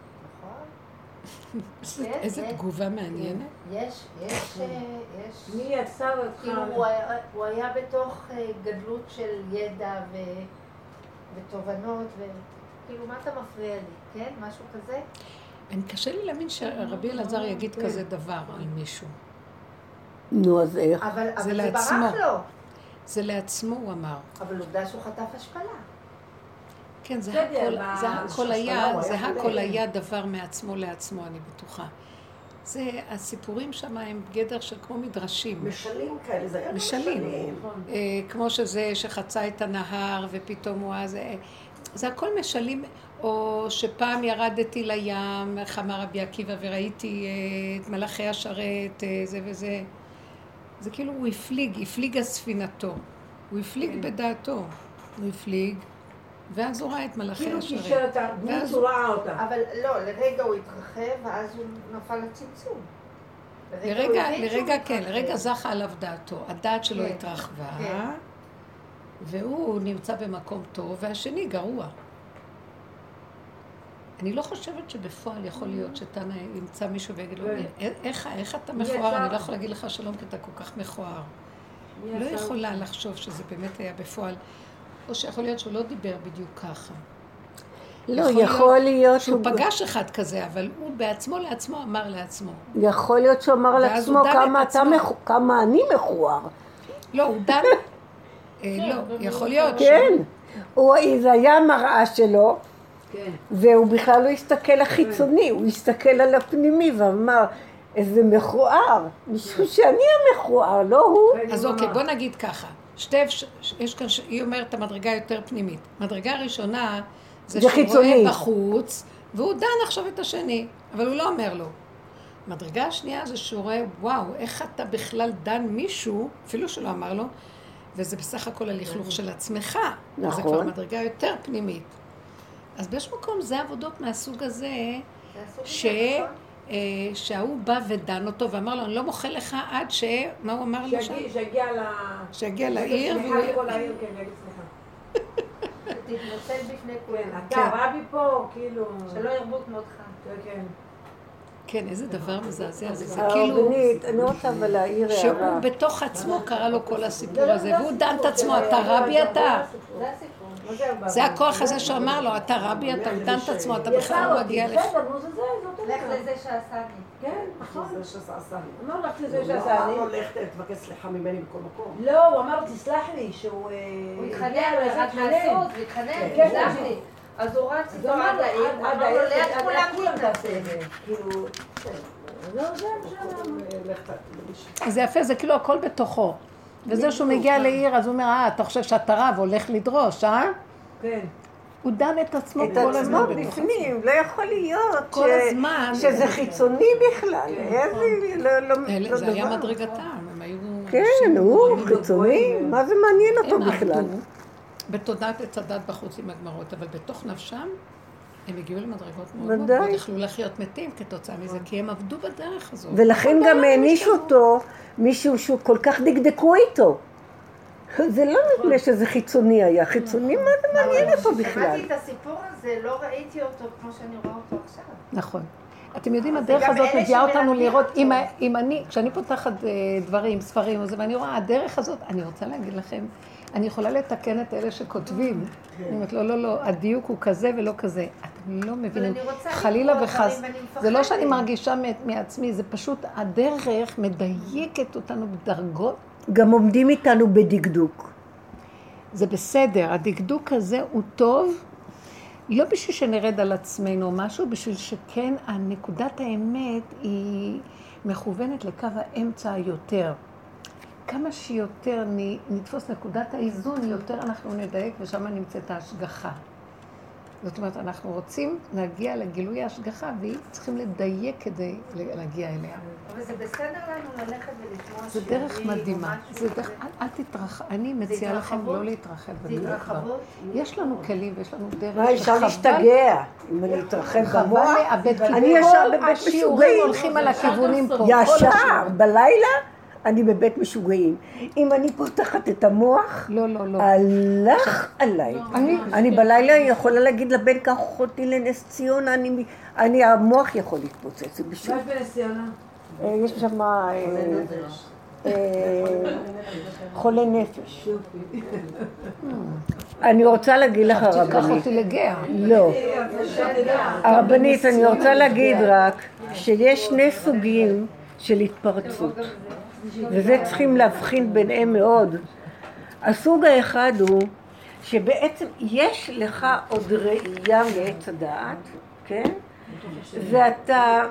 איזה תגובה מעניינת. יש, יש, יש... מי יצר אותך? כאילו הוא היה בתוך גדלות של ידע ותובנות, וכאילו מה אתה מפריע לי, כן? משהו כזה? אני קשה לי להאמין שרבי אלעזר יגיד כזה דבר על מישהו. נו, אז איך? אבל זה ברח לו. זה לעצמו, הוא אמר. אבל עובדה שהוא חטף השפלה. כן, זה הכל, זה הכל היה, זה הכל היה דבר מעצמו לעצמו, אני בטוחה. זה, הסיפורים שם הם גדר של כמו מדרשים. משלים כאלה, זה היה משלים. כמו שזה שחצה את הנהר ופתאום הוא אז... זה הכל משלים, או שפעם ירדתי לים, איך אמר רבי עקיבא, וראיתי את מלאכי השרת, זה וזה. זה כאילו הוא הפליג, הפליג ספינתו. הוא הפליג בדעתו. הוא הפליג. ואז הוא ראה את מלאכי השרת. כאילו קישר אותה, ואז הוא ראה אותה. אבל לא, לרגע הוא התרחב, ואז הוא נפל לצמצום. לרגע, לרגע כן, לרגע זכה עליו דעתו. הדעת שלו התרחבה, והוא נמצא במקום טוב, והשני גרוע. אני לא חושבת שבפועל יכול להיות שתנא ימצא מישהו ויגיד לו, איך אתה מכוער? אני לא יכולה להגיד לך שלום, כי אתה כל כך מכוער. לא יכולה לחשוב שזה באמת היה בפועל. או שיכול להיות שהוא לא דיבר בדיוק ככה. לא, יכול להיות... שהוא פגש אחד כזה, אבל הוא בעצמו לעצמו אמר לעצמו. יכול להיות שהוא אמר לעצמו כמה אני מכוער. לא, הוא דן... לא, יכול להיות. כן, זה היה המראה שלו, והוא בכלל לא הסתכל לחיצוני, הוא הסתכל על הפנימי ואמר, איזה מכוער, משום שאני המכוער, לא הוא. אז אוקיי, בוא נגיד ככה. שתי, יש כאן, היא אומרת, המדרגה יותר פנימית. מדרגה הראשונה זה שהוא רואה בחוץ, והוא דן עכשיו את השני, אבל הוא לא אומר לו. מדרגה השנייה זה שהוא רואה, וואו, איך אתה בכלל דן מישהו, אפילו שלא אמר לו, וזה בסך הכל הלכלוך של עצמך. נכון. זה כבר מדרגה יותר פנימית. אז באיש מקום זה עבודות מהסוג הזה, ש... שההוא בא ודן אותו ואמר לו, אני לא מוכל לך עד ש... מה הוא אמר לו שם? שיגיע ל... שיגיע לעיר. סליחה לכל העיר, כן, יגיד סליחה. תתנצל בפני כולם. אתה רבי פה, כאילו... שלא ירבו כמותך. כן. כן, איזה דבר מזעזע זה. זה כאילו... הרבנית, אני רוצה אבל להעיר הערה. שהוא בתוך עצמו קרא לו כל הסיפור הזה, והוא דן את עצמו, אתה רבי אתה. זה הסיפור. זה הכוח הזה שאמר לו, אתה רבי אתה, הוא דן את עצמו, אתה בכלל לא מגיע לך. בסדר, נו זה זה, זאת לך לזה שעשה לי. כן, נכון. זה שעשה לי. אמר לך לזה הוא לא שעשה אמר לי. לו, לך תבקש סליחה ממני בכל מקום. לא, הוא אמר, תסלח לי, שהוא... הוא התחנן, הוא רץ לעשות, הוא התחנן, כן, תסלח כן. לי. אז הוא רץ אז איתו הוא אמר עד העיר, עד אמר לו, העיר, ליד עד כולם כולם תעשה תתנצל. את זה. כאילו... לא, זה לך ת... אז זה יפה, זה כאילו הכל בתוכו. וזה שהוא מגיע לעיר, אז הוא אומר, אה, אתה חושב שאתה רב, הולך לדרוש, אה? כן. הוא דן את עצמו את כל עצמו הזמן בתוך עצמו. בפנים, לא יכול להיות כל ש- הזמן. שזה חיצוני בכלל, איזה, לא, לא, אלה- לא זה היה דבר. מדרגתם, הם היו... כן, אנשים הוא גבוהים. חיצוני, מה זה מעניין אותו הם בכלל? עבדו בתודעת עץ הדת בחוץ עם הגמרות, אבל בתוך נפשם הם הגיעו למדרגות מאוד מאוד, ודאי. ועוד יכלו לחיות מתים כתוצאה מזה, כי הם עבדו בדרך הזאת. ולכן כל גם בעולם העניש השתנו. אותו מישהו שהוא כל כך דקדקו איתו. זה לא מפני שזה חיצוני היה, חיצוני מה זה מעניין אותו בכלל? שמעתי את הסיפור הזה, לא ראיתי אותו כמו שאני רואה אותו עכשיו. נכון. אתם יודעים, אז הדרך גם הזאת אלה מביאה אותנו שמלמדים לראות, אותו. אם, אם אני, כשאני פותחת אה, דברים, ספרים, וזה, ואני רואה, הדרך הזאת, אני רוצה להגיד לכם, אני יכולה לתקן את אלה שכותבים. אני אומרת, לא, לא, לא, הדיוק הוא כזה ולא כזה. אתם לא מבינים, אני רוצה חלילה לקרוא וחס. דברים ואני זה לא שאני מפחדת. מרגישה מ- מעצמי, זה פשוט הדרך מדייקת אותנו בדרגות. גם עומדים איתנו בדקדוק. זה בסדר, הדקדוק הזה הוא טוב, לא בשביל שנרד על עצמנו או משהו, בשביל שכן הנקודת האמת היא מכוונת לקו האמצע היותר. כמה שיותר נתפוס נקודת האיזון, יותר אנחנו נדייק ושם נמצאת ההשגחה. זאת אומרת, אנחנו רוצים להגיע לגילוי ההשגחה, והיא צריכים לדייק כדי להגיע אליה. אבל זה בסדר לנו ללכת ולשמוע זה שיעורים דרך או מדהימה. משהו זה דרך, אל, אל תתרח... אני מציעה לכם התרחבות? לא להתרחב זה בדרך. התרחבות? יש לנו כלים ויש לנו דרך מה, אפשר להשתגע אם אני אתרחב חבל במוח? לאבד, כי אני ישר כל בבית השיעורים משוגעים. הולכים על הכיוונים פה. כל ישר, השיעורים. בלילה אני בבית משוגעים. אם אני פותחת את המוח, לא, לא, לא. הלך עליי. אני- אני בלילה יכולה להגיד לבן, קח אותי לנס ציונה, אני- אני, המוח יכול להתפוצץ. זה בשביל- מה יש בנס ציונה? אה, יש שם אה, אה, חולה נפש. אני רוצה להגיד לך תיקח הרבנית. אותי לגאה. לא. הרבנית, אני רוצה להגיד רק שיש שני סוגים של התפרצות. וזה צריכים להבחין ביניהם מאוד. הסוג האחד הוא שבעצם יש לך עוד ראייה מעץ הדעת, כן? ואתה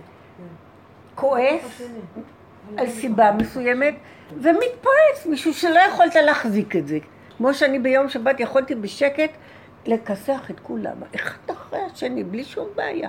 כועס על סיבה מסוימת ומתפרץ מישהו שלא יכולת להחזיק את זה. כמו שאני ביום שבת יכולתי בשקט לכסח את כולם, אחד אחרי השני, בלי שום בעיה.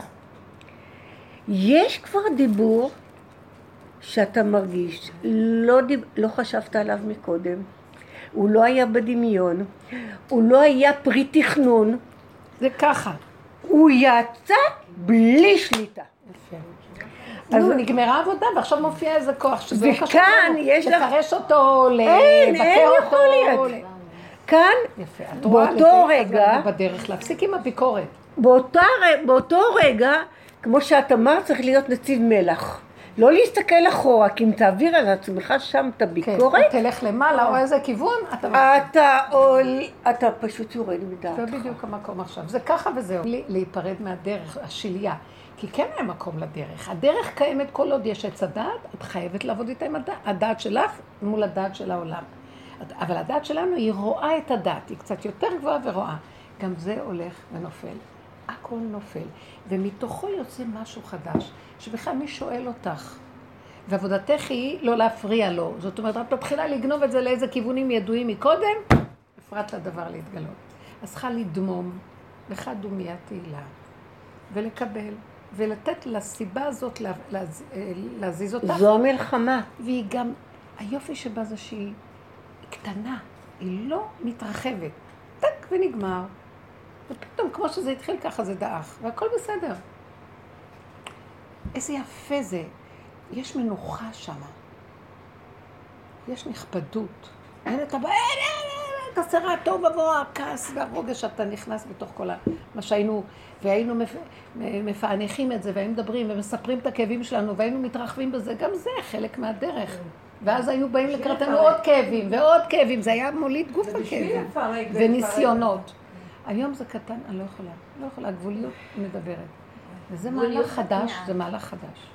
יש כבר דיבור שאתה מרגיש, לא, דיב... לא חשבת עליו מקודם, הוא לא היה בדמיון, הוא לא היה פרי תכנון, זה ככה. הוא יצא בלי שליטה. נו, נגמרה עבודה ועכשיו מופיע איזה כוח שזה לא וכאן קשור לנו. יש לך- לפרש אותו, אין, אין לבקר אותו. יכול להיות. כאן, יפה. את רואה, באותו לפעמים רגע, אנחנו בדרך להפסיק עם הביקורת. באותה, ר- באותו רגע, כמו שאת אמרת, צריך להיות נציב מלח. לא להסתכל אחורה, כי אם תעביר על עצמך שם את כן, הביקורת, תלך למעלה או איזה כיוון, אתה... אתה, עול, אתה פשוט יורד זה מדעתך. בדיוק המקום עכשיו. זה ככה וזהו. לי- להיפרד מהדרך, השלייה. כי כן היה מקום לדרך. הדרך קיימת כל עוד יש עץ הדעת, את חייבת לעבוד איתה עם הדעת. הדעת שלך מול הדעת של העולם. אבל הדעת שלנו היא רואה את הדעת, היא קצת יותר גבוהה ורואה. גם זה הולך ונופל. הכל נופל. ומתוכו יוצא משהו חדש, שבכלל מי שואל אותך. ועבודתך היא לא להפריע לו. זאת אומרת, את מתחילה לגנוב את זה לאיזה כיוונים ידועים מקודם, הפרט לדבר להתגלות. אז צריכה לדמום, לך דומיית תהילה, ולקבל, ולתת לסיבה הזאת לה, להז, להזיז אותך. זו המלחמה. והיא גם, היופי שבה זה שהיא קטנה, היא לא מתרחבת. טק ונגמר. ופתאום כמו שזה התחיל ככה זה דאח, והכל בסדר. איזה יפה זה. יש מנוחה שם. יש נכבדות. אין את הבא, אין, אין, אין, את הסרה הטוב עבור הכעס והרוגש שאתה נכנס בתוך כל מה שהיינו, והיינו מפ... מפענחים את זה, והיינו מדברים ומספרים את הכאבים שלנו, והיינו מתרחבים בזה, גם זה חלק מהדרך. ואז היו באים לקראתנו עוד כאבים ועוד כאבים, זה היה מוליד גוף הכאבים. וניסיונות. היום זה קטן, אני לא יכולה, לא יכולה, הגבוליות מדברת. וזה מהלך חדש, זה מהלך חדש.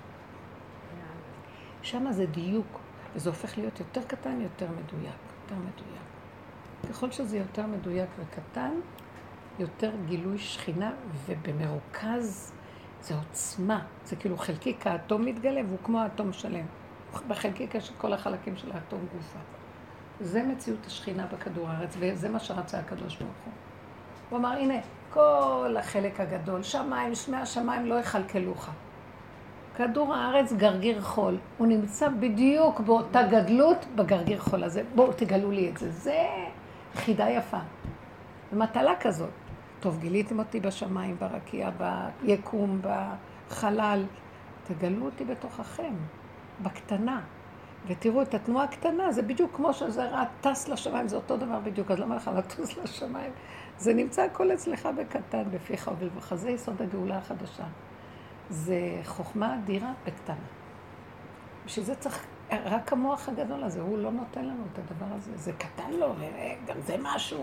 שם זה דיוק, וזה הופך להיות יותר קטן, יותר מדויק, יותר מדויק. ככל שזה יותר מדויק וקטן, יותר גילוי שכינה, ובמרוכז זה עוצמה. זה כאילו חלקיק האטום מתגלה, והוא כמו האטום שלם. בחלקיק יש כל החלקים של האטום גופה. זה מציאות השכינה בכדור הארץ, וזה מה שרצה הקדוש ברוך הוא. הוא אמר, הנה, כל החלק הגדול, שמיים, שמי השמיים לא יחלקלוך. כדור הארץ גרגיר חול, הוא נמצא בדיוק באותה גדלות בגרגיר חול הזה. בואו תגלו לי את זה, זה חידה יפה. ומטלה כזאת. טוב, גיליתם אותי בשמיים, ברקיע, ביקום, בחלל. תגלו אותי בתוככם, בקטנה. ותראו את התנועה הקטנה, זה בדיוק כמו שזה רע, טס לשמיים, זה אותו דבר בדיוק, אז למה לך לטוס לשמיים? זה נמצא הכל אצלך בקטן, בפיך ובלבך, זה יסוד הגאולה החדשה. זה חוכמה אדירה בקטנה. בשביל זה צריך, רק המוח הגדול הזה, הוא לא נותן לנו את הדבר הזה. זה קטן לו, גם זה משהו.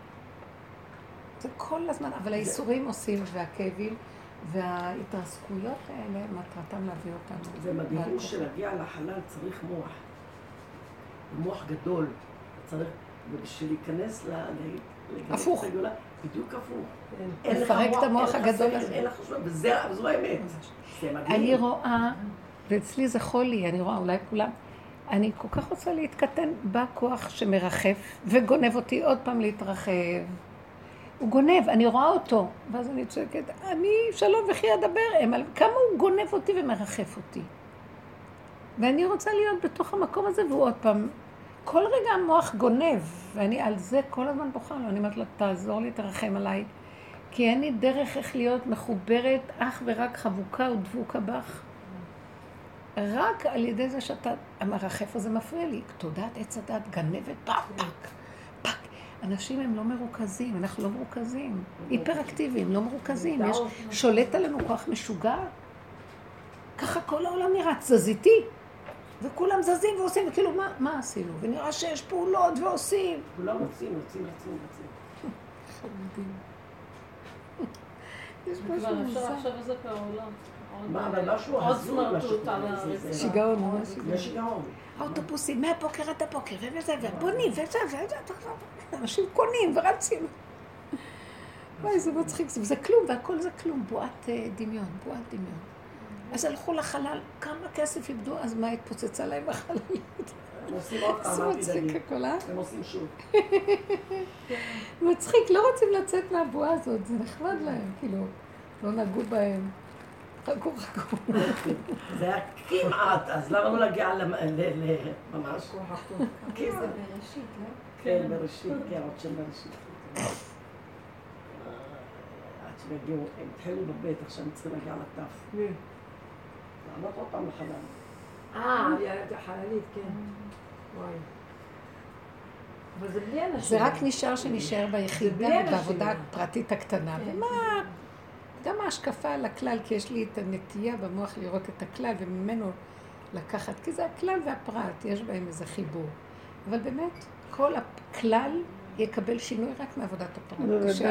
זה כל הזמן, אבל האיסורים עושים, והכאבים, וההתרסקויות האלה, מטרתם להביא אותנו. זה מדהים שלהגיע לחלל צריך מוח. מוח גדול. צריך, ובשביל להיכנס הפוך. לגאולה, בדיוק הפוך. לפרק את המוח הגדול הזה. אין לך חושבים, וזו האמת. אני רואה, ואצלי זה חולי, אני רואה, אולי כולם, אני כל כך רוצה להתקטן בכוח שמרחף, וגונב אותי עוד פעם להתרחב. הוא גונב, אני רואה אותו, ואז אני צועקת, אני שלום וכי אדבר, הם, כמה הוא גונב אותי ומרחף אותי. ואני רוצה להיות בתוך המקום הזה, והוא עוד פעם, כל רגע המוח גונב, ואני על זה כל הזמן בוכה לו, אני אומרת לו, תעזור לי, תרחם עליי, כי אין לי דרך איך להיות מחוברת, אך ורק חבוקה ודבוקה בך. רק על ידי זה שאתה, המרחף הזה מפריע לי, תודעת עץ הדת, גנבת, פק, פק, פק. אנשים הם לא מרוכזים, אנחנו לא מרוכזים, היפראקטיביים, לא מרוכזים, יש שולט עלינו כוח משוגע. ככה כל העולם נראה תזזיתי, וכולם זזים ועושים, וכאילו מה, מה עשינו? ונראה שיש פעולות ועושים. כולם רוצים, רוצים, רוצים, רוצים. חמודים. יש כבר משהו אפשר מוזר. עכשיו איזה פעולות. מה, אבל משהו עוד הזוי, משהו סמרטוט על כזה, זה- הרצפה. שיגעון, ממש זה שיגעון. שיגעון. האוטובוסים, מהבוקר עד הבוקר, וזה, ובונים, וזה, וזה, אנשים קונים ורצים. וואי, זה מצחיק, זה כלום, והכל זה כלום, בועת דמיון, בועת דמיון. אז הלכו לחלל, כמה כסף איבדו, אז מה התפוצץ עליהם בחללית? הם עושים עוד פעם, זה אל מצחיק תדאגי. הכל, אה? הם עושים שוב. מצחיק, לא רוצים לצאת מהבועה הזאת, זה נחמד להם, כאילו, לא נגעו בהם. חכו, חכו. זה היה כמעט, אז למה לא להגיע למ- ל- ל- ממש? זה בראשית, לא? כן, בראשית, כן, עוד שם בראשית. עד שהם הגיעו, הם התחילו בבית, עכשיו הם צריכים להגיע לתף. לעלות עוד פעם לחלל. אה, החללית, כן. וואי. אבל זה בלי אנשים. זה רק נשאר שנשאר ביחידה, בלי אנשים. בעבודה הפרטית הקטנה. ומה, גם ההשקפה על הכלל, כי יש לי את הנטייה במוח לראות את הכלל וממנו לקחת, כי זה הכלל והפרט, יש בהם איזה חיבור. אבל באמת, כל הכלל יקבל שינוי רק מעבודת הפרט. בוודאי.